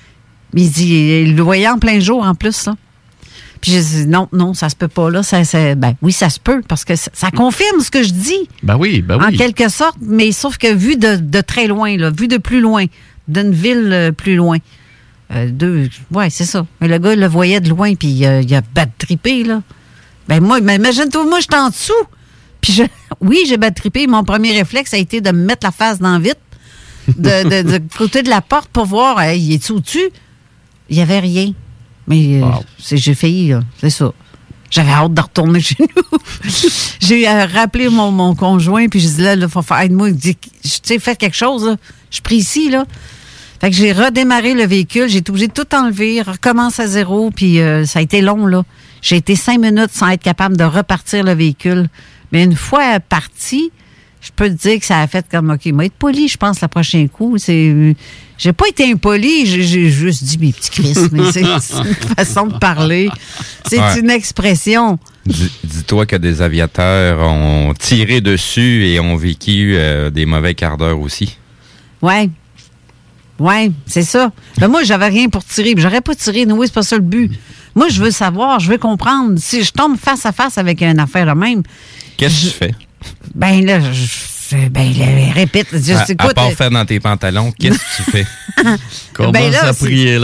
Il dit, il le voyait en plein jour en plus, là. Puis j'ai dit, non, non, ça se peut pas, là. Ça, ça, ben oui, ça se peut, parce que ça, ça confirme ce que je dis. Ben oui, ben oui. En quelque sorte, mais sauf que vu de, de très loin, là, vu de plus loin, d'une ville euh, plus loin. Euh, deux, ouais, c'est ça. Mais le gars, il le voyait de loin, puis euh, il a bad trippé, là. Ben moi, ben, imagine-toi, moi, j'étais en dessous. Puis je, oui, j'ai bad trippé. Mon premier réflexe a été de me mettre la face dans le vide, de, de, de côté de la porte pour voir, hey, il est-tu au-dessus? Il n'y avait rien. Mais wow. euh, c'est, j'ai failli, là. C'est ça. J'avais hâte de retourner chez nous. J'ai euh, rappelé mon, mon conjoint, puis j'ai dit, là, il faut faire aide-moi. Il dit, tu sais, faites quelque chose, là. Je suis pris ici, là. Fait que j'ai redémarré le véhicule, j'ai été obligée de tout enlever, recommence à zéro, puis euh, ça a été long, là. J'ai été cinq minutes sans être capable de repartir le véhicule. Mais une fois parti, je peux te dire que ça a fait comme, OK, il m'a été poli, je pense, le prochain coup. C'est, j'ai pas été impoli, j'ai, j'ai juste dit mes petits Chris, mais c'est, c'est une façon de parler. C'est ouais. une expression. Dis, dis-toi que des aviateurs ont tiré dessus et ont vécu euh, des mauvais quarts d'heure aussi. Ouais. Ouais, c'est ça. Mais moi, j'avais rien pour tirer. J'aurais pas tiré. Oui, c'est pas ça le but. Moi, je veux savoir, je veux comprendre. Si je tombe face à face avec une affaire de même... Qu'est-ce que je... tu fais? Ben là, je... Ben là, répète. Je, à, écoute, à part faire dans tes pantalons, qu'est-ce que tu fais? Commence ben là, à c'est... prier, là.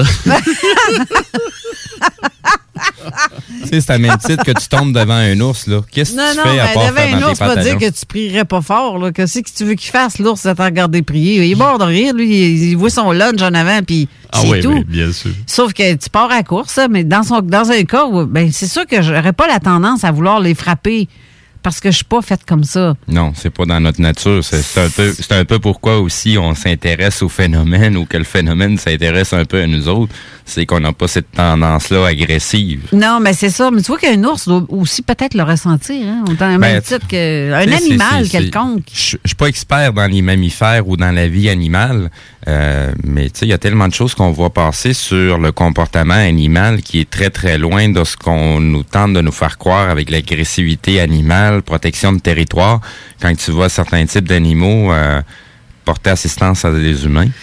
Tu sais, c'est à même titre que tu tombes devant un ours, là. Qu'est-ce que non, tu non, fais à ben, part faire dans un ours, tes pantalons? Non, non, pas dire que tu prierais pas fort, là. Qu'est-ce que tu veux qu'il fasse, l'ours, de te regarder prier? Il est mort de rire, lui. Il, il voit son lunch en avant, puis ah c'est oui, tout. Oui, bien sûr. Sauf que tu pars à la course, mais dans, son, dans un cas, ben, c'est sûr que j'aurais pas la tendance à vouloir les frapper. Parce que je suis pas faite comme ça. Non, c'est pas dans notre nature. C'est, c'est, un peu, c'est un peu pourquoi aussi on s'intéresse au phénomène ou que le phénomène s'intéresse un peu à nous autres. C'est qu'on n'a pas cette tendance-là agressive. Non, mais c'est ça. Mais tu vois qu'un ours doit aussi peut-être le ressentir. Hein? Autant un ben, même titre qu'un animal c'est, c'est, quelconque. Je ne suis pas expert dans les mammifères ou dans la vie animale, euh, mais tu sais, il y a tellement de choses qu'on voit passer sur le comportement animal qui est très, très loin de ce qu'on nous tente de nous faire croire avec l'agressivité animale, protection de territoire, quand tu vois certains types d'animaux euh, porter assistance à des humains.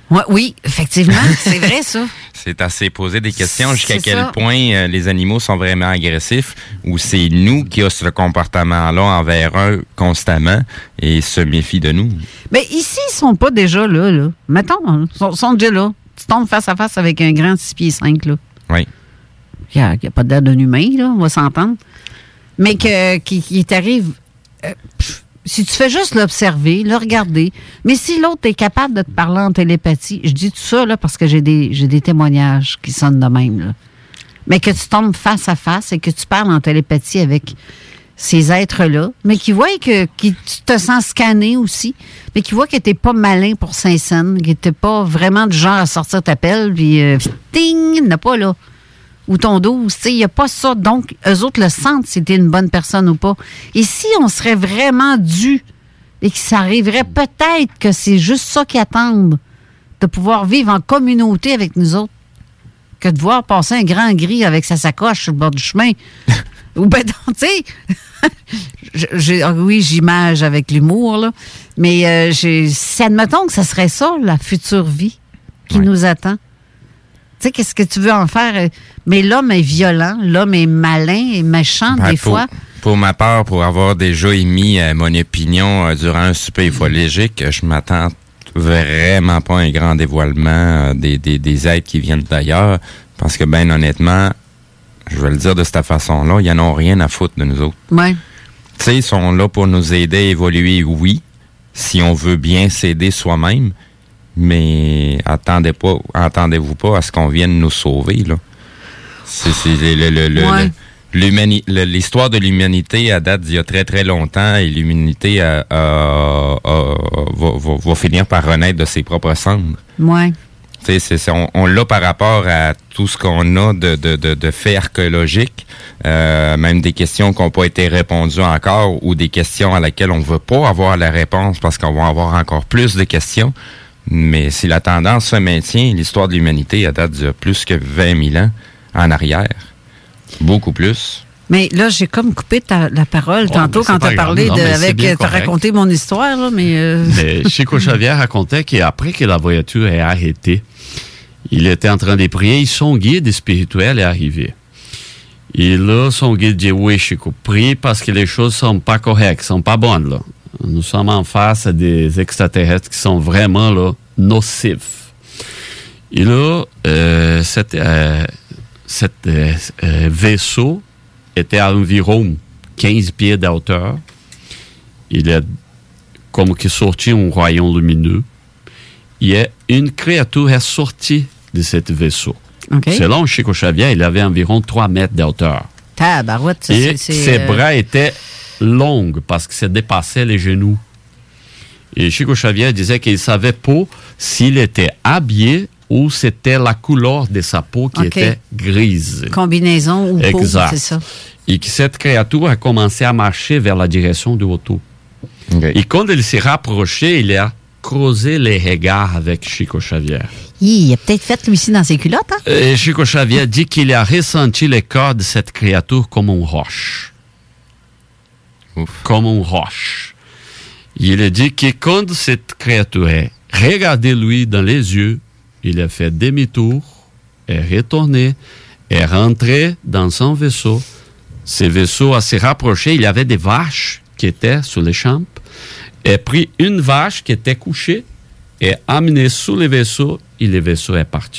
Ouais, oui, effectivement, c'est vrai ça. C'est à se poser des questions jusqu'à C'est quel ça. point euh, les animaux sont vraiment agressifs ou c'est nous qui avons ce comportement-là envers eux constamment et se méfient de nous. Mais ici, ils sont pas déjà là. là. Mettons, ils sont, sont déjà là. Tu tombes face à face avec un grand six pieds cinq, là. Oui. Il n'y a, a pas d'air d'un humain, là, on va s'entendre. Mais que, qui, qui t'arrive... euh, pff, si tu fais juste l'observer, le regarder, mais si l'autre est capable de te parler en télépathie, je dis tout ça là, parce que j'ai des, j'ai des témoignages qui sonnent de même, là. Mais que tu tombes face à face et que tu parles en télépathie avec ces êtres-là, mais qui voient que, que tu te sens scanner aussi, mais qui voient que tu n'es pas malin pour Saint-Saëns, que tu n'es pas vraiment du genre à sortir ta pelle, puis euh, ting, il n'a pas là. Ou ton douze, tu sais, il n'y a pas ça. Donc, eux autres le sentent si tu es une bonne personne ou pas. Et si on serait vraiment dû et que ça arriverait peut-être que c'est juste ça qu'ils attendent, de pouvoir vivre en communauté avec nous autres, que de voir passer un grand gris avec sa sacoche sur le bord du chemin. Ou ben, tu sais, j'ai- oui, j'image avec l'humour, là, mais euh, j'ai- si admettons que ça serait ça, la future vie qui nous attend. Tu sais, qu'est-ce que tu veux en faire? Mais l'homme est violent, l'homme est malin et méchant, Ben, des pour, fois. Pour ma part, pour avoir déjà émis euh, mon opinion euh, durant un souper ufologique, euh, je m'attends vraiment pas à un grand dévoilement euh, des, des, des êtres qui viennent d'ailleurs, parce que, ben honnêtement, je vais le dire de cette façon-là, ils n'en ont rien à foutre de nous autres. Ouais. Tu sais, ils sont là pour nous aider à évoluer, oui, si on veut bien s'aider soi-même, mais attendez pas, attendez-vous pas à ce qu'on vienne nous sauver, là. C'est, c'est le, le, le, le- Ouais. le- l'humani- le- l'histoire de l'humanité à date d'il y a très très longtemps et l'humanité a- a- a- va, va, va finir par renaître de ses propres cendres. Ouais. Tu sais, c'est, c'est- on, on l'a par rapport à tout ce qu'on a de, de, de, de faits archéologiques, euh, même des questions qui n'ont pas été répondues encore ou des questions à laquelle on ne veut pas avoir la réponse parce qu'on va avoir encore plus de questions. Mais si la tendance se maintient, l'histoire de l'humanité, à date de plus que vingt mille ans en arrière. Beaucoup plus. Mais là, j'ai comme coupé ta, la parole Oh, tantôt mais c'est quand pas tu as grave. parlé Non, de. mais c'est Avec, bien t'as correct. raconté mon histoire, là, mais. euh, Mais Chico Xavier racontait qu'après que la voiture est arrêtée, il était en train de prier et son guide spirituel est arrivé. Et là, son guide dit, oui, Chico, prie parce que les choses sont pas correctes, sont pas bonnes, là. Nous sommes en face à des extraterrestres qui sont vraiment, là, nocifs. Et là, euh, cet, euh, cet euh, euh, vaisseau était à environ quinze pieds de hauteur. Il est comme que sorti un royaume lumineux. Et une créature est sortie de ce vaisseau. OK. Selon Chico Xavier, il avait environ trois mètres de hauteur. Tabarouette, ça, Et c'est- c'est, ses euh, bras étaient longs parce que ça dépassait les genoux. Et Chico Xavier disait qu'il ne savait pas s'il était habillé ou c'était la couleur de sa peau qui OK. était grise. Combinaison ou peau, Exact. c'est ça. Et que cette créature a commencé à marcher vers la direction du auto. Et quand il s'est rapproché, il a creusé les regards avec Chico Xavier. Hi, il a peut-être fait lui aussi dans ses culottes, hein? Et Chico Xavier dit qu'il a ressenti le corps de cette créature comme une roche. Comme une roche. Il a dit que quand cette créature a regardé lui dans les yeux, il a fait demi-tour, est retourné, est rentré dans son vaisseau. Ce vaisseau a se rapproché, il y avait des vaches qui étaient sur les champs, et pris une vache qui était couchée et amené sous le vaisseau, et le vaisseau est parti.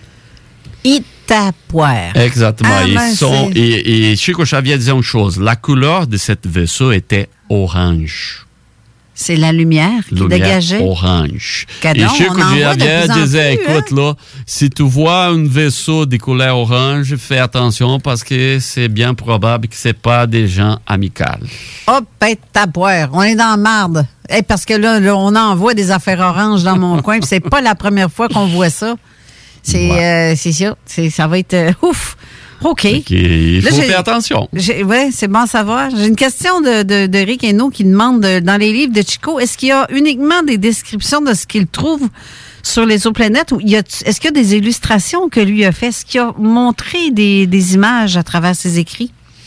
Itapoire. Exactement. Ah, Ils ben, sont, c'est- et, et Chico Xavier disait une chose, la couleur de ce vaisseau était orange. C'est la lumière qui Lumière dégageait. orange. Cadon, et Chico on en voit de Xavier plus en disait, plus, hein? écoute, là, si tu vois un vaisseau de couleur orange, fais attention parce que c'est bien probable que c'est pas des gens amicaux. Hop, tapoire. On est dans la marde. Hey, parce que là, là, on envoie des affaires oranges dans mon coin, puis c'est pas la première fois qu'on voit ça. C'est euh, c'est ça. C'est, ça va être euh, ouf. OK. Il Là, faut j'ai- faire attention. Oui, c'est bon à savoir. J'ai une question de, de, de Rick Hainaut qui demande, euh, dans les livres de Chico, est-ce qu'il y a uniquement des descriptions de ce qu'il trouve sur les exoplanètes ou y a, est-ce qu'il y a des illustrations que lui a fait? Est-ce qu'il a montré des, des images à travers ses écrits?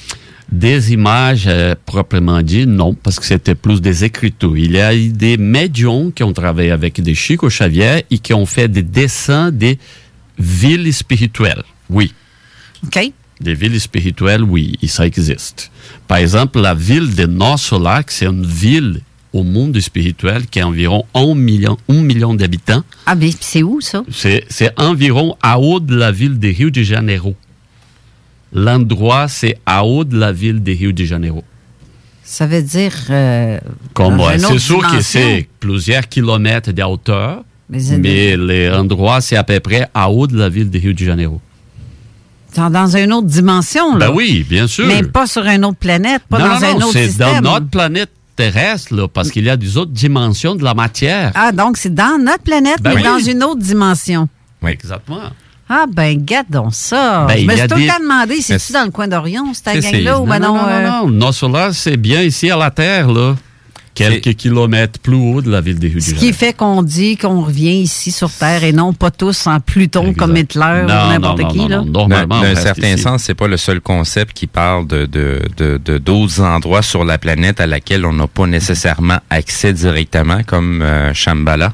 Des images euh, proprement dit, non, parce que c'était plus des écritures. Il y a eu des médiums qui ont travaillé avec des Chico Xavier et qui ont fait des dessins des villes spirituelles. Oui. OK. Des villes spirituelles, oui, et ça existe. Par exemple, la ville de Nosso-Lac, c'est une ville au monde spirituel qui a environ un million, un million d'habitants. Ah, mais c'est où, ça? C'est, c'est environ à haut de la ville de Rio de Janeiro. L'endroit, c'est à haut de la ville de Rio de Janeiro. Ça veut dire... Euh, Comme, ouais, c'est sûr dimension. Que c'est plusieurs kilomètres de hauteur, mais, mais l'endroit, c'est à peu près à haut de la ville de Rio de Janeiro. Dans une autre dimension, là? Ben oui, bien sûr. Mais pas sur une autre planète, pas non, dans non, un autre c'est système. dans notre planète terrestre, là, parce qu'il y a des autres dimensions de la matière. Ah, donc c'est dans notre planète, ben mais oui. dans une autre dimension. Oui, exactement. Ah, ben, gardons ça. Ben, je me suis tout le des... temps demandé, c'est-tu dans le coin d'Orion, cette gang-là, ou non, ben non? Non, non, euh... non, non. Nosso-Lac, c'est bien ici à la Terre, là. Quelques c'est... kilomètres plus haut de la ville de Rio de Janeiro. Ce qui fait qu'on dit qu'on revient ici sur Terre et non pas tous en Pluton exact. Comme Hitler non, ou n'importe non, qui. Non, là. non, normalement, d'un certain ici. Sens, c'est pas le seul concept qui parle de, de, de, de d'autres endroits sur la planète à laquelle on n'a pas nécessairement accès directement, comme euh, Shambhala.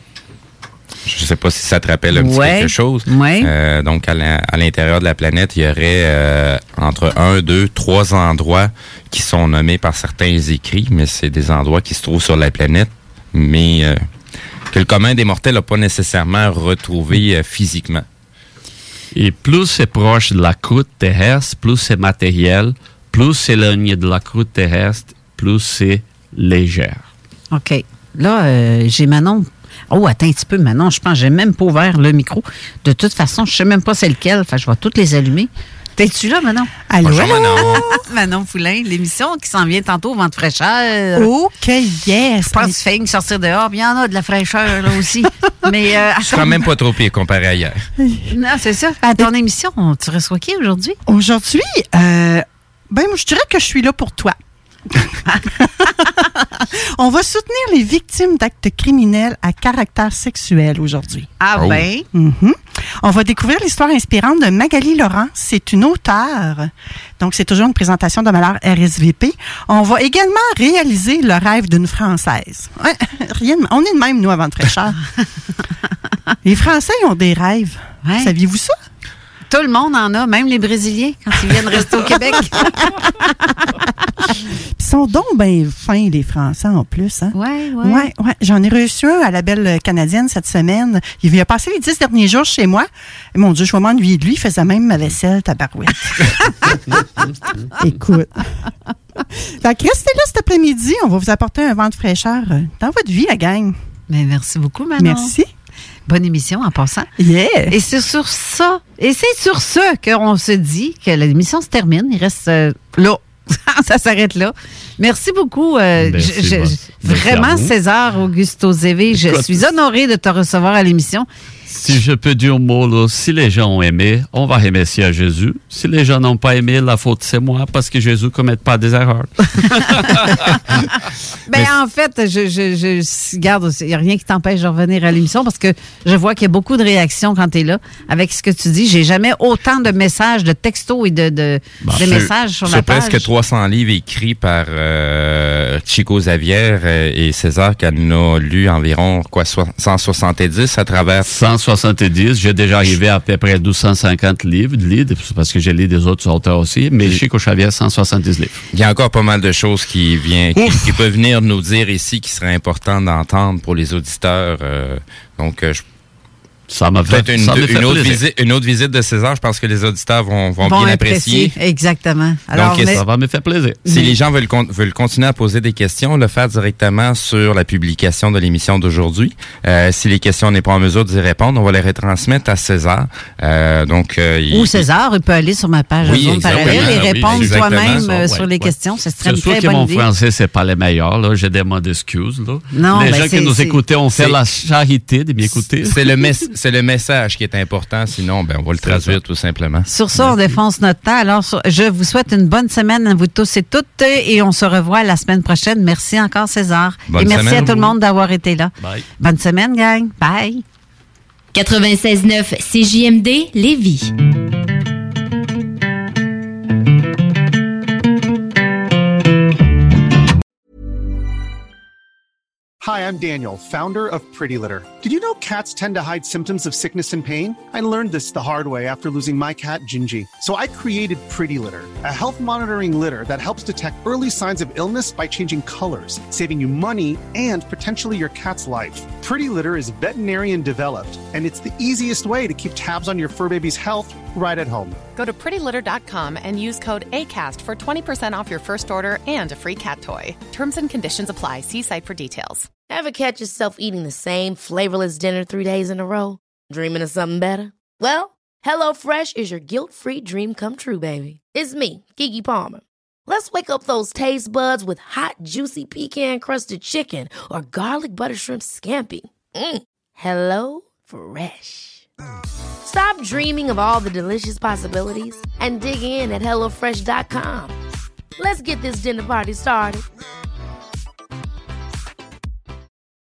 Je ne sais pas si ça te rappelle un petit ouais, quelque chose. Ouais. Euh, donc, à, la, à l'intérieur de la planète, il y aurait euh, entre un, deux, trois endroits qui sont nommés par certains écrits, mais c'est des endroits qui se trouvent sur la planète, mais euh, que le commun des mortels n'a pas nécessairement retrouvé euh, physiquement. Et plus c'est proche de la croûte terrestre, plus c'est matériel, plus c'est éloigné de la croûte terrestre, plus c'est légère. OK. Là, euh, j'ai Manon. Oh, attends un petit peu, Manon, je pense que j'ai même pas ouvert le micro. De toute façon, je sais même pas c'est lequel. Enfin, je vais toutes les allumer. T'es-tu là, Manon? Allô, bonjour, allô? Manon. Manon Poulain, l'émission qui s'en vient tantôt au vent de fraîcheur. OK, yes. Je pense que tu fais une sortir dehors, puis il y en a de la fraîcheur, là aussi. Mais, euh, je suis quand même pas trop pire comparé à hier. Non, c'est ça. À ton émission, tu reçois qui aujourd'hui? Aujourd'hui, euh, ben, moi, je dirais que je suis là pour toi. On va soutenir les victimes d'actes criminels à caractère sexuel aujourd'hui. Ah oh. ben? Mm-hmm. On va découvrir l'histoire inspirante de Magali Laurent. C'est une auteure. Donc, c'est toujours une présentation de Malheur R S V P. On va également réaliser le rêve d'une Française. Ouais, rien de, on est de même, nous, avant de fraîcheur. Les Français ont des rêves. Ouais. Saviez-vous ça? Tout le monde en a, même les Brésiliens, quand ils viennent rester au Québec. Ils sont donc bien fins, les Français, en plus. Hein? Oui, oui. Ouais, ouais. J'en ai reçu un à la Belle Canadienne cette semaine. Il a passé les dix derniers jours chez moi. Et mon Dieu, je vais m'ennuyer de lui. Il faisait même ma vaisselle, tabarouette. Écoute. Fait que restez là cet après-midi. On va vous apporter un vent de fraîcheur dans votre vie, la gang. Mais merci beaucoup, Manon. Merci. Bonne émission en passant. Yeah. Et c'est sur ça, et c'est sur ce qu'on se dit que l'émission se termine. Il reste euh, là. Ça s'arrête là. Merci beaucoup. Euh, Merci, je, je, merci vraiment, César Augusto Zévé, je Écoute, suis honorée de te recevoir à l'émission. Si je peux dire un mot, là, si les gens ont aimé, on va remercier à Jésus. Si les gens n'ont pas aimé, la faute, c'est moi, parce que Jésus ne commet pas des erreurs. Ben, Mais en fait, je, je, je garde, il n'y a rien qui t'empêche de revenir à l'émission parce que je vois qu'il y a beaucoup de réactions quand tu es là. Avec ce que tu dis, j'ai jamais autant de messages, de textos et de, de, bon, de messages sur, sur la page. C'est presque trois cents livres écrits par euh, Chico Xavier et César qui en a lu environ quoi, cent soixante-dix à travers... cent soixante-dix, j'ai déjà arrivé à peu près deux cent cinquante livres de livres, parce que j'ai lu des autres auteurs aussi, mais Chico Xavier, cent soixante-dix livres. Il y a encore pas mal de choses qui, viennent, qui, qui peuvent venir nous dire ici qui seraient importantes d'entendre pour les auditeurs. Euh, donc, euh, je Ça m'a fait, Peut-être une, ça deux, fait une, autre plaisir. visite, une autre visite de César, je pense que les auditeurs vont, vont, vont bien apprécier. Exactement. Alors, Donc, mais... ça va me faire plaisir. Si mais... les gens veulent, veulent continuer à poser des questions, le faire directement sur la publication de l'émission d'aujourd'hui. Euh, si les questions n'est pas en mesure d'y répondre, on va les retransmettre à César. Euh, donc, euh, il... Ou César, il peut aller sur ma page oui, Zone Parallèle et répondre oui, toi-même ça, ouais, sur ouais, les ouais. questions. C'est très, c'est sûr très que bonne mon idée. français, c'est pas le meilleur. Là. J'ai des mots d'excuses. Là. Non, les ben gens qui nous écoutaient ont fait la charité de m'écouter. C'est le, mes- c'est le message qui est important. Sinon, ben, on va le traduire tout simplement. Sur ça, on défonce notre temps. Alors, je vous souhaite une bonne semaine à vous tous et toutes et on se revoit la semaine prochaine. Merci encore, César. Bonne et merci semaine, à tout vous. le monde d'avoir été là. Bye. Bonne semaine, gang. Bye. quatre-vingt-seize neuf C J M D Lévis. Hi, I'm Daniel, founder of Pretty Litter. Did you know cats tend to hide symptoms of sickness and pain? I learned this the hard way after losing my cat, Gingy. So I created Pretty Litter, a health monitoring litter that helps detect early signs of illness by changing colors, saving you money and potentially your cat's life. Pretty Litter is veterinarian developed, and it's the easiest way to keep tabs on your fur baby's health right at home. Go to pretty litter dot com and use code ACAST for twenty percent off your first order and a free cat toy. Terms and conditions apply. See site for details. Ever catch yourself eating the same flavorless dinner three days in a row? Dreaming of something better? Well, HelloFresh is your guilt-free dream come true, baby. It's me, Keke Palmer. Let's wake up those taste buds with hot, juicy pecan-crusted chicken or garlic butter shrimp scampi. Mm. Hello Fresh. Stop dreaming of all the delicious possibilities and dig in at hello fresh dot com. Let's get this dinner party started.